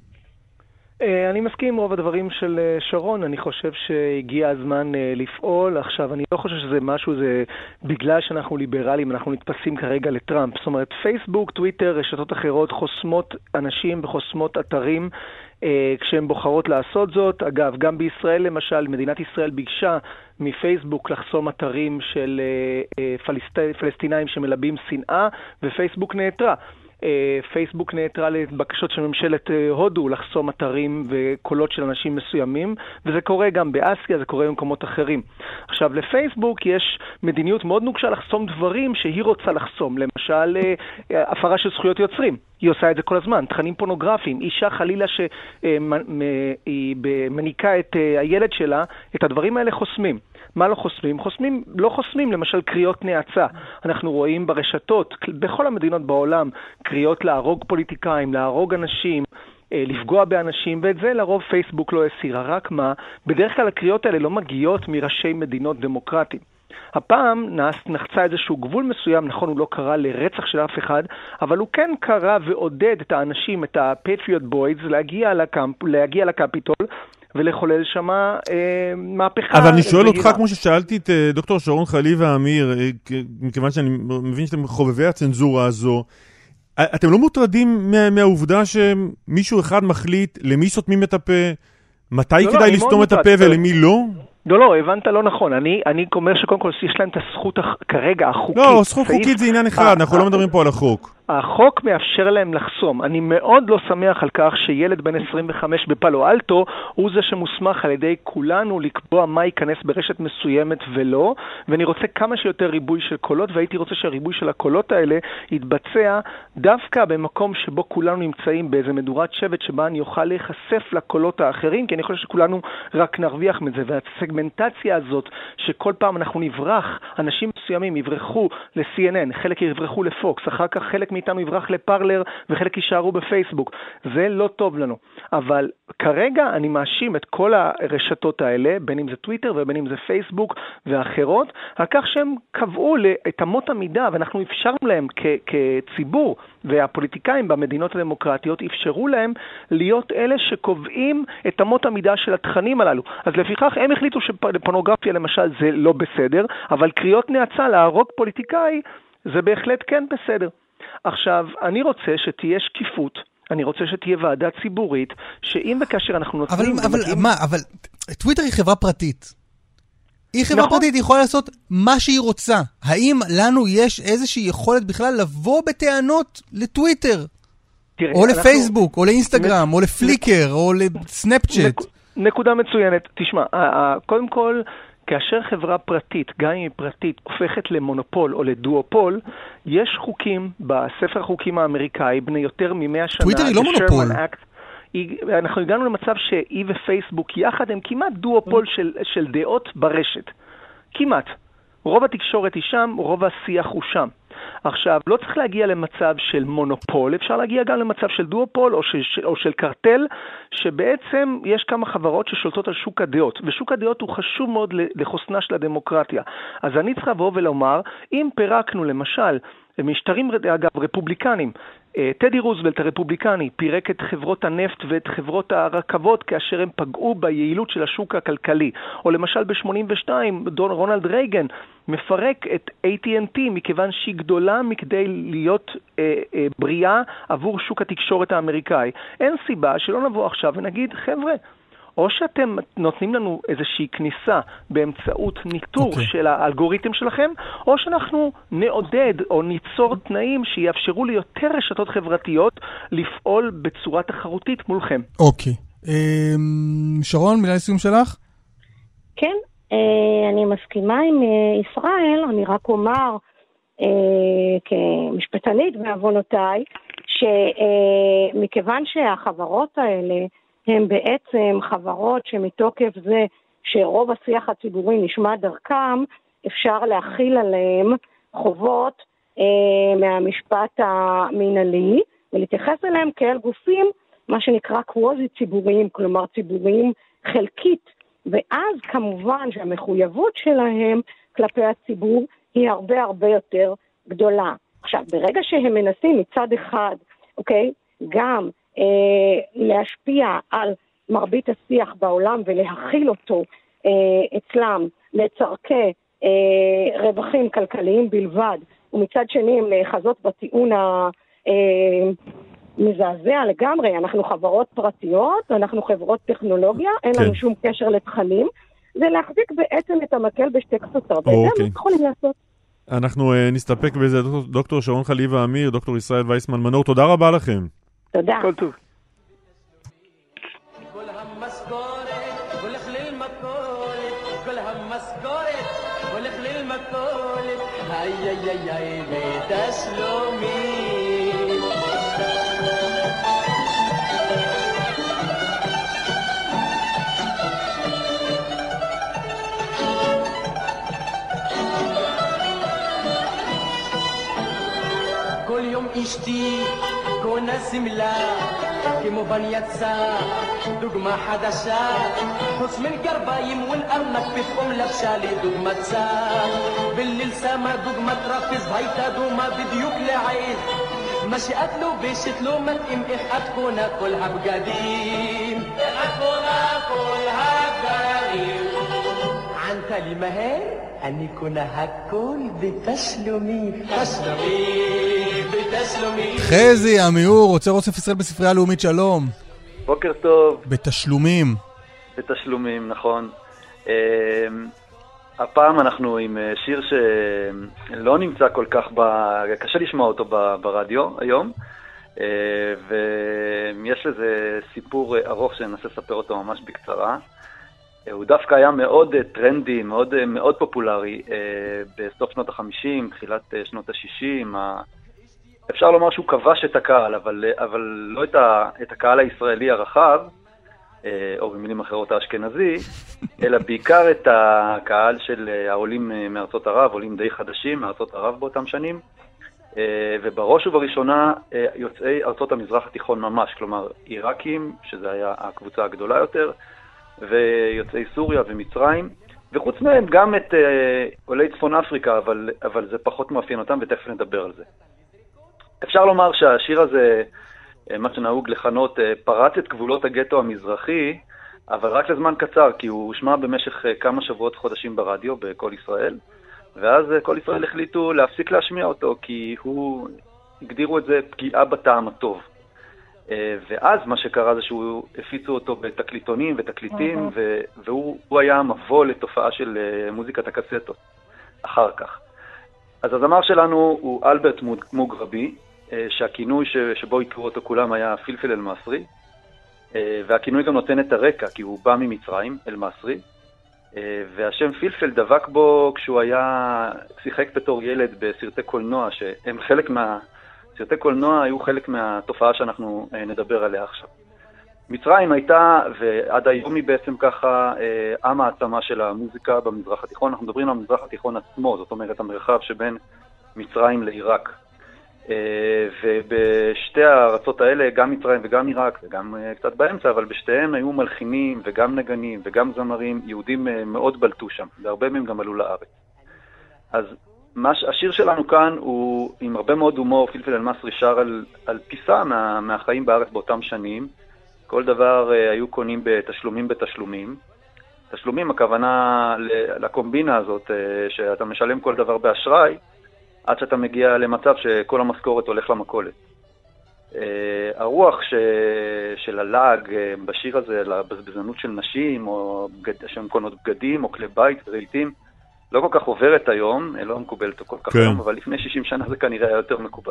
אני מסכים עם רוב הדברים של שרון, אני חושב שהגיע הזמן לפעול. עכשיו, אני לא חושב שזה משהו, זה בגלל שאנחנו ליברלים, אנחנו נתפסים כרגע לטראמפ. זאת אומרת, פייסבוק, טוויטר, רשתות אחרות חוסמות אנשים וחוסמות אתרים כשהן בוחרות לעשות זאת. אגב, גם בישראל למשל, מדינת ישראל ביקשה מפייסבוק לחסום אתרים של פלסט... פלסטינאים שמלבים שנאה, ופייסבוק נעתרה. פייסבוק נעתרה לבקשות של ממשלת הודו לחסום אתרים וקולות של אנשים מסוימים, וזה קורה גם באסיה, זה קורה במקומות אחרים. עכשיו, לפייסבוק יש מדיניות מאוד נוקשה לחסום דברים שהיא רוצה לחסום, למשל הפרה של זכויות יוצרים. היא עושה את זה כל הזמן, תכנים פורנוגרפיים, אישה חלילה שהיא מניקה את הילד שלה, את הדברים האלה חוסמים. מה לא חוסמים? חוסמים, לא חוסמים למשל קריאות נאצה. אנחנו רואים ברשתות, בכל המדינות בעולם, קריאות להרוג פוליטיקאים, להרוג אנשים, לפגוע באנשים, ואת זה לרוב פייסבוק לא הסירה. רק מה, בדרך כלל הקריאות האלה לא מגיעות מראשי מדינות דמוקרטיים. הפעם נחצה איזשהו גבול מסוים, נכון, הוא לא קרא לרצח של אף אחד, אבל הוא כן קרא ועודד את האנשים, את הפטריוט בויז, להגיע לקמפ, להגיע לקפיטול, ולחולל שמה אה, מהפכה. אבל אני שואל אותך, כמו ששאלתי את אה, דוקטור שרון חליבה אמיר, אה, מכיוון שאני מבין שאתם חובבי הצנזורה הזו, אתם לא מוטרדים מה, מהעובדה שמישהו אחד מחליט למי סותמים את הפה, מתי לא, כדאי לא, לסתום את הפה ולמי לא? לא, לא, הבנת לא נכון. אני, אני אומר שקודם כל יש להם את הזכות כרגע החוקית. לא, זכות חוקית זה עניין אחד, אנחנו לא מדברים פה על החוק. החוק מאפשר להם לחסום. אני מאוד לא שמח על כך שילד בן עשרים וחמש בפלו אלטו הוא זה שמוסמך על ידי כולנו לקבוע מה ייכנס ברשת מסוימת ולא, ואני רוצה כמה שיותר ריבוי של קולות, והייתי רוצה שהריבוי של הקולות האלה יתבצע דווקא במקום שבו כולנו נמצאים באיזה מדורת שבט שבה אני אוכל להיחשף לקולות האחרים, כי אני חושב שכולנו רק נרוויח מזה, והסגמנטציה הזאת שכל פעם אנחנו נברח, אנשים מסוימים יברחו ל-סי אן אן, חלק יברחו לפוקס, אחר כך חלק מאיתנו יברח לפרלר וחלק יישארו בפייסבוק. זה לא טוב לנו. אבל כרגע אני מאשים את כל הרשתות האלה, בין אם זה טוויטר ובין אם זה פייסבוק ואחרות, על כך שהם קבעו את אמות המידה, ואנחנו אפשרנו להם כ- כציבור, והפוליטיקאים במדינות הדמוקרטיות אפשרו להם להיות אלה שקובעים את אמות המידה של התכנים הללו. אז לפיכך הם החליטו שפורנוגרפיה למשל זה לא בסדר, אבל קריאות נאצה להרוג פוליטיקאי זה בהחלט כן בסדר. עכשיו, אני רוצה שתהיה שקיפות, אני רוצה שתהיה ועדה ציבורית, שאם וכאשר אנחנו נותנים... אבל, אבל, ומגיעים... מה, אבל טוויטר היא חברה פרטית. היא חברה נכון? פרטית, היא יכולה לעשות מה שהיא רוצה. האם לנו יש איזושהי יכולת בכלל לבוא בטענות לטוויטר? תראה, או אנחנו... לפייסבוק, או לאינסטגרם, נ... או לפליקר, נ... או לסנאפצ'אט? נק... נקודה מצוינת. תשמע, קודם כל... כאשר חברה פרטית, גם אם היא פרטית, הופכת למונופול או לדואופול, יש חוקים בספר החוקים האמריקאי, בני יותר ממאה שנה. טוויטר היא לא מונופול. היא, אנחנו הגענו למצב שהיא ופייסבוק יחד הם כמעט דואופול של, של דעות ברשת. כמעט. רוב התקשורת היא שם, רוב השיח הוא שם. עכשיו, לא צריך להגיע למצב של מונופול, אפשר להגיע גם למצב של דואופול או של, או של קרטל, שבעצם יש כמה חברות ששולטות על שוק הדעות, ושוק הדעות הוא חשוב מאוד לחוסנה של הדמוקרטיה. אז אני צריך לבוא ולומר, אם פירקנו למשל, משטרים אגב רפובליקנים, טדי רוזוולט הרפובליקני פירק את חברות הנפט ואת חברות הרכבות כאשר הם פגעו ביעילות של השוק הכלכלי. או למשל ב-שמונים ושתיים דון רונלד רייגן מפרק את איי טי אנד טי מכיוון שהיא גדולה מכדי להיות אה, אה, בריאה עבור שוק התקשורת האמריקאי. אין סיבה שלא נבוא עכשיו ונגיד, חבר'ה, או שאתם נותנים לנו איזושהי כניסה באמצעות ניטור okay. של האלגוריתם שלכם, או שאנחנו נעודד או ניצור תנאים שיאפשרו ליותר רשתות חברתיות לפעול בצורה תחרותית מולכם. אוקיי. Okay. שרון, מילה לסיום שלך? כן, אני מסכימה עם ישראל, אני רק אומר כמשפטנית בעוונותיי, שמכיוון שהחברות האלה הן בעצם חברות שמתוקף זה שרוב השיח הציבורי נשמע דרכם, אפשר להכיל עליהם חובות אה, מהמשפט המינהלי, ולהתייחס אליהם כאל גופים, מה שנקרא קווזי ציבוריים, כלומר ציבוריים חלקית, ואז כמובן שהמחויבות שלהם כלפי הציבור היא הרבה הרבה יותר גדולה. עכשיו, ברגע שהם מנסים מצד אחד, אוקיי, גם להשפיע על מרבית השיח בעולם ולהכיל אותו אצלם לצרכי רווחים כלכליים בלבד, ומצד שני הם להחזות בטיעון המזעזע לגמרי. אנחנו חברות פרטיות, אנחנו חברות טכנולוגיה, אין לנו שום קשר לתכנים, זה להחזיק בעצם את המקל בשתי קצותיו, וזה מה יכולים לעשות. אנחנו נסתפק בזה. דוקטור שרון חליבה אמיר, דוקטור ישראל וייסמן מנור, תודה רבה לכם. תודה. כל טוב. אשתי קונה סמלה כמו בנייצה דוגמה חדשה חוץ מן גרביים ולארנק פתאום לבשה לי דוגמצה בליל שמה דוגמת רפז והייתה דומה בדיוק לעיד מה שאת לובשת לא מתאים איך את קונה כל הבגדים איך את קונה כל הבגדים ענתה לי מהר אני קונה הכל בתשלומי תשלומי בתשלומי חזי, עמיור, רוצה אוסף ישראל בספרייה הלאומית, שלום. בוקר טוב. בתשלומים. בתשלומים, נכון. הפעם אנחנו עם שיר שלא נמצא כל כך, קשה לשמוע אותו ברדיו היום, ויש לזה סיפור ארוך שננסה לספר אותו ממש בקצרה. הוא דווקא היה מאוד טרנדי, מאוד, מאוד פופולרי בסוף שנות ה-חמישים, תחילת שנות ה-שישים. אפשר לומר שהוא כבש את הקהל, אבל, אבל לא את, ה, את הקהל הישראלי הרחב, או במילים אחרות האשכנזי, אלא בעיקר את הקהל של העולים מארצות ערב, עולים די חדשים מארצות ערב באותם שנים, ובראש ובראשונה יוצאי ארצות המזרח התיכון ממש, כלומר עיראקים, שזה היה הקבוצה הגדולה יותר, ויוצאי סוריה ומצרים, וחוץ מהם גם את עולי צפון אפריקה, אבל, אבל זה פחות מאפיין אותם, ותכף נדבר על זה. אפשר לומר שהשיר הזה, מה שנהוג לכנות, פרץ את גבולות הגטו המזרחי, אבל רק לזמן קצר, כי הוא הושמע במשך כמה שבועות חודשים ברדיו, בכל ישראל, ואז כל ישראל החליטו להפסיק להשמיע אותו, כי הוא, הגדירו את זה פגיעה בטעם הטוב. ואז מה שקרה זה שהוא הפיצו אותו בתקליטונים ותקליטים, והוא היה מבוא לתופעה של מוזיקת הקסטות אחר כך. אז הזמר שלנו הוא אלברט מוגרבי, שהכינוי שבו הכירו אותו כולם היה פלפל אל-מסרי, והכינוי גם נותן את הרקע, כי הוא בא ממצרים, אל-מסרי, והשם פלפל דבק בו כשהוא היה, שיחק בתור ילד בסרטי קולנוע, שהם חלק מה... סרטי קולנוע היו חלק מהתופעה שאנחנו נדבר עליה עכשיו. מצרים הייתה, ועד היום היא בעצם ככה, עם העצמה של המוזיקה במזרח התיכון. אנחנו מדברים על המזרח התיכון עצמו, זאת אומרת המרחב שבין מצרים לעיראק. ובשתי הארצות האלה, גם מצרים וגם עיראק, וגם קצת באמצע, אבל בשתיהם היו מלחינים וגם נגנים וגם זמרים, יהודים מאוד בלטו שם, והרבה מהם גם עלו לארץ. אז מש, השיר שלנו כאן הוא עם הרבה מאוד הומור, פלפל אל-מסרי שר על, על פיסה מה, מהחיים בארץ באותם שנים. כל דבר uh, היו קונים בתשלומים בתשלומים. תשלומים, הכוונה לקומבינה הזאת, uh, שאתה משלם כל דבר באשראי, עד שאתה מגיע למצב שכל המשכורת הולך למכולת. Uh, הרוח ש, של הלאג uh, בשיר הזה, לבזבזנות של נשים, או בגד, שהן קונות בגדים, או כלי בית ורהיטים, לא כל כך עוברת היום, לא מקובלת כל כך היום, אבל לפני שישים שנה זה כנראה היה יותר מקובל.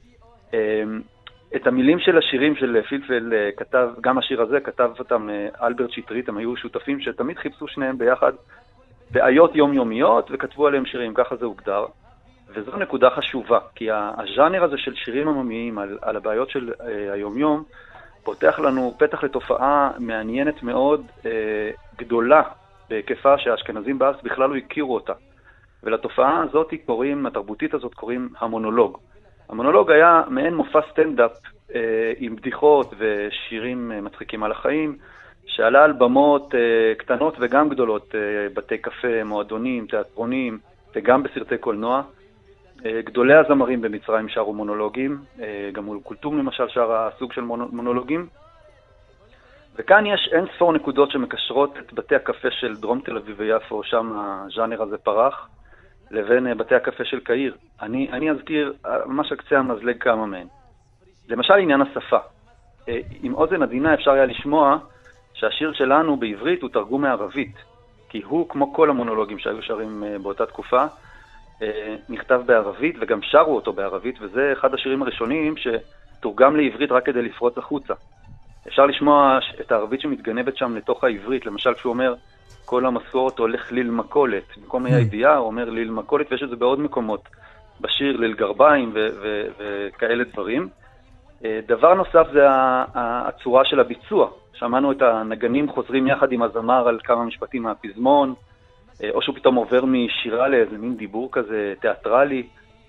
את המילים של השירים של פלפל כתב, גם השיר הזה כתב אותם אלברט שטרית, הם היו שותפים שתמיד חיפשו שניהם ביחד בעיות יומיומיות וכתבו עליהם שירים, ככה זה הוגדר. וזו נקודה חשובה, כי הז'אנר הזה של שירים עממיים על, על הבעיות של היומיום, פותח לנו פתח לתופעה מעניינת מאוד, גדולה, בהיקפה שהאשכנזים בארץ בכלל לא הכירו אותה. ולתופעה הזאת קוראים, התרבותית הזאת קוראים המונולוג. המונולוג היה מעין מופע סטנדאפ אה, עם בדיחות ושירים אה, מצחיקים על החיים, שעלה על במות אה, קטנות וגם גדולות, אה, בתי קפה, מועדונים, תיאטרונים, וגם בסרטי קולנוע. אה, גדולי הזמרים במצרים שרו מונולוגים, אה, גם מול קולטום למשל שר הסוג של מונולוגים. וכאן יש אין ספור נקודות שמקשרות את בתי הקפה של דרום תל אביב ויפו, שם הז'אנר הזה פרח, לבין בתי הקפה של קהיר. אני, אני אזכיר ממש הקצה המזלג כמה מהן. למשל עניין השפה. עם אוזן עדינה אפשר היה לשמוע שהשיר שלנו בעברית הוא תרגום מערבית, כי הוא, כמו כל המונולוגים שהיו שרים באותה תקופה, נכתב בערבית וגם שרו אותו בערבית, וזה אחד השירים הראשונים שתורגם לעברית רק כדי לפרוץ החוצה. אפשר לשמוע את הערבית שמתגנבת שם לתוך העברית, למשל כשהוא אומר, כל המשכורת הולך ליל מקולת, במקום הידיעה הוא אומר ליל מקולת, ויש את זה בעוד מקומות, בשיר ליל גרביים ו- ו- וכאלה דברים. דבר נוסף זה הצורה של הביצוע, שמענו את הנגנים חוזרים יחד עם הזמר על כמה משפטים מהפזמון, או שהוא פתאום עובר משירה לאיזה מין דיבור כזה תיאטרלי,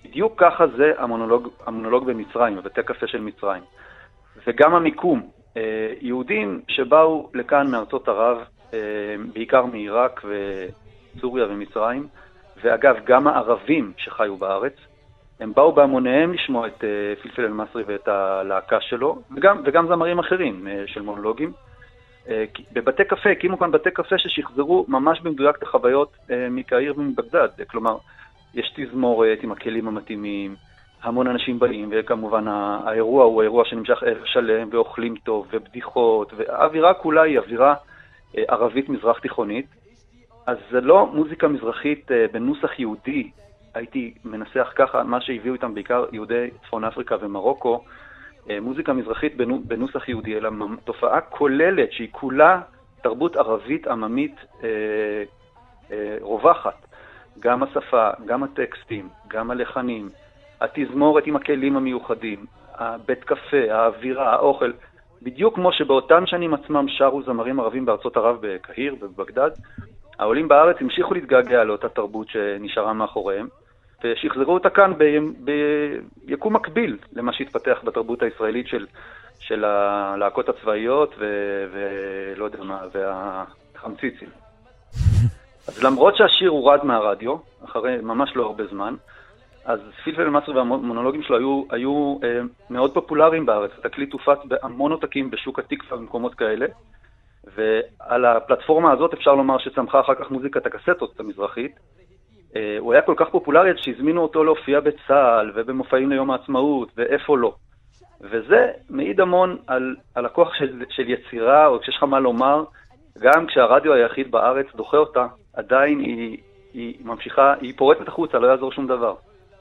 בדיוק ככה זה המונולוג, המונולוג במצרים, בבתי קפה של מצרים. וגם המיקום, יהודים שבאו לכאן מארצות ערב, בעיקר מעיראק וסוריה ומצרים, ואגב, גם הערבים שחיו בארץ, הם באו בהמוניהם לשמוע את פלפל אל-מסרי ואת הלהקה שלו, וגם, וגם זמרים אחרים של מונולוגים. בבתי קפה, הקימו כאן בתי קפה ששחזרו ממש במדויק את החוויות מקהיר ומבגדד. כלומר, יש תזמורת עם הכלים המתאימים, המון אנשים באים, וכמובן האירוע הוא האירוע שנמשך ערב שלם, ואוכלים טוב, ובדיחות, והאווירה כולה היא אווירה ערבית מזרח תיכונית. אז זה לא מוזיקה מזרחית בנוסח יהודי, הייתי מנסח ככה, מה שהביאו איתם בעיקר יהודי צפון אפריקה ומרוקו, מוזיקה מזרחית בנוסח יהודי, אלא תופעה כוללת שהיא כולה תרבות ערבית עממית אה, אה, רווחת. גם השפה, גם הטקסטים, גם הלחנים, התזמורת עם הכלים המיוחדים, הבית קפה, האווירה, האוכל, בדיוק כמו שבאותן שנים עצמם שרו זמרים ערבים בארצות ערב בקהיר ובבגדד, העולים בארץ המשיכו להתגעגע לאותה תרבות שנשארה מאחוריהם, ושחזרו אותה כאן ב- ביקום מקביל למה שהתפתח בתרבות הישראלית של, של הלהקות הצבאיות ו- ולא יודע מה, והחמציצים. אז למרות שהשיר הורד מהרדיו, אחרי ממש לא הרבה זמן, אז פלפל אל-מסרי והמונולוגים שלו היו, היו אה, מאוד פופולריים בארץ. התקליט הופץ בהמון עותקים בשוק התקווה במקומות כאלה, ועל הפלטפורמה הזאת אפשר לומר שצמחה אחר כך מוזיקת הקסטות המזרחית. אה, הוא היה כל כך פופולרי שהזמינו אותו להופיע בצה"ל ובמופעים ליום העצמאות ואיפה לא. וזה מעיד המון על, על הכוח של, של יצירה, או כשיש לך מה לומר, גם כשהרדיו היחיד בארץ דוחה אותה, עדיין היא, היא ממשיכה, היא פורצת החוצה, לא יעזור שום דבר.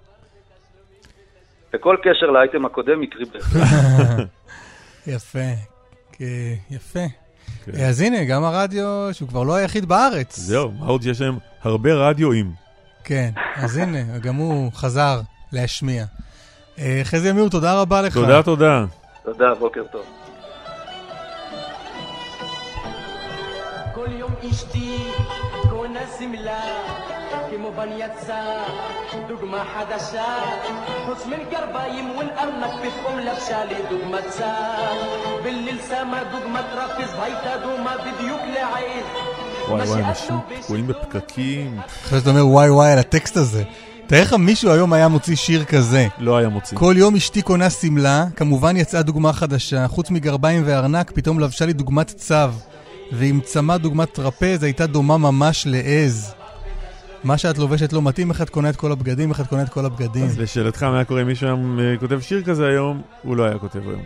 וכל קשר לאייטם הקודם יקרי בהחלט. יפה, יפה. אז הנה, גם הרדיו, שהוא כבר לא היחיד בארץ. זהו, מה עוד שיש להם הרבה רדיואים. כן, אז הנה, גם הוא חזר להשמיע. חזי אמיר, תודה רבה לך. תודה, תודה. תודה, בוקר טוב. כל יום אשתי קונה סמלה כמו בנייצה דוגמה חדשה חוץ מן גרביים ולארנק פתאום לבשה לי דוגמצה בליל שמה דוגמת רפז והייתה דומה בדיוק לעז וואי וואי, אנשים תקועים בפקקים. אחרי שאתה אומר וואי וואי על הטקסט הזה, תראה לך מישהו היום היה מוציא שיר כזה. לא היה מוציא. כל יום אשתי קונה סמלה, כמובן יצאה דוגמה חדשה, חוץ מגרביים וארנק פתאום לבשה לי דוגמת צו, ועם צמה דוגמת טרפז הייתה דומה ממש לעז. מה שאת לובשת לא מתאים, איך את קונה את כל הבגדים, איך את קונה את כל הבגדים. אז לשאלתך, מה היה קורה אם מישהו היה כותב שיר כזה היום, הוא לא היה כותב היום.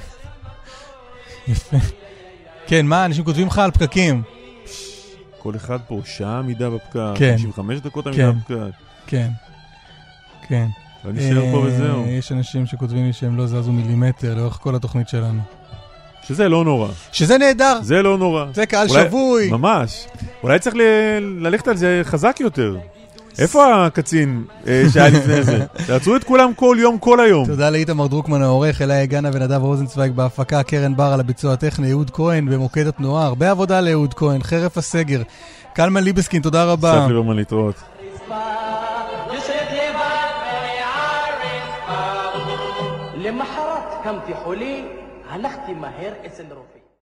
יפה. כן, מה, אנשים כותבים לך על פקקים? כל אחד פה שעה עמידה בפקק, כן. חמישים וחמש דקות עמידה בפקק. כן, כן. ונשאר פה וזהו. יש אנשים שכותבים לי שהם לא זזו מילימטר לאורך כל התוכנית שלנו. שזה לא נורא. שזה נהדר. זה לא נורא. זה קהל אולי, שבוי. ממש. אולי צריך ל- ללכת על זה חזק יותר. איפה הקצין אה, שהיה לפני זה? תעצרו את כולם כל יום, כל היום. תודה לאיתמר דרוקמן העורך, אליי הגנה ונדב רוזנצוויג בהפקה, קרן בר על הביצוע הטכני, אהוד כהן במוקד התנועה. הרבה עבודה לאהוד כהן, חרף הסגר. קלמן ליבסקין, תודה רבה. סף ליברמן להתראות. למחרת קמתי חולי, הלכתי מהר אצל רופא.